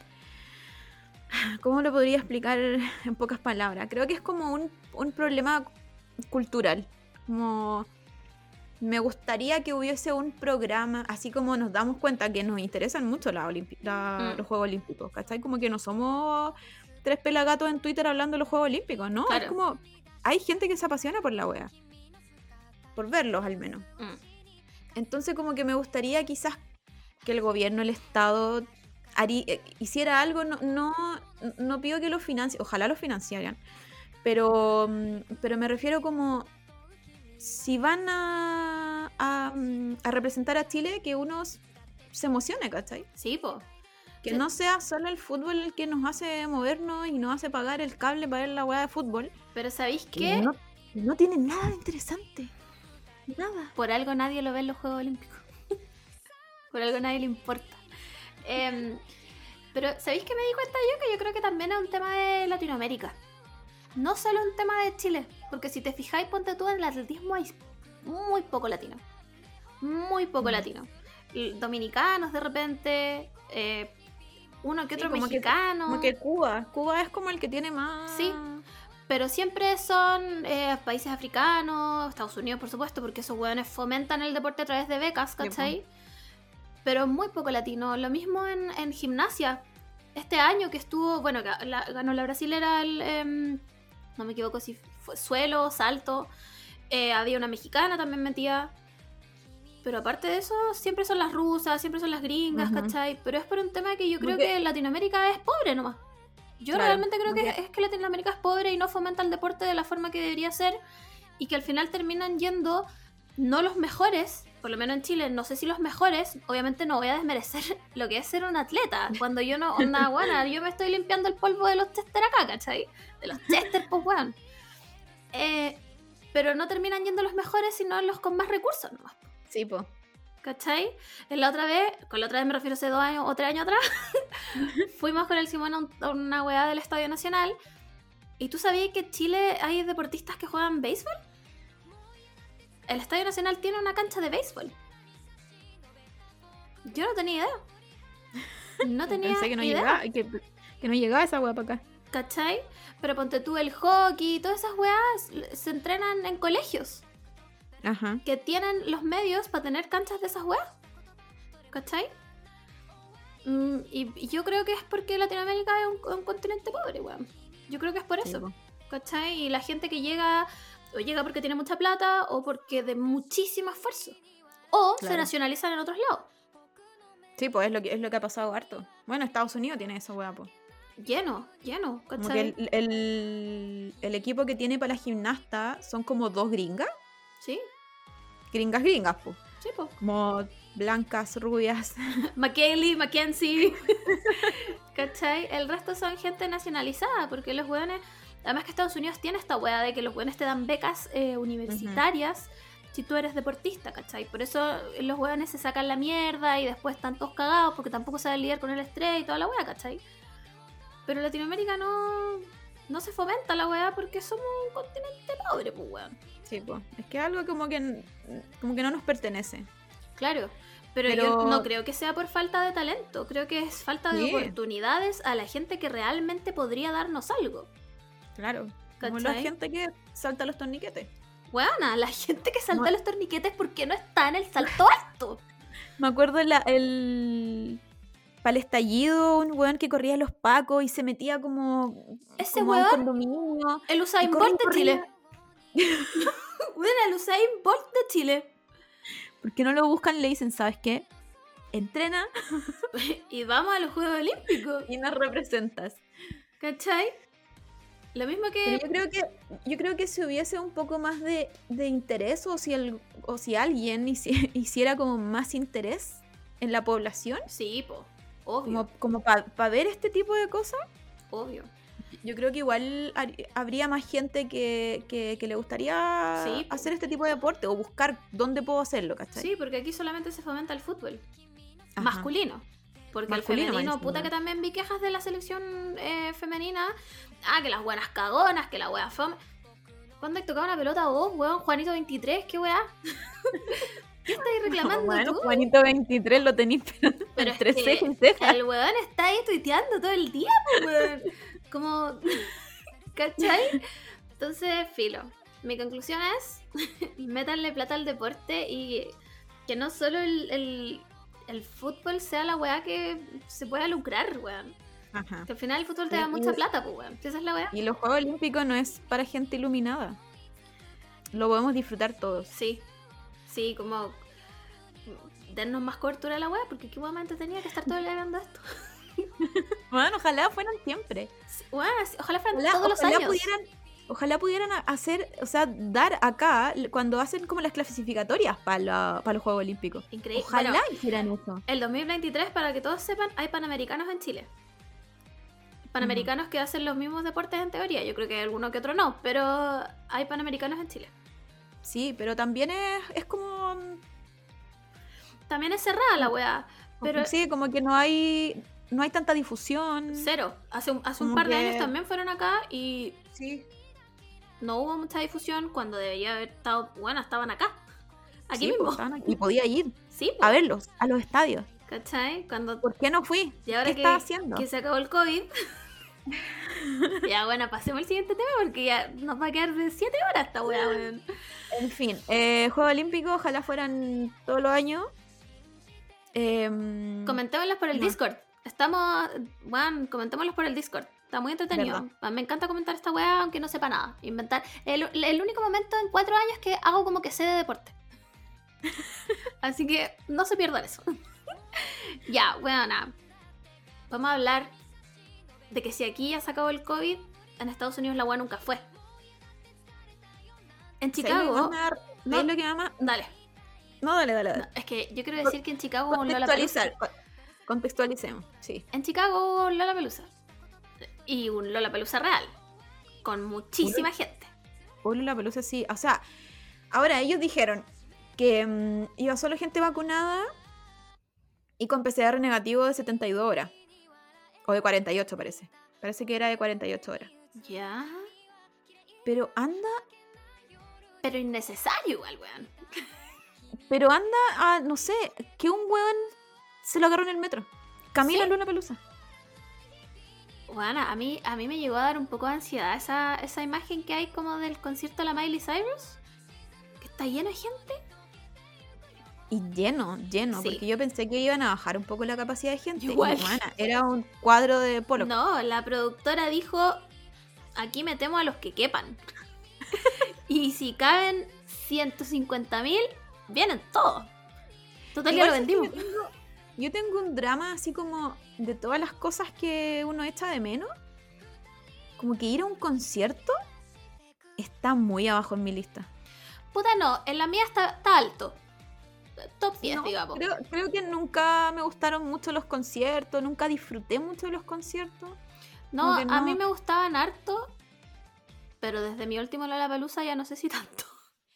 Speaker 2: ¿Cómo lo podría explicar en pocas palabras? Creo que es como un problema cultural. Como me gustaría que hubiese un programa, así como nos damos cuenta que nos interesan mucho los Juegos Olímpicos, ¿cachai? Como que no somos 3 pelagatos en Twitter hablando de los Juegos Olímpicos, ¿no?
Speaker 3: Claro.
Speaker 2: Es como, hay gente que se apasiona por la wea, por verlos al menos. Entonces como que me gustaría quizás que el gobierno, el Estado hiciera algo, no pido que lo financie, ojalá lo financiaran, pero me refiero como si van a representar a Chile, que uno se emocione, ¿cachai?
Speaker 3: Sí, po.
Speaker 2: Que
Speaker 3: Sí.
Speaker 2: no sea solo el fútbol el que nos hace movernos y nos hace pagar el cable para ver la weá de fútbol.
Speaker 3: Pero ¿sabéis
Speaker 2: Que
Speaker 3: qué?
Speaker 2: no tiene nada de interesante. Nada.
Speaker 3: Por algo nadie lo ve en los Juegos Olímpicos. Por algo nadie le importa. Pero ¿sabéis qué me di cuenta yo? Que yo creo que también es un tema de Latinoamérica. No solo un tema de Chile. Porque si te fijáis, ponte tú, en el atletismo hay muy poco latino. Muy poco latino. Dominicanos de repente, uno que
Speaker 2: Sí,
Speaker 3: otro
Speaker 2: como
Speaker 3: mexicano.
Speaker 2: Como que Cuba es como el que tiene más...
Speaker 3: Sí. Pero siempre son países africanos, Estados Unidos, por supuesto, porque esos hueones fomentan el deporte a través de becas, ¿cachai? Pero muy poco latino. Lo mismo en gimnasia. Este año que estuvo, bueno, ganó la brasilera no me equivoco si fue suelo, salto. Había una mexicana también metida. Pero aparte de eso, siempre son las rusas, siempre son las gringas, ¿cachai? Pero es por un tema que yo creo que Latinoamérica es pobre nomás. Yo realmente creo que es que Latinoamérica es pobre y no fomenta el deporte de la forma que debería ser, y que al final terminan yendo no los mejores, por lo menos en Chile, no sé si los mejores, obviamente no voy a desmerecer lo que es ser un atleta, cuando yo no, onda, buena, yo me estoy limpiando el polvo de los Chester acá, ¿cachai? De los Chester, pues weón. Pero no terminan yendo los mejores, sino los con más recursos nomás.
Speaker 2: Sí, po.
Speaker 3: ¿Cachai? Con la otra vez me refiero hace 2 años o 3 años atrás, fuimos con el Simón a una weá del Estadio Nacional. ¿Y tú sabías que en Chile hay deportistas que juegan béisbol? El Estadio Nacional tiene una cancha de béisbol. Yo no tenía idea. No tenía
Speaker 2: Pensé que no
Speaker 3: idea.
Speaker 2: llegaba, que no llegaba esa weá para acá.
Speaker 3: ¿Cachai? Pero ponte tú, el hockey, todas esas weas se entrenan en colegios
Speaker 2: Ajá.
Speaker 3: que tienen los medios para tener canchas de esas weas. ¿Cachai? Y yo creo que es porque Latinoamérica es un continente pobre, weón. Yo creo que es por eso.
Speaker 2: Sí,
Speaker 3: ¿Cachai? Y la gente que llega, o llega porque tiene mucha plata, o porque de muchísimo esfuerzo. O se nacionalizan en otros lados.
Speaker 2: Sí, pues es lo que ha pasado harto. Bueno, Estados Unidos tiene esa weá, pues.
Speaker 3: Lleno,
Speaker 2: Como
Speaker 3: ¿cachai?
Speaker 2: que el equipo que tiene para la gimnasta son como 2 gringas.
Speaker 3: Sí,
Speaker 2: Gringas, pues.
Speaker 3: sí, po.
Speaker 2: Como blancas, rubias.
Speaker 3: McKaylee, Mackenzie. ¿Cachai? El resto son gente nacionalizada, porque los hueones, además que Estados Unidos tiene esta hueá de que los hueones te dan becas universitarias si tú eres deportista, ¿cachai? Por eso los hueones se sacan la mierda y después están todos cagados porque tampoco saben lidiar con el estrés y toda la hueá, ¿cachai? Pero en Latinoamérica no se fomenta la hueá porque somos un continente pobre, pues weón.
Speaker 2: Sí, pues. Es que es algo como que no nos pertenece.
Speaker 3: Claro, pero yo no creo que sea por falta de talento, creo que es falta de oportunidades a la gente que realmente podría darnos algo.
Speaker 2: Claro. Como
Speaker 3: ¿Cachai?
Speaker 2: la gente que salta los torniquetes.
Speaker 3: Weona, la gente que salta los torniquetes, ¿por qué no está en el salto alto?
Speaker 2: Me acuerdo para el estallido, un weón que corría a los pacos y se metía como
Speaker 3: Ese
Speaker 2: como a
Speaker 3: weón,
Speaker 2: un condominio.
Speaker 3: el Usain
Speaker 2: y
Speaker 3: Bolt de
Speaker 2: corría.
Speaker 3: Chile. Bueno, el Usain Bolt de Chile.
Speaker 2: ¿Por qué no lo buscan? Le dicen, ¿sabes qué? Entrena
Speaker 3: Y vamos a los Juegos Olímpicos,
Speaker 2: y nos representas.
Speaker 3: ¿cachai? Lo mismo que...
Speaker 2: Pero yo creo que si hubiese un poco más de interés, o si alguien hiciera como más interés en la población,
Speaker 3: Sí, po, obvio,
Speaker 2: como para ver este tipo de cosas,
Speaker 3: obvio.
Speaker 2: yo creo que igual habría más gente que le gustaría
Speaker 3: Sí, po.
Speaker 2: hacer este tipo de deporte o buscar dónde puedo hacerlo, ¿cachai?
Speaker 3: Sí, porque aquí solamente se fomenta el fútbol
Speaker 2: Ajá.
Speaker 3: masculino. Porque
Speaker 2: Masculino,
Speaker 3: el femenino,
Speaker 2: más
Speaker 3: puta
Speaker 2: encima.
Speaker 3: que también vi quejas de la selección femenina. Ah, que las buenas cagonas, que la wea fome. ¿Cuándo has tocado una pelota vos, weón? Juanito 23, ¿qué weá? ¿Qué estáis reclamando
Speaker 2: Bueno,
Speaker 3: tú?
Speaker 2: Juanito 23 lo tenéis
Speaker 3: Pero
Speaker 2: entre
Speaker 3: es que
Speaker 2: ceja y ceja.
Speaker 3: el weón está ahí tuiteando todo el día, po, weón. Como... ¿Cachai? Entonces, filo. mi conclusión es métanle plata al deporte y que no solo el fútbol sea la weá que se pueda lucrar, weón.
Speaker 2: Ajá.
Speaker 3: Que al final el fútbol te da mucha plata, pues, weón. Esa es la weá.
Speaker 2: Y los Juegos Olímpicos no es para gente iluminada. Lo podemos disfrutar todos.
Speaker 3: Sí, como darnos más cobertura a la weá, porque qué weá me entretenía que estar todo el día viendo esto.
Speaker 2: Bueno, ojalá fueran siempre.
Speaker 3: Sí, weá, ojalá fueran todos los años.
Speaker 2: Ojalá pudieran hacer, o sea, dar acá cuando hacen como las clasificatorias para los Juegos Olímpicos.
Speaker 3: Increíble.
Speaker 2: Ojalá
Speaker 3: Bueno,
Speaker 2: hicieran eso.
Speaker 3: El 2023, para que todos sepan, hay panamericanos en Chile. Panamericanos que hacen los mismos deportes en teoría. Yo creo que hay alguno que otro no, pero hay panamericanos en Chile.
Speaker 2: Sí, pero también es como...
Speaker 3: También es cerrada la weá. Pero
Speaker 2: Sí, como que no hay tanta difusión.
Speaker 3: cero. Hace un
Speaker 2: Como
Speaker 3: par de
Speaker 2: que-
Speaker 3: años también fueron acá y
Speaker 2: Sí.
Speaker 3: no hubo mucha difusión cuando debería haber estado... Bueno, estaban acá. Aquí
Speaker 2: Sí,
Speaker 3: mismo.
Speaker 2: pues, estaban aquí. Y podía ir
Speaker 3: Sí,
Speaker 2: a verlos, a los estadios.
Speaker 3: ¿cachai? Cuando...
Speaker 2: ¿Por qué no fui?
Speaker 3: Y ahora
Speaker 2: ¿Qué
Speaker 3: que,
Speaker 2: estaba haciendo?
Speaker 3: que se acabó el COVID... Ya, bueno, pasemos al siguiente tema porque ya nos va a quedar de 7 horas esta weá, weón.
Speaker 2: En fin, Juegos Olímpicos, ojalá fueran todos los años.
Speaker 3: Comentémoslos por el
Speaker 2: No.
Speaker 3: Discord. Bueno, comentémoslos por el Discord. Está muy entretenido. Me encanta comentar esta weá aunque no sepa nada. Inventar. El único momento en 4 años que hago como que sé de deporte. Así que no se pierdan eso. Ya, bueno, nada. Vamos a hablar de que si aquí ya se acabó el COVID, en Estados Unidos la weá nunca fue. En Chicago...
Speaker 2: ¿Sabes lo que me mama?
Speaker 3: Dale.
Speaker 2: No, dale.
Speaker 3: No, es que yo quiero decir que en Chicago hubo un Lollapalooza.
Speaker 2: Contextualicemos, sí.
Speaker 3: En Chicago hubo un Lollapalooza. Y un Lollapalooza real. Con muchísima gente.
Speaker 2: Lollapalooza, sí. O sea, ahora ellos dijeron que iba solo gente vacunada y con PCR negativo de 72 horas. O de 48 parece. Parece que era de 48 horas.
Speaker 3: Ya.
Speaker 2: Pero anda
Speaker 3: Innecesario igual, weón.
Speaker 2: no sé, que un weón se lo agarró en el metro. Camila
Speaker 3: ¿Sí?
Speaker 2: Lollapalooza.
Speaker 3: Bueno, a mí me llegó a dar un poco de ansiedad esa imagen que hay como del concierto de la Miley Cyrus. Que está lleno de gente.
Speaker 2: Y lleno,
Speaker 3: Sí.
Speaker 2: porque yo pensé que iban a bajar un poco la capacidad de gente.
Speaker 3: Igual.
Speaker 2: Y, bueno, era un cuadro de polo.
Speaker 3: No, la productora dijo, aquí metemos a los que quepan. Y si caben 150.000, vienen todos. Total, ya
Speaker 2: Igual
Speaker 3: lo
Speaker 2: es que
Speaker 3: vendimos.
Speaker 2: yo tengo un drama así como de todas las cosas que uno echa de menos. Como que ir a un concierto está muy abajo en mi lista.
Speaker 3: Puta, no, en la mía está alto. Top 10,
Speaker 2: No,
Speaker 3: digamos.
Speaker 2: creo que nunca me gustaron mucho los conciertos, nunca disfruté mucho de los conciertos.
Speaker 3: No,
Speaker 2: como que
Speaker 3: a
Speaker 2: no.
Speaker 3: mí me gustaban harto, pero desde mi último Lollapalooza ya no sé si tanto.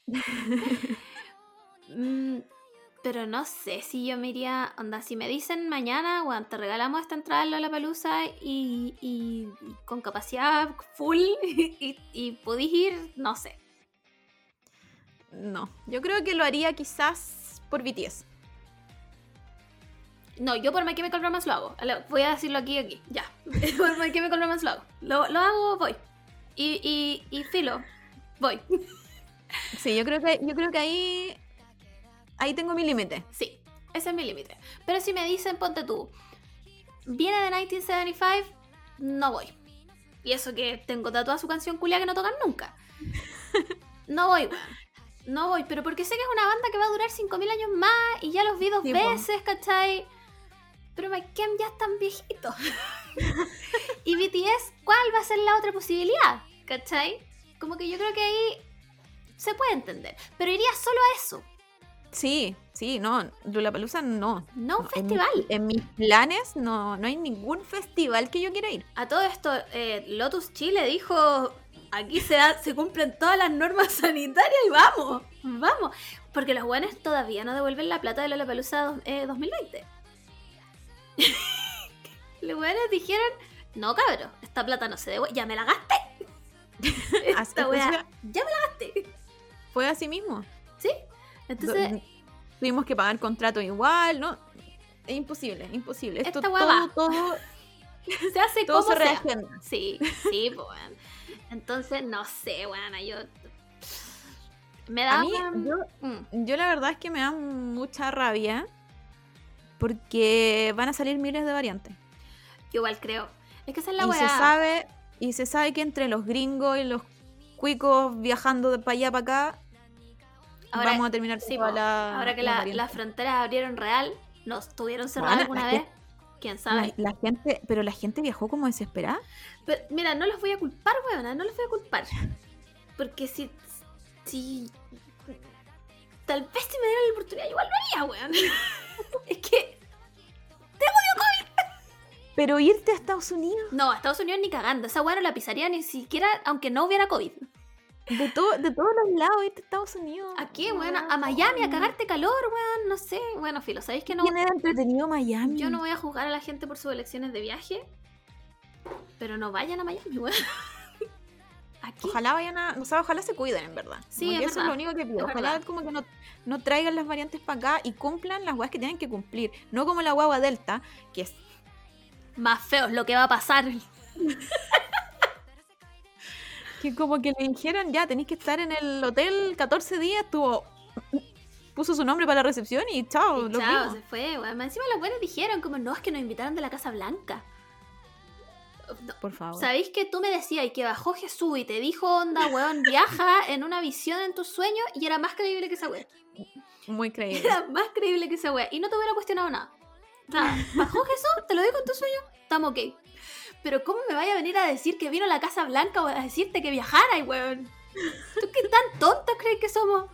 Speaker 3: Pero no sé si yo me iría, onda, si me dicen mañana, bueno, te regalamos esta entrada al Lollapalooza y con capacidad full y podís ir, no sé.
Speaker 2: No, yo creo que lo haría quizás por BTS.
Speaker 3: No, yo por My Chemical Romance lo hago. Voy a decirlo aquí, ya. Por My Chemical Romance lo hago. Lo hago, voy. Y filo, voy.
Speaker 2: Sí, yo creo que ahí tengo mi límite.
Speaker 3: Sí, ese es mi límite. Pero si me dicen, ponte tú, viene de 1975, no voy. Y eso que tengo tatuada su canción culia que no tocan nunca. No voy, weón. No voy, pero porque sé que es una banda que va a durar 5.000 años más y ya los vi 2
Speaker 2: Sí, po.
Speaker 3: veces, ¿cachai? Pero My Chem ya están viejitos. Y BTS, ¿cuál va a ser la otra posibilidad? ¿Cachai? Como que yo creo que ahí se puede entender. Pero iría solo a eso.
Speaker 2: Sí, no, Lollapalooza no.
Speaker 3: No un
Speaker 2: En
Speaker 3: festival.
Speaker 2: En mis planes no hay ningún festival que yo quiera ir.
Speaker 3: A todo esto, Lotus Chile dijo, aquí se cumplen todas las normas sanitarias y vamos. Porque los buenos todavía no devuelven la plata de Lollapalooza 2020. Los buenos dijeron, no cabrón, esta plata no se devuelve, ya me la gasté. Esta weá, ya me la gasté.
Speaker 2: Fue así mismo.
Speaker 3: ¿Sí? Entonces,
Speaker 2: Tuvimos que pagar contrato igual, ¿no? Es imposible. Esto
Speaker 3: Esta weá va.
Speaker 2: todo
Speaker 3: se hace
Speaker 2: todo
Speaker 3: como
Speaker 2: se
Speaker 3: sea.
Speaker 2: reagenda.
Speaker 3: Sí, pues weón. Entonces, no sé, weón, yo Me da...
Speaker 2: A mí, yo la verdad es que me da mucha rabia porque van a salir miles de variantes.
Speaker 3: Yo igual creo. Es que esa es la
Speaker 2: Y
Speaker 3: weá.
Speaker 2: se sabe que entre los gringos y los cuicos viajando de para allá para acá,
Speaker 3: Ahora,
Speaker 2: vamos a terminar
Speaker 3: sí,
Speaker 2: toda
Speaker 3: po,
Speaker 2: la,
Speaker 3: ahora que
Speaker 2: la
Speaker 3: las
Speaker 2: variante.
Speaker 3: fronteras abrieron real, ¿nos tuvieron cerradas
Speaker 2: Bueno,
Speaker 3: alguna vez? ¿Quién sabe?
Speaker 2: Pero la gente viajó como desesperada.
Speaker 3: Pero, mira, no los voy a culpar, weona, no los voy a culpar. Porque si tal vez si me dieran la oportunidad, yo igual lo haría, weón. Es que...
Speaker 2: Pero irte a Estados Unidos,
Speaker 3: No, a Estados Unidos ni cagando. Esa weá no la pisaría ni siquiera aunque no hubiera COVID.
Speaker 2: de todos los lados, irte a Estados Unidos.
Speaker 3: ¿A qué, weón? A Miami, a cagarte calor, weón. No sé. Bueno, filo, ¿sabéis que no?
Speaker 2: ¿Quién era entretenido Miami?
Speaker 3: Yo no voy a juzgar a la gente por sus elecciones de viaje. Pero no vayan a Miami, weón. Aquí.
Speaker 2: Ojalá vayan a... O sea, ojalá se cuiden, en verdad.
Speaker 3: Sí,
Speaker 2: Como
Speaker 3: es
Speaker 2: que eso es
Speaker 3: verdad.
Speaker 2: lo único que pido.
Speaker 3: Es
Speaker 2: Ojalá
Speaker 3: verdad.
Speaker 2: como que no traigan las variantes para acá y cumplan las weas que tienen que cumplir. No como la guagua Delta, que es...
Speaker 3: Más feo es lo que va a pasar.
Speaker 2: Que como que le dijeron, ya, tenéis que estar en el hotel 14 días, puso su nombre para la recepción y chao,
Speaker 3: Y
Speaker 2: lo
Speaker 3: chao,
Speaker 2: vimos.
Speaker 3: se fue, weón. Encima los buenos dijeron como, no, es que nos invitaron de la Casa Blanca. No,
Speaker 2: Por favor.
Speaker 3: ¿sabéis que tú me decías que bajó Jesús y te dijo, onda, weón, viaja en una visión en tus sueños? Y era más creíble que esa weá.
Speaker 2: Muy creíble.
Speaker 3: Era más creíble que esa weá. Y no te hubiera cuestionado nada. Nada. ¿Bajó Jesús? ¿Te lo dijo en tu sueño? Estamos ok. Pero ¿cómo me vaya a venir a decir que vino a la Casa Blanca o a decirte que viajara, weón? ¿Tú qué tan tontos crees que somos?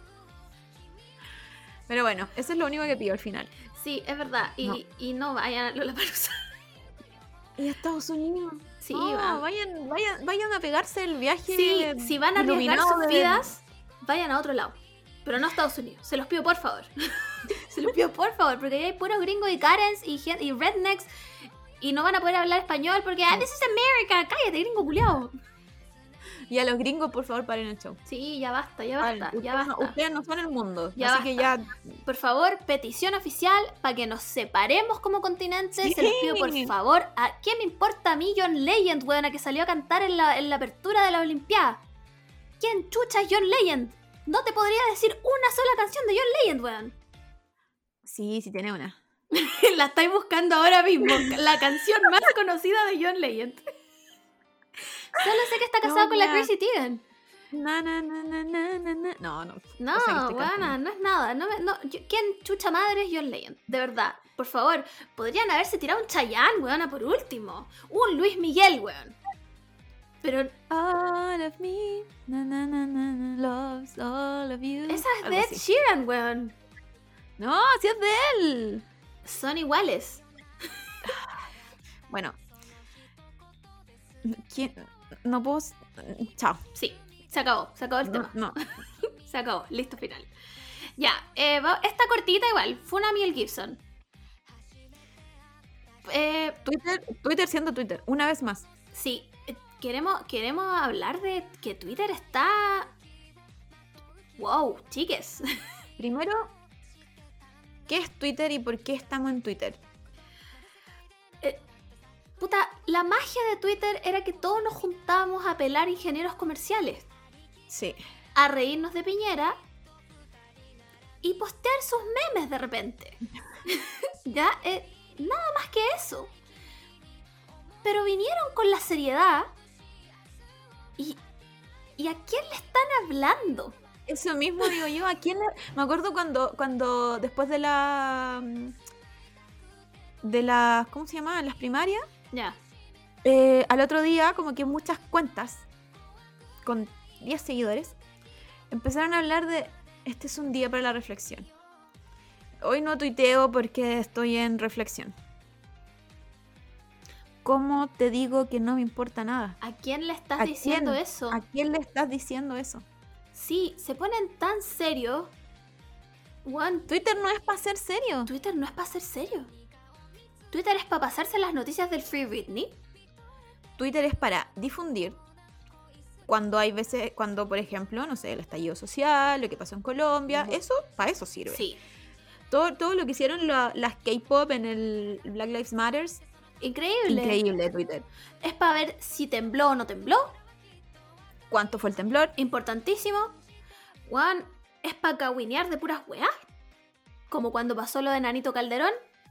Speaker 2: Pero bueno, eso es lo único que pido al final.
Speaker 3: Sí, es verdad. Y no vayan a Lollapalooza.
Speaker 2: ¿Y a Estados Unidos?
Speaker 3: Sí,
Speaker 2: No,
Speaker 3: van.
Speaker 2: vayan a pegarse el viaje.
Speaker 3: Sí, si van a arriesgar
Speaker 2: iluminado
Speaker 3: sus
Speaker 2: de-
Speaker 3: vidas, vayan a otro lado. Pero no a Estados Unidos. Se los pido por favor. Se los pido por favor, porque ahí hay puros gringos y Karens y rednecks y no van a poder hablar español porque this is America. Cállate, gringo culiao.
Speaker 2: Y a los gringos, por favor, paren el show.
Speaker 3: Sí, ya basta, ya
Speaker 2: Paren.
Speaker 3: basta, ya
Speaker 2: Ustedes
Speaker 3: basta.
Speaker 2: ustedes no son el mundo.
Speaker 3: Ya
Speaker 2: así que ya...
Speaker 3: Por favor, petición oficial para que nos separemos como continente.
Speaker 2: Sí.
Speaker 3: Se los pido por favor. ¿A qué me importa a mí John Legend, weona, que salió a cantar en la apertura de la Olimpiada? ¿Quién chucha es John Legend? No te podría decir una sola canción de John Legend, weón.
Speaker 2: Sí, tiene una.
Speaker 3: La estáis buscando ahora mismo. La canción más conocida de John Legend. Solo sé que está casado
Speaker 2: No,
Speaker 3: con la
Speaker 2: ya.
Speaker 3: Chrissy Teigen.
Speaker 2: Na. No.
Speaker 3: No,
Speaker 2: O sea, que estoy
Speaker 3: buena,
Speaker 2: cantando.
Speaker 3: no es nada. ¿Quién chucha madre es John Legend? De verdad, por favor, podrían haberse tirado un Chayanne, weona, por último. Un Luis Miguel, weón. Pero
Speaker 2: All of me, loves all of you.
Speaker 3: esa es
Speaker 2: Algo
Speaker 3: de Ed
Speaker 2: así.
Speaker 3: Sheeran, weón.
Speaker 2: No, sí es de él.
Speaker 3: Son iguales.
Speaker 2: Bueno. ¿Quién? No puedo... Chao.
Speaker 3: Sí, se acabó el
Speaker 2: No,
Speaker 3: tema.
Speaker 2: no.
Speaker 3: Se acabó, listo, final. Ya, esta cortita igual, fue una Mel Gibson.
Speaker 2: Twitter siendo Twitter, una vez más.
Speaker 3: Sí, queremos hablar de que Twitter está... Wow, chiques.
Speaker 2: Primero, ¿qué es Twitter y por qué estamos en Twitter?
Speaker 3: Puta, la magia de Twitter era que todos nos juntábamos a pelar ingenieros comerciales,
Speaker 2: Sí.
Speaker 3: a reírnos de Piñera y postear sus memes de repente. Ya, nada más que eso. Pero vinieron con la seriedad y ¿a quién le están hablando?
Speaker 2: Eso mismo digo yo. ¿A quién me acuerdo cuando después de la ¿cómo se llama? Las primarias.
Speaker 3: Ya.
Speaker 2: Al otro día, como que muchas cuentas con 10 seguidores empezaron a hablar de este es un día para la reflexión. Hoy no tuiteo porque estoy en reflexión. ¿Cómo te digo que no me importa nada?
Speaker 3: ¿A quién le estás
Speaker 2: ¿A
Speaker 3: diciendo
Speaker 2: quién?
Speaker 3: eso?
Speaker 2: ¿A quién le estás diciendo eso?
Speaker 3: Sí, se ponen tan serios. Juan,
Speaker 2: Twitter no es para ser serio.
Speaker 3: Twitter no es para ser serio. Twitter es para pasarse las noticias del Free Britney.
Speaker 2: Twitter es para difundir cuando hay veces, cuando por ejemplo, no sé, el estallido social, lo que pasó en Colombia, eso, para eso sirve.
Speaker 3: Sí.
Speaker 2: Todo lo que hicieron las K-pop en el Black Lives Matter,
Speaker 3: Increíble.
Speaker 2: increíble Twitter.
Speaker 3: Es para ver si tembló o no tembló.
Speaker 2: ¿Cuánto fue el temblor?
Speaker 3: Importantísimo. Juan, es para cahuinear de puras weas. Como cuando pasó lo de Nanito Calderón.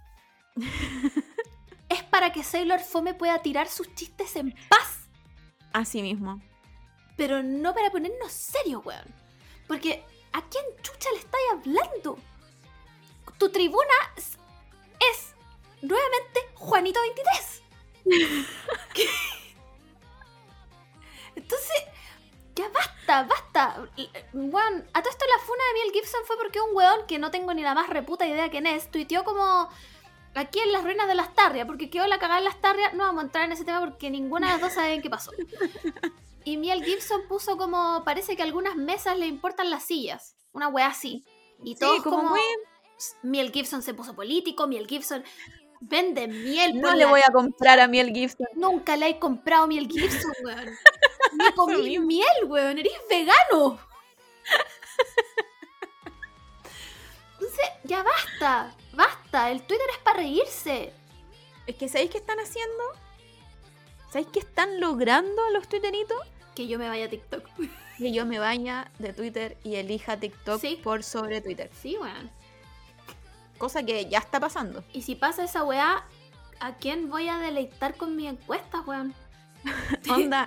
Speaker 3: Es para que Sailor Fome pueda tirar sus chistes en paz.
Speaker 2: Así mismo.
Speaker 3: Pero no para ponernos serios, weón. Porque ¿a quién chucha le estáis hablando? Tu tribuna es nuevamente Juanito 23. Entonces, ya basta. Weón, a todo esto la funa de Mel Gibson fue porque un weón que no tengo ni la más reputa idea quién es, tuiteó como aquí en las ruinas de las Tarrias, porque quedó la cagada en las Tarrias. No vamos a entrar en ese tema porque ninguna de las dos sabe qué pasó. Y Mel Gibson puso como, parece que a algunas mesas le importan las sillas. Una wea así. Y todos
Speaker 2: Sí, como muy...
Speaker 3: Mel Gibson se puso político, Mel Gibson vende miel.
Speaker 2: No le voy a comprar a Mel Gibson.
Speaker 3: Nunca le he comprado Mel Gibson, weón. Ni comí miel, weón. Eres vegano. Entonces, ya basta. El Twitter es para reírse.
Speaker 2: Es que ¿sabéis qué están haciendo? ¿Sabéis qué están logrando los twitteritos?
Speaker 3: Que yo me vaya a TikTok.
Speaker 2: Que yo me vaya de Twitter y elija TikTok
Speaker 3: Sí.
Speaker 2: por sobre Twitter.
Speaker 3: Sí, weón.
Speaker 2: Cosa que ya está pasando.
Speaker 3: Y si pasa esa weá, ¿a quién voy a deleitar con mis encuestas, weón?
Speaker 2: Onda,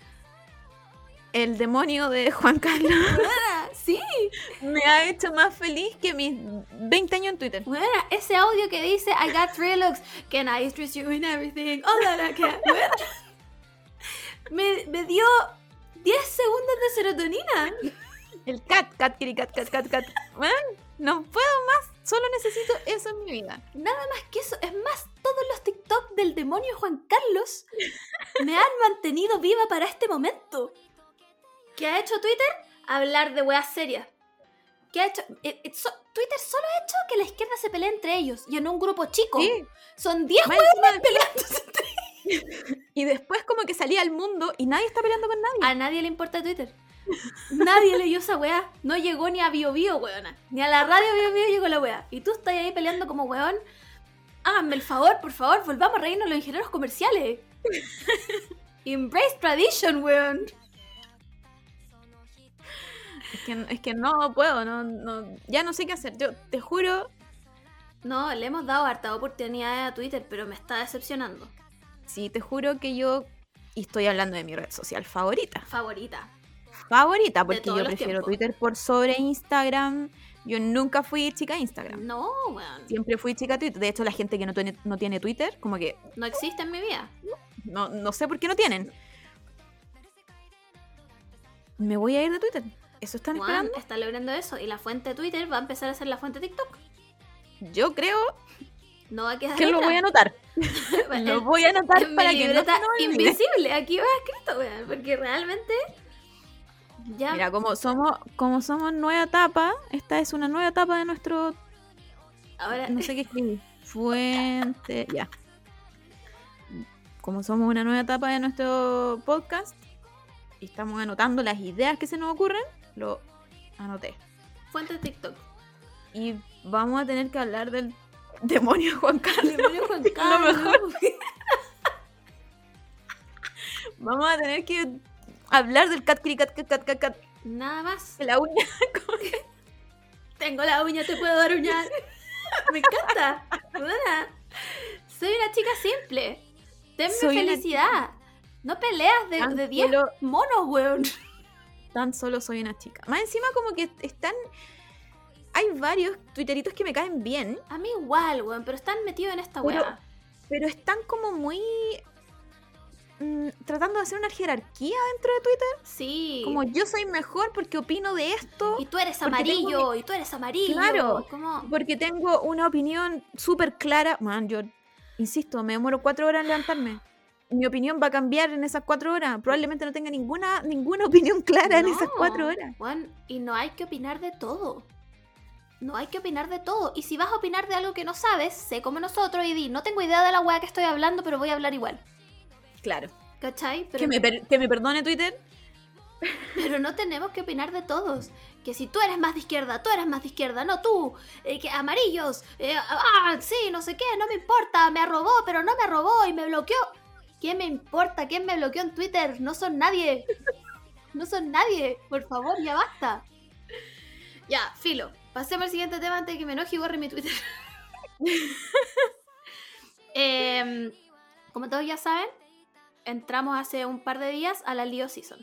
Speaker 2: el demonio de Juan Carlos
Speaker 3: Weona, sí.
Speaker 2: me ha hecho más feliz que mis 20 años en Twitter.
Speaker 3: Weona, ese audio que dice I got three looks, can I interest you in everything, all that I can. Weona, me dio 10 segundos de serotonina.
Speaker 2: El cat. Man, no puedo más. Solo necesito eso en mi vida.
Speaker 3: Nada más que eso. Es más, todos los TikTok del demonio Juan Carlos me han mantenido viva para este momento. ¿Qué ha hecho Twitter? Hablar de weas serias. ¿Qué ha hecho? Twitter solo ha hecho que la izquierda se pelee entre ellos. Y en un grupo chico.
Speaker 2: Sí.
Speaker 3: Son 10
Speaker 2: Más
Speaker 3: weones
Speaker 2: encima de-
Speaker 3: peleándose entre ellos.
Speaker 2: Y después como que salía al mundo y nadie está peleando con nadie.
Speaker 3: A nadie le importa Twitter. Nadie leyó esa wea. No llegó ni a Bio Bio, weona. Ni a la radio Bio Bio llegó la wea. Y tú estás ahí peleando como weón. Háganme el favor, por favor. Volvamos a reírnos los ingenieros comerciales. Embrace tradition, weón.
Speaker 2: Es que no puedo, ya no sé qué hacer. Yo te juro,
Speaker 3: No, le hemos dado harta oportunidades a Twitter, pero me está decepcionando.
Speaker 2: sí, te juro que yo, y estoy hablando de mi red social favorita,
Speaker 3: Favorita.
Speaker 2: porque
Speaker 3: todos
Speaker 2: yo
Speaker 3: los
Speaker 2: prefiero
Speaker 3: tiempos.
Speaker 2: Twitter por sobre Instagram. Yo nunca fui chica Instagram.
Speaker 3: No, weón.
Speaker 2: Siempre fui chica Twitter. De hecho, la gente que no tiene Twitter, como que
Speaker 3: No existe en mi vida.
Speaker 2: no sé por qué no tienen. Me voy a ir de Twitter. ¿Eso están
Speaker 3: Weón,
Speaker 2: esperando?
Speaker 3: está logrando eso. Y la fuente Twitter va a empezar a ser la fuente TikTok.
Speaker 2: Yo creo
Speaker 3: No va a quedar
Speaker 2: que lo
Speaker 3: otra.
Speaker 2: voy a anotar.
Speaker 3: Bueno,
Speaker 2: Lo voy a anotar
Speaker 3: en
Speaker 2: para
Speaker 3: mi
Speaker 2: que no
Speaker 3: libreta
Speaker 2: se me olvide.
Speaker 3: invisible. Aquí va escrito, weón. Porque realmente... Ya...
Speaker 2: Mira, como somos nueva etapa, esta es una nueva etapa de nuestro...
Speaker 3: ahora...
Speaker 2: No sé qué escribir. Fuente... Ya. Como somos una nueva etapa de nuestro podcast y estamos anotando las ideas que se nos ocurren, lo anoté.
Speaker 3: Fuente TikTok.
Speaker 2: Y vamos a tener que hablar del demonio Juan Carlos.
Speaker 3: Demonio Juan
Speaker 2: Lo
Speaker 3: Carlos.
Speaker 2: mejor. Vamos a tener que hablar del cat.
Speaker 3: Nada más.
Speaker 2: De la uña.
Speaker 3: Tengo la uña, te puedo dar uñar. Me encanta. Buena. Soy una chica simple. Tenme
Speaker 2: Soy una
Speaker 3: felicidad. No peleas
Speaker 2: Tan
Speaker 3: de 10
Speaker 2: solo-
Speaker 3: monos, weón.
Speaker 2: Tan solo soy una chica. Más encima como que están... Hay varios twitteritos que me caen bien,
Speaker 3: A mí igual, weón, pero están metidos en esta
Speaker 2: Pero-
Speaker 3: weá.
Speaker 2: pero están como muy... tratando de hacer una jerarquía dentro de Twitter.
Speaker 3: Sí.
Speaker 2: Como yo soy mejor porque opino de esto,
Speaker 3: Y tú eres
Speaker 2: porque
Speaker 3: amarillo,
Speaker 2: tengo
Speaker 3: y tú eres amarillo.
Speaker 2: Claro.
Speaker 3: Como...
Speaker 2: porque tengo una opinión súper clara. Man, yo insisto, me demoro 4 horas en levantarme. Mi opinión va a cambiar en esas 4 horas. Probablemente no tenga ninguna opinión clara en esas 4 horas.
Speaker 3: Weón, y no hay que opinar de todo. No hay que opinar de todo. Y si vas a opinar de algo que no sabes, sé como nosotros y di, no tengo idea de la weá que estoy hablando, pero voy a hablar igual.
Speaker 2: Claro.
Speaker 3: ¿Cachai?
Speaker 2: Que me perdone Twitter.
Speaker 3: Pero no tenemos que opinar de todos. Que si tú eres más de izquierda, tú eres más de izquierda, no tú. Que amarillos, sí, no sé qué, no me importa. Me arrobó, pero no me arrobó y me bloqueó. ¿Qué me importa? ¿Quién me bloqueó en Twitter? No son nadie. No son nadie. Por favor, ya basta. Ya, filo. Pasemos al siguiente tema antes de que me enoje y borre mi Twitter. Como todos ya saben, entramos hace un par de días a la Leo Season.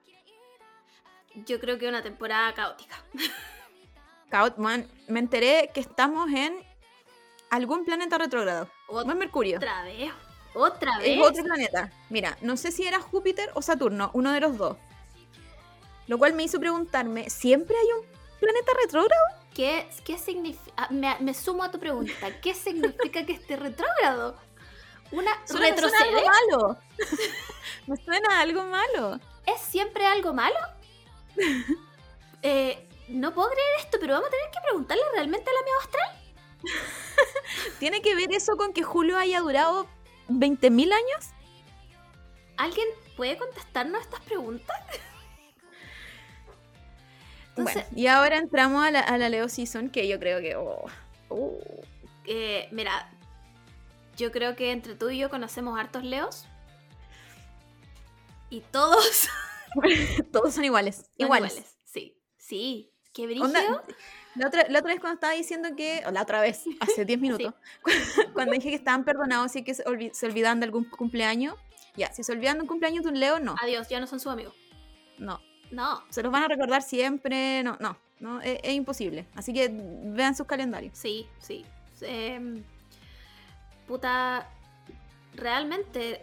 Speaker 3: Yo creo que una temporada caótica.
Speaker 2: Man, me enteré que estamos en algún planeta retrógrado. No es Mercurio.
Speaker 3: Otra vez.
Speaker 2: Es otro planeta. Mira, no sé si era Júpiter o Saturno, uno de los dos. Lo cual me hizo preguntarme, ¿siempre hay un planeta retrógrado?
Speaker 3: ¿Qué significa? Me sumo a tu pregunta. ¿Qué significa que esté retrógrado? ¿Retrocede?
Speaker 2: Me suena algo malo. Me suena algo malo.
Speaker 3: ¿Es siempre algo malo? No puedo creer esto, pero vamos a tener que preguntarle realmente a la Meo Astral.
Speaker 2: ¿Tiene que ver eso con que Julio haya durado 20.000 años?
Speaker 3: ¿Alguien puede contestarnos estas preguntas? Entonces,
Speaker 2: bueno, y ahora entramos a la Leo Season, que yo creo que...
Speaker 3: mira, yo creo que entre tú y yo conocemos hartos Leos. Y todos...
Speaker 2: todos son iguales. Iguales.
Speaker 3: Sí. Qué brillo.
Speaker 2: La otra vez cuando estaba diciendo que... O la otra vez, hace 10 minutos. Sí. Cuando dije que estaban perdonados y que se olvidaban de algún cumpleaños. Ya, si se olvidan de un cumpleaños de un Leo, no.
Speaker 3: Adiós, ya no son sus amigos.
Speaker 2: No.
Speaker 3: No.
Speaker 2: Se los van a recordar siempre. No, es imposible. Así que vean sus calendarios.
Speaker 3: Sí. Puta, realmente...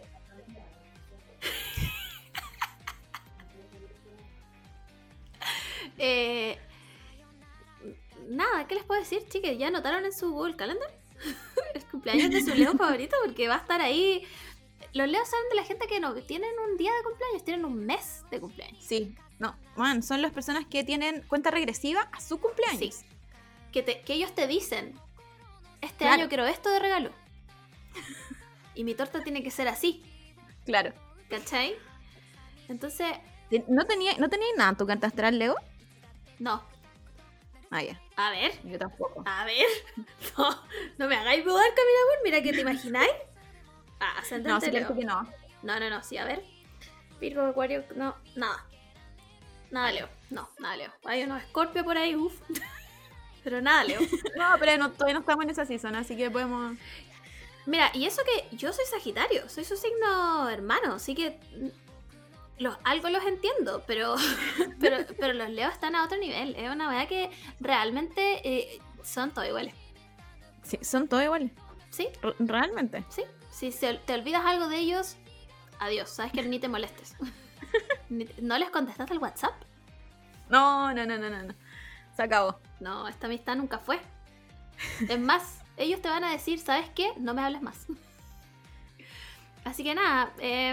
Speaker 3: Nada, ¿qué les puedo decir, chicas? ¿Ya anotaron en su Google Calendar el cumpleaños de su Leo favorito? Porque va a estar ahí. Los Leos saben de la gente que no tienen un día de cumpleaños, tienen un mes de cumpleaños.
Speaker 2: Sí, no, man, son las personas que tienen cuenta regresiva a su cumpleaños.
Speaker 3: Sí. Que ellos te dicen, este
Speaker 2: claro.
Speaker 3: año quiero esto de regalo. Y mi torta tiene que ser así.
Speaker 2: Claro.
Speaker 3: ¿Cachai? Entonces...
Speaker 2: ¿No tenía nada en tu carta astral, Leo?
Speaker 3: No.
Speaker 2: Ah, ya.
Speaker 3: A ver.
Speaker 2: Yo tampoco.
Speaker 3: A ver. No me hagáis dudar, Camila Moon. Mira que te imagináis. Ascendente
Speaker 2: no, sí,
Speaker 3: Leo.
Speaker 2: que no.
Speaker 3: No, sí, a ver. Virgo, Acuario, no, nada. Nada Leo. No, nada Leo. Hay unos Escorpio por ahí, uff. Pero nada Leo.
Speaker 2: No, pero todavía no estamos en esa season, así que podemos...
Speaker 3: Mira, y eso que yo soy Sagitario, soy su signo hermano, así que algo los entiendo, pero los Leos están a otro nivel. Es una verdad que realmente son todos iguales.
Speaker 2: Sí, son todos iguales.
Speaker 3: Sí.
Speaker 2: Realmente.
Speaker 3: Sí. Si te olvidas algo de ellos, adiós, sabes que ni te molestes. ¿No les contestaste el WhatsApp?
Speaker 2: No. Se acabó.
Speaker 3: No, esta amistad nunca fue. Es más, ellos te van a decir, ¿sabes qué? No me hables más. Así que nada,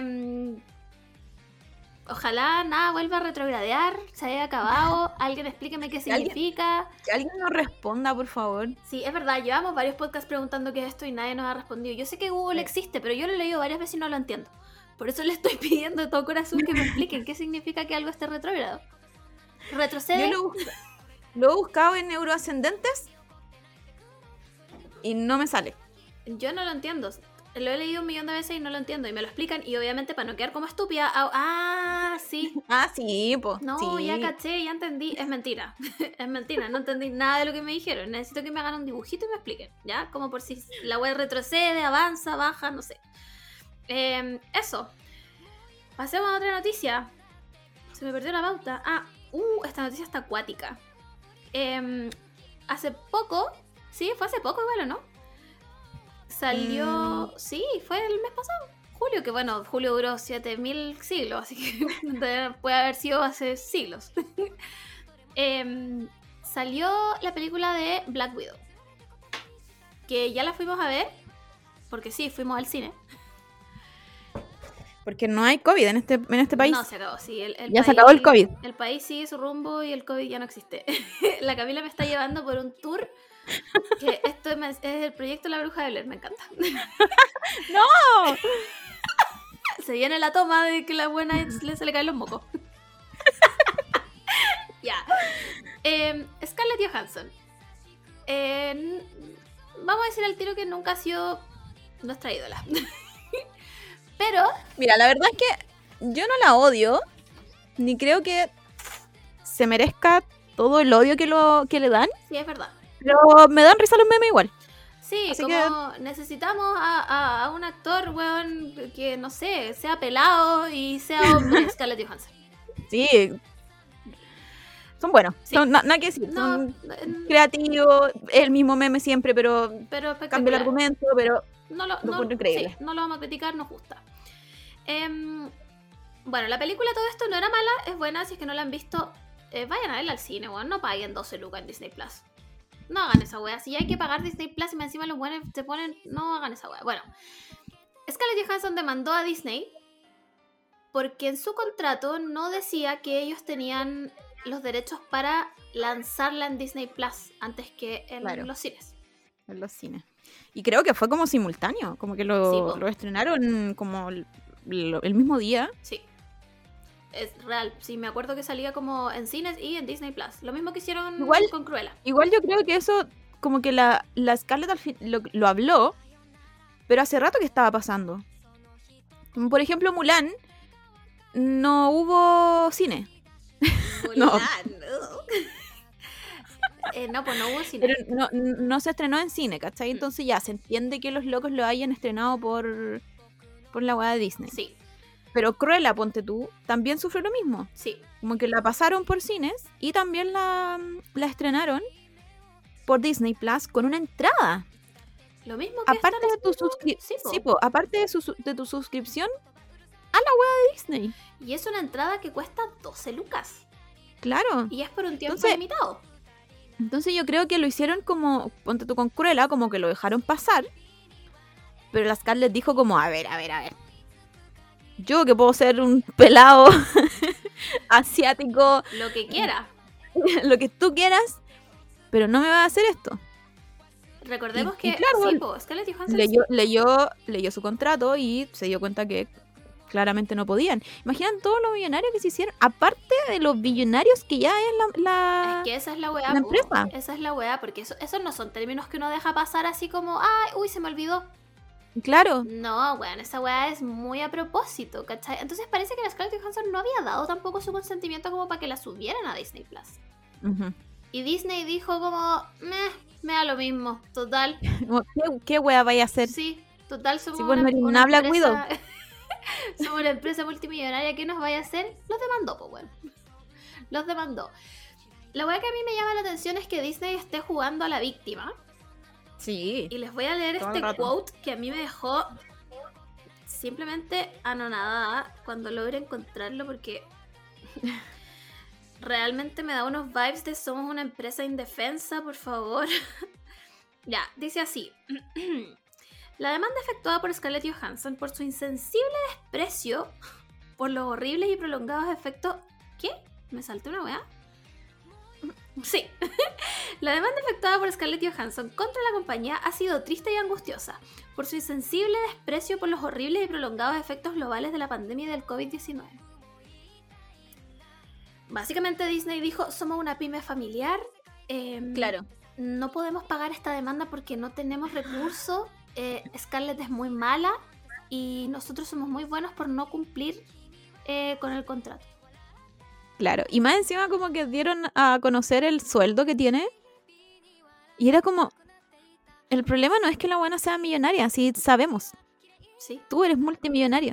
Speaker 3: ojalá nada vuelva a retrogradear, se haya acabado, alguien explíqueme qué significa.
Speaker 2: Que alguien nos responda, por favor.
Speaker 3: Sí, es verdad, llevamos varios podcasts preguntando qué es esto y nadie nos ha respondido. Yo sé que Google existe, pero yo lo he leído varias veces y no lo entiendo. Por eso le estoy pidiendo de todo corazón que me expliquen qué significa que algo esté retrógrado. ¿Retrocede?
Speaker 2: Yo lo he buscado en neuroascendentes y no me sale.
Speaker 3: Yo no lo entiendo. Lo he leído 1.000.000 de veces y no lo entiendo. Y me lo explican. Y obviamente para no quedar como estúpida. Sí.
Speaker 2: Sí, pues.
Speaker 3: No,
Speaker 2: sí.
Speaker 3: ya caché, ya entendí. Es mentira. Es mentira. No entendí nada de lo que me dijeron. Necesito que me hagan un dibujito y me expliquen. ¿Ya? Como por si la web retrocede, avanza, baja, no sé. Eso. Pasemos a otra noticia. Se me perdió la pauta. Esta noticia está acuática. Hace poco. Sí, fue hace poco igual, ¿o no? Salió... Sí, fue el mes pasado. Julio, que bueno, Julio duró 7.000 siglos, así que puede haber sido hace siglos. Salió la película de Black Widow. Que ya la fuimos a ver. Porque sí, fuimos al cine.
Speaker 2: Porque no hay COVID en este país.
Speaker 3: No, se acabó, sí.
Speaker 2: Ya se acabó el COVID.
Speaker 3: El país sigue su rumbo y el COVID ya no existe. La Camila me está llevando por un tour. Que esto es el proyecto La Bruja de Blair, me encanta.
Speaker 2: ¡No!
Speaker 3: Se viene la toma de que la buena se le caen los mocos. Ya. Scarlett Johansson. Vamos a decir al tiro que nunca ha sido nuestra ídola. Pero...
Speaker 2: Mira, la verdad es que yo no la odio, ni creo que se merezca todo el odio que le dan,
Speaker 3: Sí, es verdad.
Speaker 2: pero me dan risa los memes igual.
Speaker 3: Sí,
Speaker 2: Así
Speaker 3: como necesitamos a un actor, weón, que no sé, sea pelado y sea hombre, Scarlett Johansson.
Speaker 2: Sí, son buenos,
Speaker 3: Sí.
Speaker 2: nada que decir,
Speaker 3: No,
Speaker 2: son creativos, el mismo meme siempre, pero
Speaker 3: pero
Speaker 2: cambia el
Speaker 3: espectacular.
Speaker 2: argumento, pero
Speaker 3: No lo
Speaker 2: encuentro increíble.
Speaker 3: sí, no lo vamos a criticar, nos gusta. Bueno, la película, todo esto no era mala, es buena. Si es que no la han visto, vayan a verla al cine, weón. No paguen 12 lucas en Disney Plus. No hagan esa wea. Si ya hay que pagar Disney Plus y más encima los buenos te ponen, no hagan esa wea. Bueno, Scarlett Johansson demandó a Disney porque en su contrato no decía que ellos tenían los derechos para lanzarla en Disney Plus antes que en
Speaker 2: Claro.
Speaker 3: los cines.
Speaker 2: En los cines. Y creo que fue como simultáneo, como que
Speaker 3: Sí,
Speaker 2: lo
Speaker 3: po.
Speaker 2: estrenaron como el mismo día.
Speaker 3: Sí. Es real. Sí, me acuerdo que salía como en cines y en Disney Plus. Lo mismo que hicieron
Speaker 2: Igual-
Speaker 3: con Cruella.
Speaker 2: Igual yo creo que eso, como que la Scarlett al fin lo habló, pero hace rato que estaba pasando. Como por ejemplo Mulan, no hubo cine. No.
Speaker 3: Mulan, no, pues no hubo cine.
Speaker 2: Pero no se estrenó en cine, ¿cachai? Entonces ya se entiende que los locos lo hayan estrenado por la weá de Disney.
Speaker 3: Sí,
Speaker 2: Pero Cruella, ponte tú, también sufrió lo mismo.
Speaker 3: sí.
Speaker 2: Como que la pasaron por cines y también la estrenaron por Disney Plus con una entrada.
Speaker 3: Lo mismo que
Speaker 2: Aparte
Speaker 3: están
Speaker 2: de tu
Speaker 3: haciendo- Sí, po.
Speaker 2: aparte de tu suscripción a la wea de Disney.
Speaker 3: Y es una entrada que cuesta 12 lucas.
Speaker 2: Claro.
Speaker 3: Y es por un tiempo
Speaker 2: Entonces-
Speaker 3: limitado.
Speaker 2: Entonces yo creo que lo hicieron como, ponte tú con Cruella, como que lo dejaron pasar. Pero la Scarlett dijo como, a ver. Yo que puedo ser un pelado asiático,
Speaker 3: Lo que quiera.
Speaker 2: lo que tú quieras, pero no me vas a hacer esto.
Speaker 3: Recordemos
Speaker 2: Y
Speaker 3: que
Speaker 2: claro,
Speaker 3: sí, po, Scarlett Johansson
Speaker 2: Leyó su contrato y se dio cuenta que claramente no podían. Imaginan todos los millonarios que se hicieron, aparte de los billonarios que ya es
Speaker 3: Es que esa es la weá,
Speaker 2: la
Speaker 3: po.
Speaker 2: empresa.
Speaker 3: Esa es la weá, porque esos no son términos que uno deja pasar así como, ay, uy, se me olvidó.
Speaker 2: Claro,
Speaker 3: No, weón, esa weá es muy a propósito, ¿cachai? Entonces parece que la Scarlett Johansson no había dado tampoco su consentimiento como para que la subieran a Disney Plus.
Speaker 2: ujú.
Speaker 3: Y Disney dijo como, me da lo mismo, total.
Speaker 2: Como, ¿Qué wea vaya a hacer?
Speaker 3: Sí, total, somos
Speaker 2: Si vos no eres una Black Widow.
Speaker 3: somos una empresa multimillonaria, ¿qué nos vaya a hacer? Los demandó, pues bueno. Los demandó. La weá que a mí me llama la atención es que Disney esté jugando a la víctima.
Speaker 2: Sí.
Speaker 3: Y les voy a leer
Speaker 2: Todo el
Speaker 3: este
Speaker 2: rato.
Speaker 3: quote que a mí me dejó simplemente anonadada cuando logre encontrarlo porque realmente me da unos vibes de somos una empresa indefensa, por favor. Ya, dice así. La demanda efectuada por Scarlett Johansson por su insensible desprecio por los horribles y prolongados efectos... ¿Qué? ¿Me salté una weá? Sí. La demanda efectuada por Scarlett Johansson contra la compañía ha sido triste y angustiosa por su insensible desprecio por los horribles y prolongados efectos globales de la pandemia del COVID-19. Básicamente Disney dijo, somos una pyme familiar,
Speaker 2: Claro.
Speaker 3: no podemos pagar esta demanda porque no tenemos recursos, Scarlett es muy mala y nosotros somos muy buenos por no cumplir con el contrato.
Speaker 2: Claro. Y más encima como que dieron a conocer el sueldo que tiene. Y era como, el problema no es que la buena sea millonaria, sí sabemos.
Speaker 3: Sí,
Speaker 2: Tú eres multimillonaria.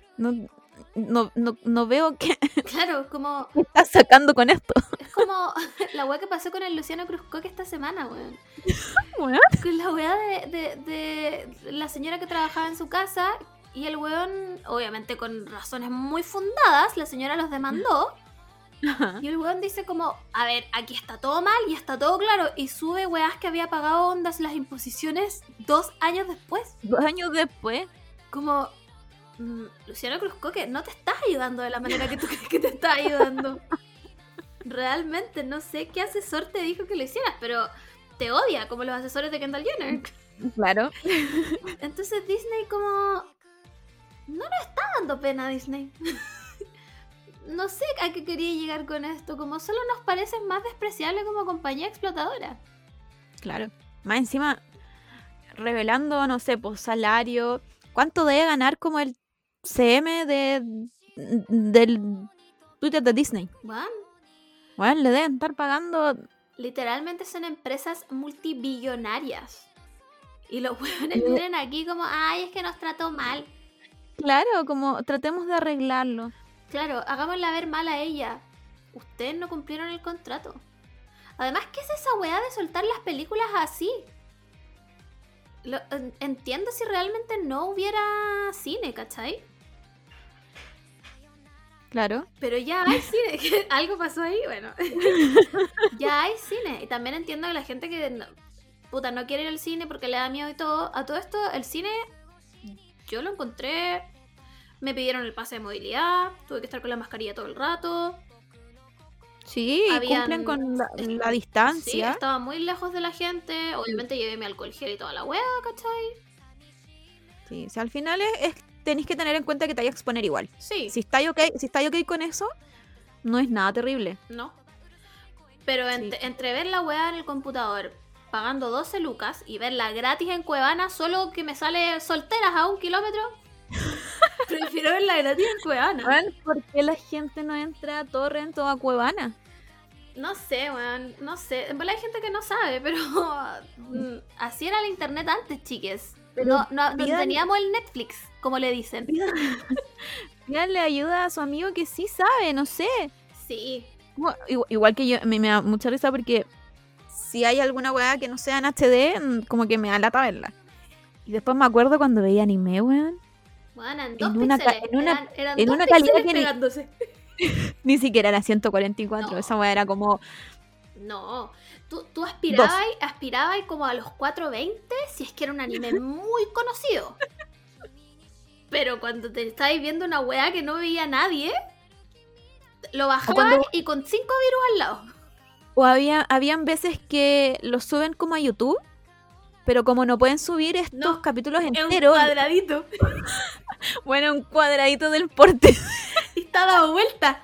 Speaker 2: No veo qué
Speaker 3: claro, como
Speaker 2: estás sacando con esto.
Speaker 3: es como la weá que pasó con el Luciano Cruzcoque esta semana, weón.
Speaker 2: Bueno,
Speaker 3: Con la weá de la señora que trabajaba en su casa y el weón, obviamente con razones muy fundadas, la señora los demandó. Y el weón dice como, a ver, aquí está todo mal y está todo claro. Y sube weás que había pagado ondas las imposiciones 2 años después.
Speaker 2: 2 años después.
Speaker 3: Como, Luciano Cruzcoque, no te estás ayudando de la manera que tú crees que te estás ayudando. Realmente, no sé qué asesor te dijo que lo hicieras, pero te odia, como los asesores de Kendall Jenner.
Speaker 2: Claro.
Speaker 3: Entonces Disney como... No nos está dando pena Disney. No sé a qué quería llegar con esto, como solo nos parece más despreciable como compañía explotadora.
Speaker 2: Claro. Más encima, revelando, no sé, pues salario. ¿Cuánto debe ganar como el CM del Twitter de Disney?
Speaker 3: Bueno,
Speaker 2: Bueno, le deben estar pagando.
Speaker 3: Literalmente son empresas multibillonarias. Y los huevones vienen aquí como, ay, es que nos trató mal.
Speaker 2: Claro, como tratemos de arreglarlo.
Speaker 3: Claro, hagámosla ver mal a ella. Ustedes no cumplieron el contrato. Además, ¿qué es esa weá de soltar las películas así? Entiendo si realmente no hubiera cine, ¿cachai?
Speaker 2: Claro.
Speaker 3: Pero ya hay cine. Algo pasó ahí, bueno. Ya hay cine. Y también entiendo que la gente que no quiere ir al cine porque le da miedo y todo. A todo esto, el cine, yo lo encontré. Me pidieron el pase de movilidad. Tuve que estar con la mascarilla todo el rato.
Speaker 2: Sí, cumplen con la distancia.
Speaker 3: Sí, estaba muy lejos de la gente. Obviamente llevé mi alcohol gel y toda la hueá, ¿cachai?
Speaker 2: Sí, o sea, al final tenéis que tener en cuenta que te vaya a exponer igual.
Speaker 3: Sí.
Speaker 2: Si estáis okay con eso, no es nada terrible.
Speaker 3: No. Pero
Speaker 2: Sí.
Speaker 3: entre ver la weá en el computador pagando 12 lucas y verla gratis en Cuevana, solo que me sale solteras a 1 kilómetro, prefiero verla gratis en Cuevana.
Speaker 2: Bueno, ¿por qué la gente no entra a Torrent o a Cuevana?
Speaker 3: No sé, weón, no sé. En verdad hay gente que no sabe, pero así era el internet antes, chiques.
Speaker 2: Pero
Speaker 3: No teníamos el Netflix, como le dicen.
Speaker 2: Pídanle ayuda a su amigo que sí sabe, no sé.
Speaker 3: Sí.
Speaker 2: Igual que yo, me da mucha risa porque si hay alguna weá que no sea en HD, como que me da lata verla. Y después me acuerdo cuando veía anime, weón.
Speaker 3: Bueno, en
Speaker 2: En
Speaker 3: 2
Speaker 2: una
Speaker 3: píxeles. Eran
Speaker 2: en
Speaker 3: 2
Speaker 2: una calidad
Speaker 3: píxeles
Speaker 2: que
Speaker 3: pegándose.
Speaker 2: ni siquiera era 144.
Speaker 3: No.
Speaker 2: Esa weá era como...
Speaker 3: No, tú aspirabas como a los 420 si es que era un anime muy conocido. Pero cuando te estabas viendo una weá que no veía nadie, lo bajabas y con 5 virus al lado.
Speaker 2: O habían veces que los suben como a YouTube, pero como no pueden subir estos capítulos
Speaker 3: Es un
Speaker 2: enteros,
Speaker 3: cuadradito
Speaker 2: bueno, un cuadradito del porte.
Speaker 3: y está dado vuelta.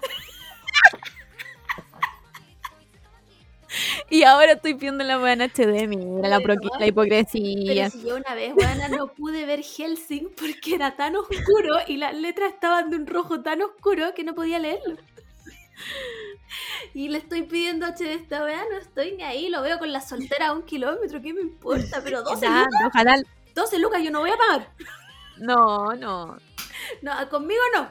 Speaker 2: Y ahora estoy viendo la weá en HD, mira la
Speaker 3: Pero
Speaker 2: hipocresía.
Speaker 3: si yo una vez, weona, no pude ver Hellsing porque era tan oscuro y las letras estaban de un rojo tan oscuro que no podía leerlo. Y le estoy pidiendo HD esta weá, no estoy ni ahí, lo veo con la soltera a 1 kilómetro, ¿qué me importa? Pero 12
Speaker 2: Ya,
Speaker 3: lucas,
Speaker 2: ojalá...
Speaker 3: 12 lucas yo no voy a pagar.
Speaker 2: No.
Speaker 3: No, conmigo no.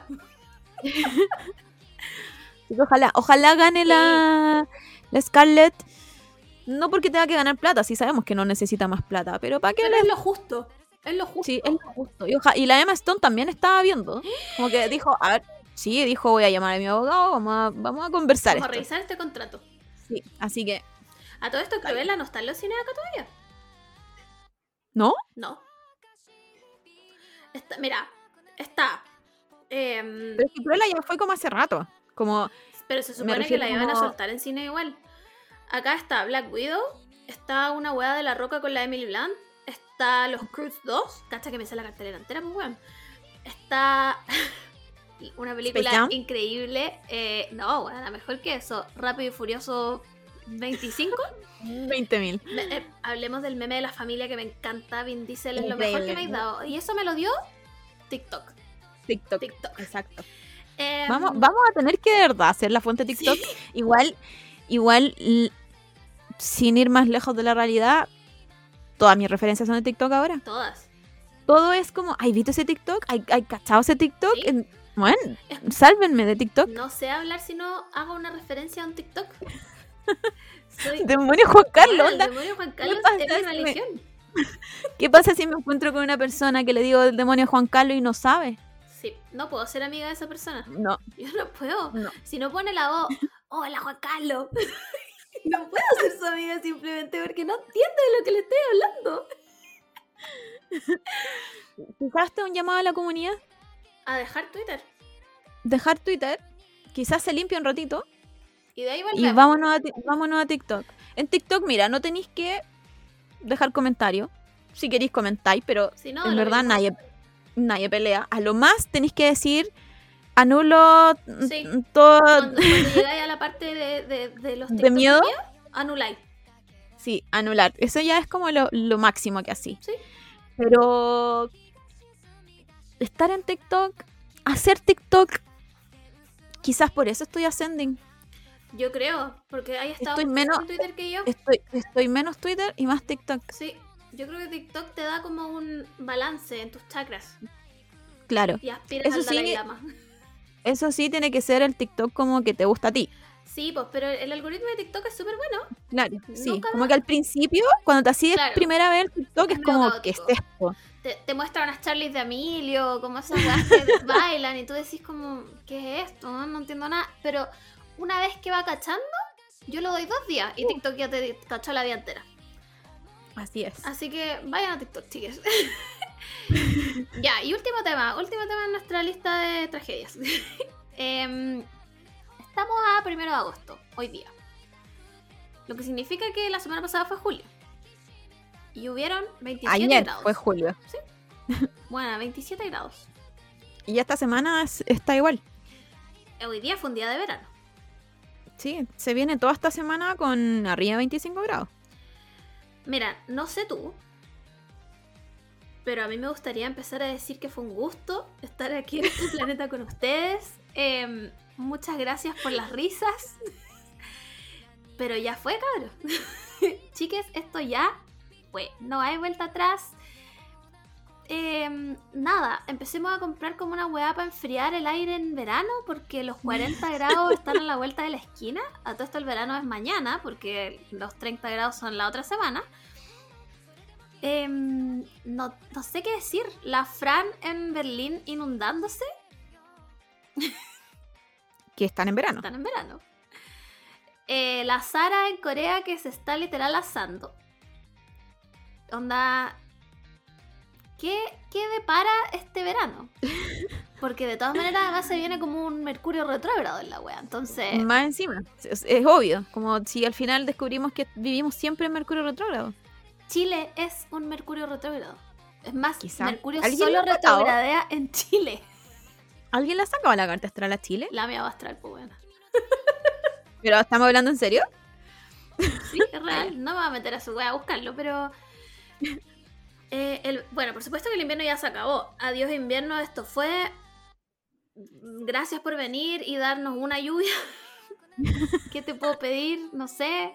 Speaker 2: Ojalá gane la Scarlett. No porque tenga que ganar plata, sí sabemos que no necesita más plata, pero ¿para qué?
Speaker 3: Pero es lo justo. Es lo justo.
Speaker 2: Sí, es lo justo. Y la Emma Stone también estaba viendo. Como que dijo, a ver, sí, dijo, voy a llamar a mi abogado, vamos a conversar
Speaker 3: Vamos a
Speaker 2: esto.
Speaker 3: revisar este contrato.
Speaker 2: Sí, así que,
Speaker 3: A todo esto, Cruella no está en los cines acá todavía.
Speaker 2: ¿no?
Speaker 3: No. Mira, está.
Speaker 2: Pero es que Cruella ya fue como hace rato. Como,
Speaker 3: Pero se supone que
Speaker 2: refiero
Speaker 3: la iban a
Speaker 2: como-
Speaker 3: soltar en cine igual. Acá está Black Widow. Está una weá de La Roca con la Emily Blunt. Está Los Cruz 2. Cacha que me sale la cartelera entera, pues weón. Está una
Speaker 2: Space
Speaker 3: película
Speaker 2: Jam.
Speaker 3: increíble. No, bueno, mejor que eso. Rápido y Furioso 25.
Speaker 2: 20.000.
Speaker 3: Hablemos del meme de la familia que me encanta. Vin Diesel es lo
Speaker 2: Increíble.
Speaker 3: mejor que me ha dado. Y eso me lo dio TikTok.
Speaker 2: TikTok.
Speaker 3: TikTok.
Speaker 2: Vamos a tener que de verdad hacer la fuente TikTok.
Speaker 3: Sí.
Speaker 2: Igual, sin ir más lejos de la realidad, todas mis referencias son de TikTok ahora.
Speaker 3: Todas.
Speaker 2: Todo es como, ¿hay visto ese TikTok? ¿Hay cachado ese TikTok?
Speaker 3: Sí.
Speaker 2: Bueno, sálvenme de TikTok.
Speaker 3: No sé hablar si no hago una referencia a un TikTok. Soy
Speaker 2: Demonio Juan Carlos,
Speaker 3: el
Speaker 2: onda.
Speaker 3: demonio Juan Carlos
Speaker 2: pasa
Speaker 3: es mi
Speaker 2: si
Speaker 3: religión.
Speaker 2: ¿Qué pasa si me encuentro con una persona que le digo el demonio Juan Carlos y no sabe?
Speaker 3: Sí, no puedo ser amiga de esa persona.
Speaker 2: No.
Speaker 3: Yo no puedo.
Speaker 2: No.
Speaker 3: Si no pone la voz, hola Juan Carlos. No puedo ser su amiga simplemente porque no entiende de lo que le estoy hablando.
Speaker 2: Quizás te un llamado a la comunidad,
Speaker 3: A dejar Twitter.
Speaker 2: dejar Twitter, quizás se limpie un ratito
Speaker 3: Y de ahí
Speaker 2: y
Speaker 3: volvemos.
Speaker 2: vámonos a TikTok. En TikTok, mira, no tenéis que dejar comentarios. Si queréis comentáis, pero
Speaker 3: Si no,
Speaker 2: en
Speaker 3: lo
Speaker 2: verdad
Speaker 3: mismo.
Speaker 2: nadie pelea. A lo más tenéis que decir anulo
Speaker 3: Sí.
Speaker 2: todo.
Speaker 3: Cuando llegáis a la parte de los
Speaker 2: ¿De
Speaker 3: TikTok
Speaker 2: miedo?
Speaker 3: anuláis.
Speaker 2: Sí, anular. Eso ya es como lo máximo que así.
Speaker 3: Sí.
Speaker 2: Pero estar en TikTok, hacer TikTok, quizás por eso estoy ascending.
Speaker 3: Yo creo, porque hay estado
Speaker 2: Estoy
Speaker 3: más
Speaker 2: menos-
Speaker 3: en Twitter que yo.
Speaker 2: Estoy menos Twitter y más TikTok.
Speaker 3: Sí, yo creo que TikTok te da como un balance en tus chakras
Speaker 2: Claro.
Speaker 3: y aspiras
Speaker 2: Eso
Speaker 3: al Dalai
Speaker 2: sí.
Speaker 3: Lama.
Speaker 2: Eso sí tiene que ser el TikTok como que te gusta a ti.
Speaker 3: Sí, pues, pero el algoritmo de TikTok es súper bueno.
Speaker 2: Claro, sí.
Speaker 3: Nunca
Speaker 2: Como que al principio, cuando te hacías
Speaker 3: Claro.
Speaker 2: primera vez el TikTok,
Speaker 3: Es
Speaker 2: es
Speaker 3: medio
Speaker 2: como, ¿qué es
Speaker 3: caótico.
Speaker 2: esto?
Speaker 3: Te muestra unas Charlies de Emilio, como esas weas que bailan y tú decís como, ¿qué es esto? No entiendo nada. Pero una vez que va cachando, yo lo doy 2 días y TikTok ya te cachó la vida entera.
Speaker 2: Así es.
Speaker 3: Así que vayan a TikTok, chicas. Ya, y último tema en nuestra lista de tragedias. Estamos a 1 de agosto, hoy día. Lo que significa que la semana pasada fue julio. Y hubieron 27
Speaker 2: Ayer
Speaker 3: grados.
Speaker 2: fue julio.
Speaker 3: Bueno, 27 grados.
Speaker 2: Y esta semana está igual.
Speaker 3: Hoy día fue un día de verano.
Speaker 2: Sí, se viene toda esta semana con arriba de 25 grados.
Speaker 3: Mira, no sé tú, pero a mí me gustaría empezar a decir que fue un gusto estar aquí en este planeta con ustedes. Muchas gracias por las risas. Pero ya fue, cabrón. Chiques, esto ya fue. No hay vuelta atrás. Nada, empecemos a comprar como una weá para enfriar el aire en verano, porque los 40 grados están a la vuelta de la esquina. A todo esto el verano es mañana, porque los 30 grados son la otra semana. No sé qué decir. La Fran en Berlín inundándose.
Speaker 2: Que están en verano.
Speaker 3: Están en verano. La Sara en Corea que se está literal asando. Onda, ¿qué depara este verano? Porque de todas maneras además se viene como un Mercurio retrógrado en la wea. Entonces,
Speaker 2: Más encima. Es obvio. Como si al final descubrimos que vivimos siempre en Mercurio retrógrado.
Speaker 3: Chile es un Mercurio retrógrado. Es más,
Speaker 2: Quizá.
Speaker 3: Mercurio
Speaker 2: ¿Alguien
Speaker 3: solo
Speaker 2: lo ha notado?
Speaker 3: retrogradea en Chile.
Speaker 2: ¿Alguien le ha sacado la carta astral a Chile?
Speaker 3: La mía va a astral, pues bueno.
Speaker 2: ¿Pero estamos hablando en serio?
Speaker 3: Sí, es real. No me voy a meter a su wea a buscarlo, pero... bueno, por supuesto que el invierno ya se acabó. Adiós invierno, esto fue... Gracias por venir y darnos una lluvia. ¿Qué te puedo pedir? No sé.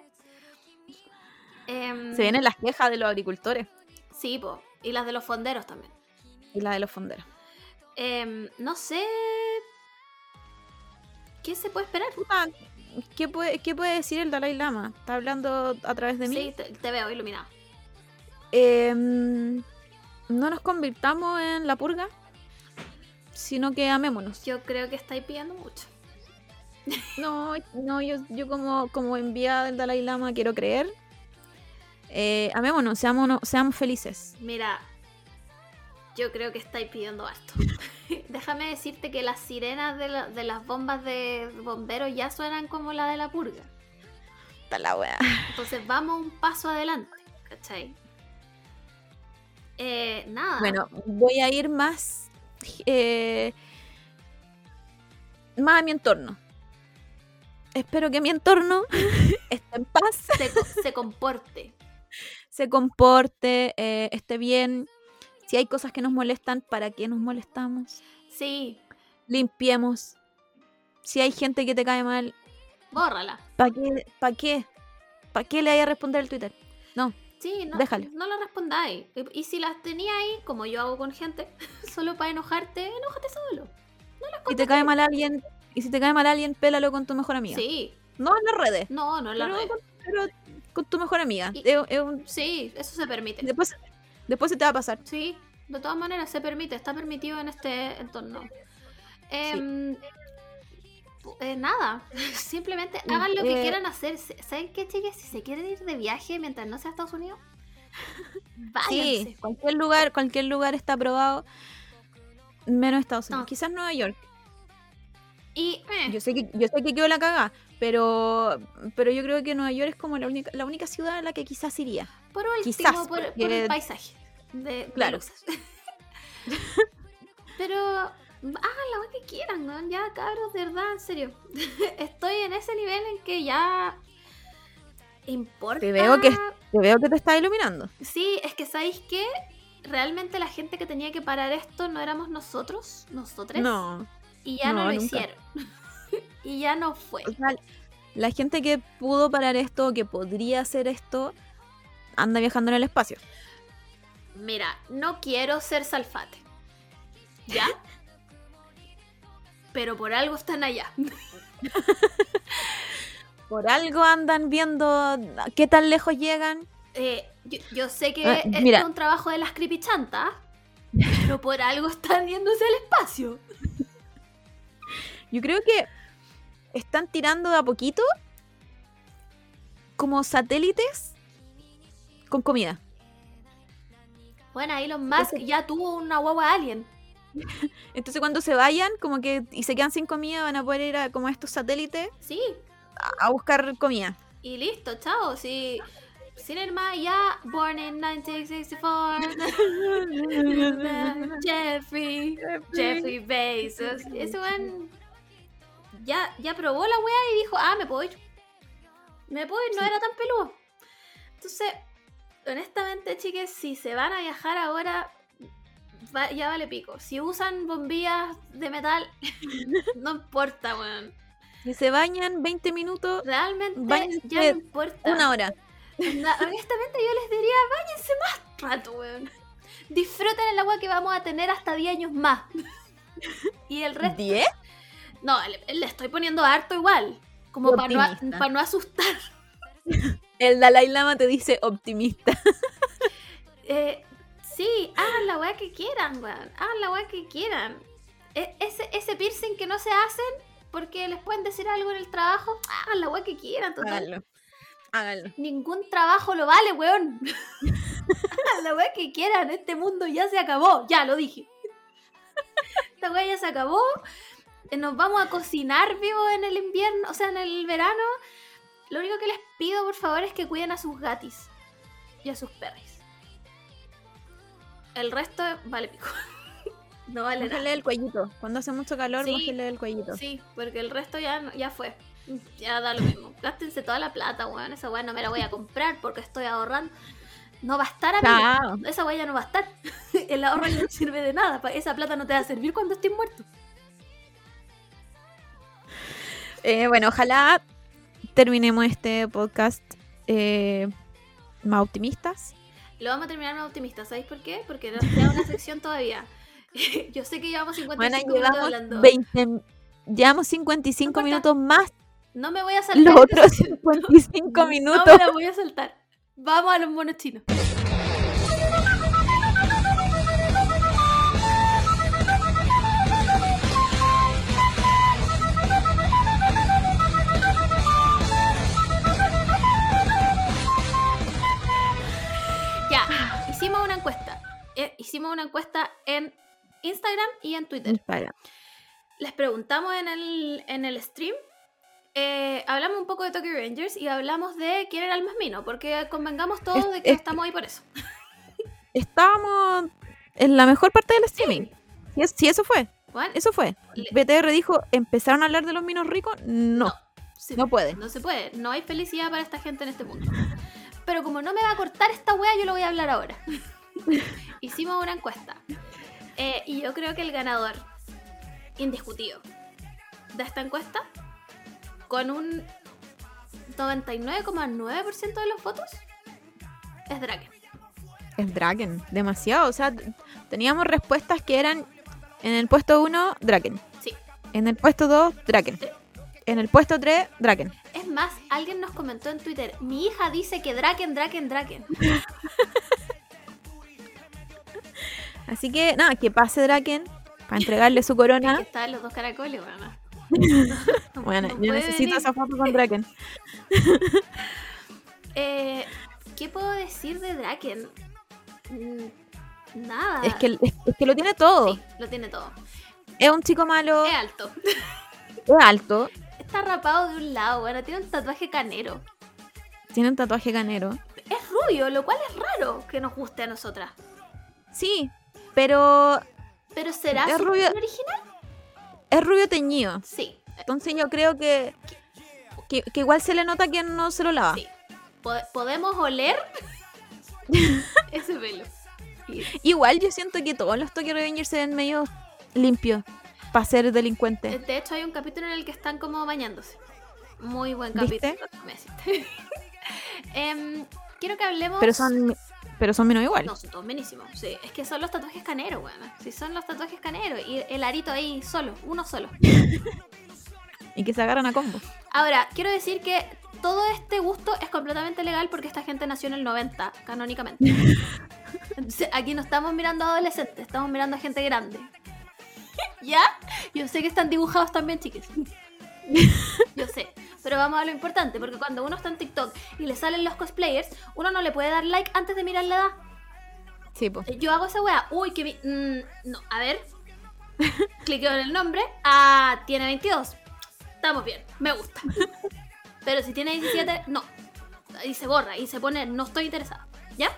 Speaker 2: Se vienen las quejas de los agricultores
Speaker 3: Sí, po. Y las de los fonderos también.
Speaker 2: y las de los fonderos.
Speaker 3: No sé... ¿Qué se puede esperar?
Speaker 2: Puta, ¿qué puede decir el Dalai Lama? ¿Está hablando a través de mí?
Speaker 3: Sí, te veo iluminado.
Speaker 2: No nos convirtamos en la purga, sino que amémonos.
Speaker 3: Yo creo que estáis pidiendo mucho.
Speaker 2: No, yo como enviada del Dalai Lama quiero creer. Amémonos, seamos felices.
Speaker 3: Mira, yo creo que estáis pidiendo harto. Déjame decirte que las sirenas de las bombas de bomberos ya suenan como la de la purga.
Speaker 2: Está la wea.
Speaker 3: Entonces vamos un paso adelante, ¿cachai? Nada.
Speaker 2: Bueno, voy a ir más a mi entorno. Espero que mi entorno esté en paz,
Speaker 3: Se comporte.
Speaker 2: se comporte, esté bien. Si hay cosas que nos molestan, ¿para qué nos molestamos?
Speaker 3: Sí,
Speaker 2: Limpiemos. Si hay gente que te cae mal,
Speaker 3: bórrala.
Speaker 2: ¿para qué? ¿Para qué le vaya a responder el Twitter? No,
Speaker 3: Sí, no,
Speaker 2: Déjalo.
Speaker 3: no lo respondáis. Y si las tenía ahí, como yo hago con gente, solo para enojarte, enójate solo.
Speaker 2: si te cae mal alguien, pélalo con tu mejor amiga.
Speaker 3: Sí,
Speaker 2: No en las redes,
Speaker 3: no en la
Speaker 2: pero
Speaker 3: red.
Speaker 2: pero con tu mejor amiga.
Speaker 3: Y-
Speaker 2: Es un-
Speaker 3: Sí, eso se permite.
Speaker 2: después se te va a pasar.
Speaker 3: Sí, de todas maneras se permite, está permitido en este entorno. Nada, simplemente hagan lo que quieran hacer. ¿Saben qué, chicas? Si se quieren ir de viaje mientras no sea Estados Unidos, váyanse.
Speaker 2: Sí, cualquier lugar está aprobado, menos Estados Unidos.
Speaker 3: No.
Speaker 2: Quizás Nueva York.
Speaker 3: Y
Speaker 2: Yo sé que quedó la cagada, pero yo creo que Nueva York es como la única ciudad a la que quizás iría.
Speaker 3: por último,
Speaker 2: quizás,
Speaker 3: por
Speaker 2: porque-
Speaker 3: el paisaje de
Speaker 2: Claro.
Speaker 3: luces. Pero hagan lo que quieran, ¿no? Ya, cabros, de verdad, en serio. Estoy en ese nivel en que ya importa.
Speaker 2: Te veo que te estás iluminando.
Speaker 3: Sí, es que ¿sabéis qué? Realmente la gente que tenía que parar esto no éramos nosotros, nosotres.
Speaker 2: No.
Speaker 3: Y ya no lo
Speaker 2: nunca.
Speaker 3: hicieron. Y ya no fue.
Speaker 2: O sea, la gente que pudo parar esto, que podría hacer esto, anda viajando en el espacio.
Speaker 3: Mira, no quiero ser Salfate. ¿Ya? Pero por algo están allá.
Speaker 2: Por algo andan viendo qué tan lejos llegan.
Speaker 3: Yo sé que
Speaker 2: mira.
Speaker 3: es un trabajo de las creepychantas, pero por algo están yéndose al espacio.
Speaker 2: Yo creo que están tirando de a poquito como satélites con comida.
Speaker 3: Bueno, Elon Musk ya tuvo una guagua alien.
Speaker 2: Entonces cuando se vayan como que y se quedan sin comida, van a poder ir a como a estos satélites
Speaker 3: Sí,
Speaker 2: a buscar comida.
Speaker 3: y listo, chao. Sí. Sin ir más, ya, born in 1964. Jeffrey Bezos. Ese weón ya probó la weá y dijo, me puedo ir. No era tan peludo. Entonces, honestamente, chicas, si se van a viajar ahora, ya vale pico. Si usan bombillas de metal, no importa, weón.
Speaker 2: Si se bañan 20 minutos,
Speaker 3: Realmente
Speaker 2: Báñense
Speaker 3: ya no importa.
Speaker 2: 1 hora.
Speaker 3: Honestamente, yo les diría, váyanse más rato, weón. Disfruten el agua que vamos a tener hasta 10 años más. Y el resto...
Speaker 2: ¿10?
Speaker 3: No, le estoy poniendo harto igual. Como para no asustar.
Speaker 2: El Dalai Lama te dice optimista.
Speaker 3: Sí, hagan la weá que quieran, weón. Hagan la weá que quieran. Ese piercing que no se hacen porque les pueden decir algo en el trabajo, hagan la weá que quieran, total.
Speaker 2: Háganlo.
Speaker 3: Ningún trabajo lo vale, weón. Hagan la weá que quieran. Este mundo ya se acabó. Ya, lo dije. Esta weá ya se acabó. Nos vamos a cocinar vivos en el invierno, o sea, en el verano. Lo único que les pido, por favor, es que cuiden a sus gatis y a sus perris. El resto vale pico. No vale nada.
Speaker 2: Bájale el cuellito. Cuando hace mucho calor,
Speaker 3: Sí.
Speaker 2: bájale el cuellito.
Speaker 3: Sí, porque el resto ya fue. Ya da lo mismo. Gástense toda la plata, weón. Esa weá no me la voy a comprar porque estoy ahorrando. No va a estar, amigo.
Speaker 2: Chao.
Speaker 3: Esa weá ya no va a estar. El ahorro no sirve de nada. Esa plata no te va a servir cuando estés muerto.
Speaker 2: Bueno, ojalá terminemos este podcast más optimistas.
Speaker 3: Lo vamos a terminar más optimistas. ¿Sabéis por qué? Porque nos queda una sección todavía. Yo sé que llevamos 55 minutos hablando.
Speaker 2: Llevamos 55
Speaker 3: No
Speaker 2: minutos más
Speaker 3: No me voy a saltar.
Speaker 2: los
Speaker 3: esta
Speaker 2: otros
Speaker 3: sección.
Speaker 2: 55
Speaker 3: No
Speaker 2: minutos.
Speaker 3: me la voy a saltar. Vamos a los monos chinos. Ya, hicimos una encuesta. Hicimos una encuesta en Instagram y en Twitter.
Speaker 2: Instagram.
Speaker 3: Les preguntamos en el stream. Hablamos un poco de Tokyo Rangers y hablamos de quién era el más mino, porque convengamos todos de que estamos ahí por eso.
Speaker 2: Estábamos en la mejor parte del streaming. Sí, eso fue.
Speaker 3: Bueno,
Speaker 2: Eso fue. BTR dijo, ¿empezaron a hablar de los minos ricos? No puede.
Speaker 3: No se puede. No hay felicidad para esta gente en este mundo. Pero como no me va a cortar esta wea, yo lo voy a hablar ahora. Hicimos una encuesta. Y yo creo que el ganador indiscutido de esta encuesta, con un 99,9% de los votos, es Draken.
Speaker 2: Es Draken, demasiado. O sea, teníamos respuestas que eran en el puesto 1, Draken.
Speaker 3: Sí.
Speaker 2: En el puesto 2, Draken.
Speaker 3: Sí.
Speaker 2: En el puesto 3, Draken.
Speaker 3: Es más, alguien nos comentó en Twitter, mi hija dice que Draken.
Speaker 2: Así que, nada, que pase Draken para entregarle su
Speaker 3: Es
Speaker 2: corona.
Speaker 3: que estaban los dos caracoles, bueno.
Speaker 2: Bueno,
Speaker 3: No
Speaker 2: yo
Speaker 3: puede
Speaker 2: necesito
Speaker 3: venir.
Speaker 2: esa foto con Draken.
Speaker 3: ¿Qué puedo decir de Draken? Nada.
Speaker 2: Es que lo tiene todo.
Speaker 3: Sí, lo tiene todo.
Speaker 2: Es un chico malo,
Speaker 3: Es alto.
Speaker 2: es alto,
Speaker 3: Está rapado de un lado, bueno, tiene un tatuaje canero.
Speaker 2: tiene un tatuaje canero.
Speaker 3: Es rubio, lo cual es raro que nos guste a nosotras.
Speaker 2: Sí, pero
Speaker 3: ¿Pero será
Speaker 2: Es
Speaker 3: su
Speaker 2: rubio.
Speaker 3: original?
Speaker 2: es rubio teñido.
Speaker 3: Sí,
Speaker 2: Entonces yo creo que igual se le nota que no se lo lava.
Speaker 3: sí. ¿Podemos oler ese pelo? Sí.
Speaker 2: Igual yo siento que todos los Tokyo Revengers se ven medio limpios para ser delincuentes.
Speaker 3: De hecho, hay un capítulo en el que están como bañándose. Muy buen
Speaker 2: ¿Viste?
Speaker 3: capítulo. Me hiciste. Quiero que hablemos...
Speaker 2: Pero son menos igual.
Speaker 3: No, son todos buenísimos. Sí, es que son los tatuajes caneros, weón. Sí, son los tatuajes caneros. Y el arito ahí solo, uno solo.
Speaker 2: Y que se agarran a combo.
Speaker 3: Ahora, quiero decir que todo este gusto es completamente legal porque esta gente nació en el 90, canónicamente. Entonces, aquí no estamos mirando a adolescentes, estamos mirando a gente grande. ¿Ya? Yo sé que están dibujados también, chiques. Yo sé. Pero vamos a lo importante, porque cuando uno está en TikTok y le salen los cosplayers, uno no le puede dar like antes de mirar la edad.
Speaker 2: Sí, pues.
Speaker 3: Yo hago esa wea. Uy, no, a ver. Cliqueo en el nombre. Ah, tiene 22. Estamos bien, me gusta. Pero si tiene 17, no. Y se borra y se pone no estoy interesada. ¿Ya?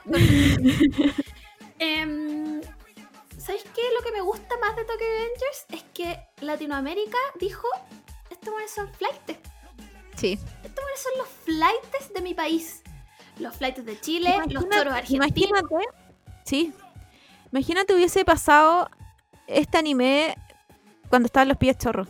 Speaker 3: ¿Sabéis qué? Lo que me gusta más de Tokyo Revengers es que Latinoamérica dijo: estos buenos son flightes.
Speaker 2: Sí.
Speaker 3: Estos buenos son los flightes de mi país. Los flightes de Chile, los toros argentinos.
Speaker 2: Imagínate. Sí. Imagínate hubiese pasado este anime cuando estaban los pies chorros.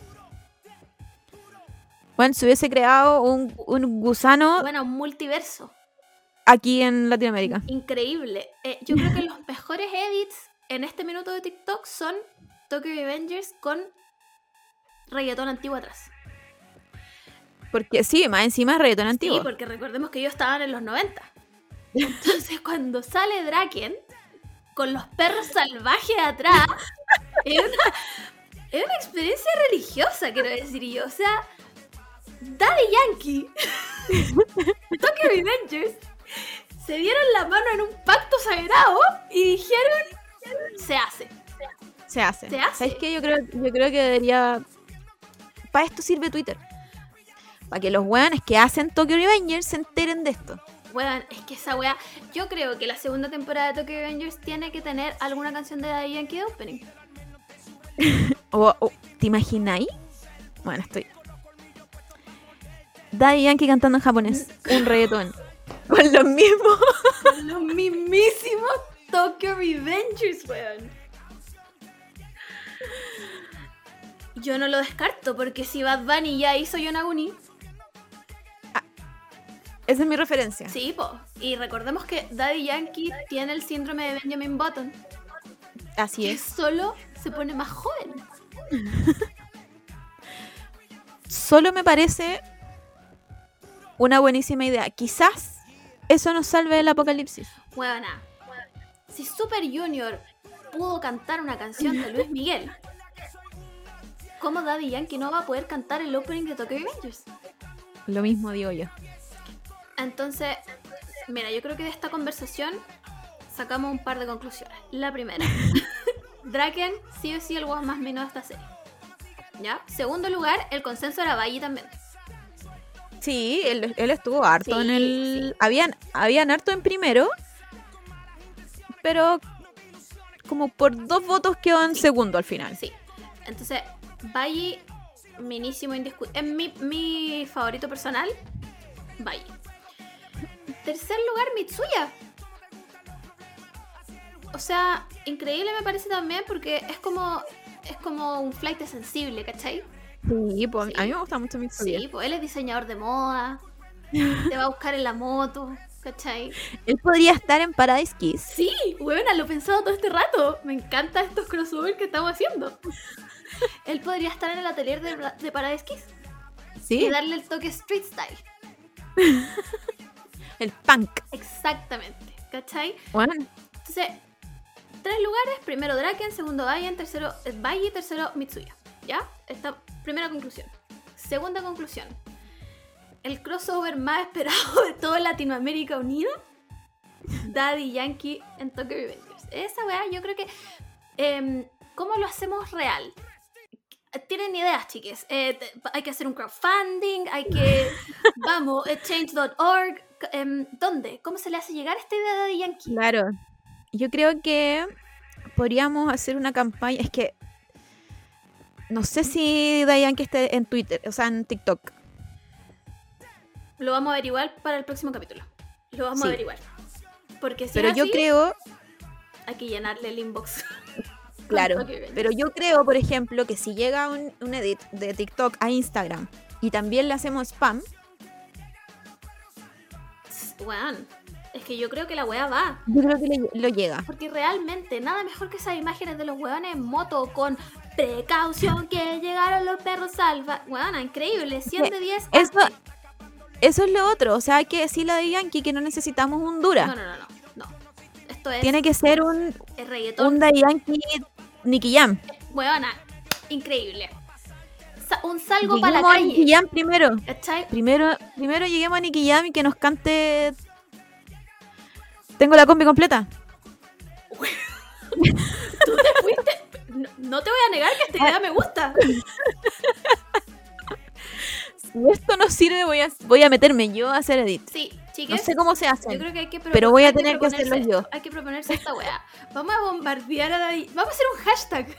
Speaker 2: Bueno, se hubiese creado un gusano
Speaker 3: Bueno, un multiverso.
Speaker 2: aquí en Latinoamérica.
Speaker 3: Increíble. Yo creo que los mejores edits en este minuto de TikTok son Tokyo Revengers con reggaetón antiguo atrás.
Speaker 2: Porque sí, más encima es reggaetón antiguo.
Speaker 3: Sí, porque recordemos que ellos estaban en los 90. Entonces cuando sale Draken con los perros salvajes atrás, es una experiencia religiosa, quiero decir yo. O sea, Daddy Yankee, Tokyo Revengers, se dieron la mano en un pacto sagrado y dijeron, se hace.
Speaker 2: Se hace.
Speaker 3: Se hace.
Speaker 2: ¿Sabes qué? Yo creo que debería... Para esto sirve Twitter. Para que los weones que hacen Tokyo Revengers se enteren de esto.
Speaker 3: Weón, es que esa wea... Yo creo que la segunda temporada de Tokyo Revengers tiene que tener alguna canción de Daddy Yankee de opening.
Speaker 2: ¿Te imagináis? Bueno, estoy... Daddy Yankee cantando en japonés. Un reggaetón. Con los mismos.
Speaker 3: Los mismísimos Tokyo Revengers, weón. Yo no lo descarto, porque si Bad Bunny ya hizo Yonaguni...
Speaker 2: Esa es mi referencia.
Speaker 3: Sí, po. Y recordemos que Daddy Yankee tiene el síndrome de Benjamin Button.
Speaker 2: Así
Speaker 3: Que
Speaker 2: es.
Speaker 3: solo se pone más joven.
Speaker 2: Solo me parece una buenísima idea. Quizás eso nos salve del apocalipsis.
Speaker 3: Huevona. Si Super Junior pudo cantar una canción de Luis Miguel, ¿cómo Daddy Yankee no va a poder cantar el opening de Tokyo Revengers?
Speaker 2: Lo mismo digo yo.
Speaker 3: Entonces, mira, yo creo que de esta conversación sacamos un par de conclusiones. La primera, Draken sí o sí el guau más mino de esta serie. ¿Ya? Segundo lugar, el consenso era Bayi también.
Speaker 2: Sí, él estuvo harto
Speaker 3: Sí,
Speaker 2: en el...
Speaker 3: sí.
Speaker 2: Habían harto en primero, pero como por 2 votos quedó en segundo al final.
Speaker 3: Sí. Entonces, Bayi, minísimo indiscutible. Es mi favorito personal, Bayi. Tercer lugar, Mitsuya. O sea, increíble me parece también porque es como un flight sensible, ¿cachai?
Speaker 2: Sí, pues
Speaker 3: Sí.
Speaker 2: a mí me gusta mucho Mitsuya.
Speaker 3: Sí, pues él es diseñador de moda, te va a buscar en la moto, ¿cachai?
Speaker 2: Él podría estar en Paradise Kiss.
Speaker 3: Sí, huevona, lo he pensado todo este rato. Me encantan estos crossovers que estamos haciendo. Él podría estar en el atelier de Paradise Kiss
Speaker 2: Sí,
Speaker 3: y darle el toque street style.
Speaker 2: el punk.
Speaker 3: Exactamente, ¿cachai?
Speaker 2: Bueno,
Speaker 3: Entonces, 3 lugares, primero Draken, segundo Bayi, tercero Bayi, tercero Mitsuya. ¿Ya? Esta primera conclusión. Segunda conclusión. El crossover más esperado de toda Latinoamérica unida, Daddy Yankee en Tokyo Revengers. Esa weá, yo creo que... ¿Cómo lo hacemos real? Tienen ideas, chiques. Hay que hacer un crowdfunding, hay que... Vamos, change.org. ¿Dónde? ¿Cómo se le hace llegar esta idea a Daddy Yankee?
Speaker 2: claro. Yo creo que podríamos hacer una campaña. Es que no sé si Dayan que esté en Twitter, o sea, en TikTok.
Speaker 3: Lo vamos a averiguar para el próximo capítulo. Lo vamos
Speaker 2: Sí.
Speaker 3: a averiguar. Porque si
Speaker 2: Pero
Speaker 3: es
Speaker 2: yo
Speaker 3: así,
Speaker 2: creo,
Speaker 3: hay que llenarle el inbox.
Speaker 2: claro,
Speaker 3: Tokyo Revengers.
Speaker 2: pero yo creo, por ejemplo, que si llega un edit de TikTok a Instagram y también le hacemos spam,
Speaker 3: Weón, es que yo creo que la weá va.
Speaker 2: yo creo que lo llega.
Speaker 3: Porque realmente nada mejor que esas imágenes de los weones en moto con precaución que llegaron los perros salva. Weona, increíble, 100 de 10.
Speaker 2: Eso es lo otro, o sea, hay que decirle a Yankee que no necesitamos un Dura.
Speaker 3: No. Esto es
Speaker 2: Tiene que ser un
Speaker 3: reggaetón.
Speaker 2: Daddy Yankee Nicky Jam.
Speaker 3: Weona, increíble. Un salgo para la
Speaker 2: Lleguemos a Nicky
Speaker 3: calle.
Speaker 2: Jam primero.
Speaker 3: ¿Cachai?
Speaker 2: Primero lleguemos a Nicky Jam y que nos cante. Tengo la combi completa.
Speaker 3: Tú te fuiste. No te voy a negar que esta idea me gusta.
Speaker 2: Si esto no sirve, voy a meterme yo a hacer edit.
Speaker 3: Sí,
Speaker 2: No
Speaker 3: chiques.
Speaker 2: sé cómo se
Speaker 3: Yo
Speaker 2: hacen.
Speaker 3: creo que hay que
Speaker 2: Pero voy a
Speaker 3: hay
Speaker 2: tener que
Speaker 3: proponerse
Speaker 2: hacerlo yo.
Speaker 3: esto, hay que proponerse esta weá. Vamos a bombardear a Daddy. Vamos a hacer un hashtag.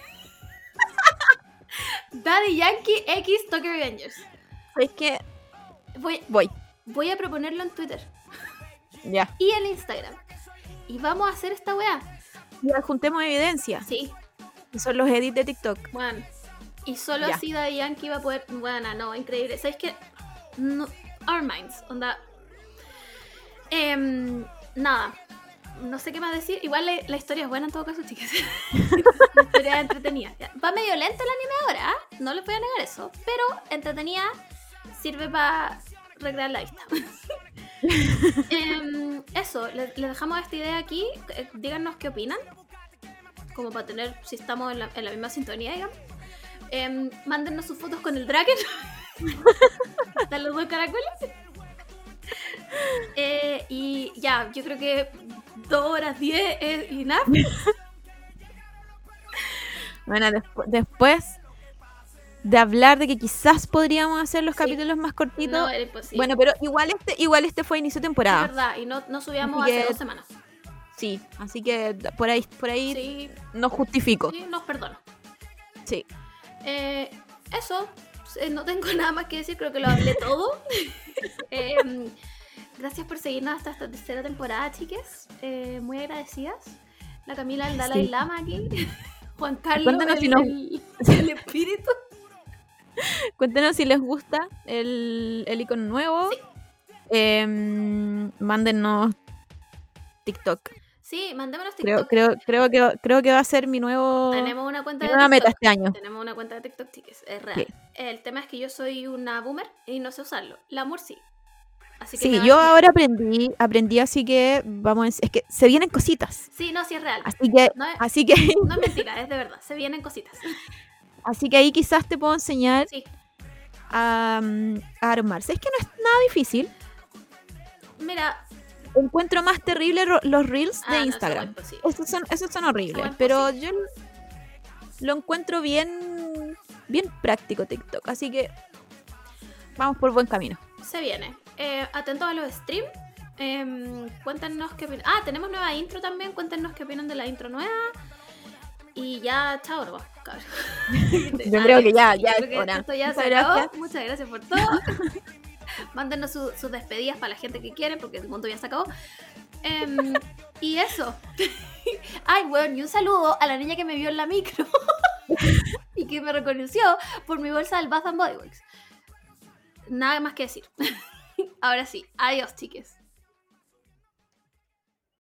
Speaker 3: Daddy Yankee X Tokyo Revengers.
Speaker 2: Es que
Speaker 3: Voy
Speaker 2: voy.
Speaker 3: a proponerlo en Twitter
Speaker 2: Ya.
Speaker 3: y en Instagram. Y vamos a hacer esta weá.
Speaker 2: Y adjuntemos evidencia.
Speaker 3: Sí,
Speaker 2: Que son los edits de TikTok.
Speaker 3: bueno. Y solo
Speaker 2: Ya.
Speaker 3: así Daddy Yankee va a poder. Bueno, no, increíble. ¿Sabes qué? No, Our Minds, onda. Nada. No sé qué más decir. Igual la historia es buena en todo caso, chicas. La historia es entretenida. Va medio lento el anime ahora, ¿ah? No les voy a negar eso. Pero entretenida sirve para recrear la vista. Eso, les dejamos esta idea aquí. Díganos qué opinan. Como para tener, si estamos en la misma sintonía, digamos. Mándennos sus fotos con el Draken. Están los dos caracoles. Y ya, yo creo que 2 horas 10 es enough.
Speaker 2: Bueno, después de hablar de que quizás podríamos hacer los
Speaker 3: Sí.
Speaker 2: capítulos más cortitos.
Speaker 3: No, era imposible.
Speaker 2: Bueno, pero igual este fue inicio de
Speaker 3: Es
Speaker 2: temporada.
Speaker 3: verdad, y no subíamos
Speaker 2: Así
Speaker 3: hace
Speaker 2: que-
Speaker 3: 2 semanas.
Speaker 2: Sí, así que por ahí
Speaker 3: Sí,
Speaker 2: nos justifico.
Speaker 3: sí, nos perdono.
Speaker 2: Sí.
Speaker 3: Eso, no tengo nada más que decir, creo que lo hablé todo. Gracias por seguirnos hasta esta tercera temporada, chiques. Muy agradecidas. La Camila, el Dalai
Speaker 2: Sí.
Speaker 3: Lama aquí. Juan Carlos,
Speaker 2: Cuéntanos si
Speaker 3: el espíritu.
Speaker 2: Cuéntenos si les gusta el icono nuevo.
Speaker 3: Sí.
Speaker 2: Mándennos TikTok.
Speaker 3: Sí, mandémonos
Speaker 2: Creo,
Speaker 3: TikTok.
Speaker 2: creo que va a ser mi nuevo
Speaker 3: Tenemos una cuenta
Speaker 2: mi
Speaker 3: de
Speaker 2: nueva meta
Speaker 3: TikTok.
Speaker 2: este año.
Speaker 3: Tenemos una cuenta de TikTok, chiques. Es real.
Speaker 2: Sí.
Speaker 3: El tema es que yo soy una boomer y no sé usarlo. La amor sí. Así que
Speaker 2: Sí,
Speaker 3: nada,
Speaker 2: yo ahora aprendí, así que es que se vienen cositas.
Speaker 3: Sí, no, sí es real.
Speaker 2: Así que,
Speaker 3: No es-
Speaker 2: así que,
Speaker 3: No es mentira, es de verdad. Se vienen cositas.
Speaker 2: así que ahí quizás te puedo enseñar
Speaker 3: Sí.
Speaker 2: a armarse. Es que no es nada difícil.
Speaker 3: Mira.
Speaker 2: Encuentro más terrible los reels
Speaker 3: Ah,
Speaker 2: de
Speaker 3: no,
Speaker 2: Instagram.
Speaker 3: eso es
Speaker 2: Esos son horribles.
Speaker 3: Eso es
Speaker 2: Pero yo lo encuentro bien práctico TikTok. Así que vamos por buen camino.
Speaker 3: Se viene. Atentos a los streams. Cuéntenos qué opinan. Ah, tenemos nueva intro también. Cuéntenos qué opinan de la intro nueva. Y ya, chao, no, cabrón.
Speaker 2: Yo creo que ya
Speaker 3: Yo creo
Speaker 2: es
Speaker 3: que
Speaker 2: hora.
Speaker 3: esto ya se
Speaker 2: Muchas
Speaker 3: acabó.
Speaker 2: gracias.
Speaker 3: Muchas gracias por todo. Mándenos sus despedidas para la gente que quieren, porque el mundo ya se acabó. Y eso. Ay, bueno, y un saludo a la niña que me vio en la micro y que me reconoció por mi bolsa del Bath and Body Works. Nada más que decir. Ahora sí, adiós, chiques.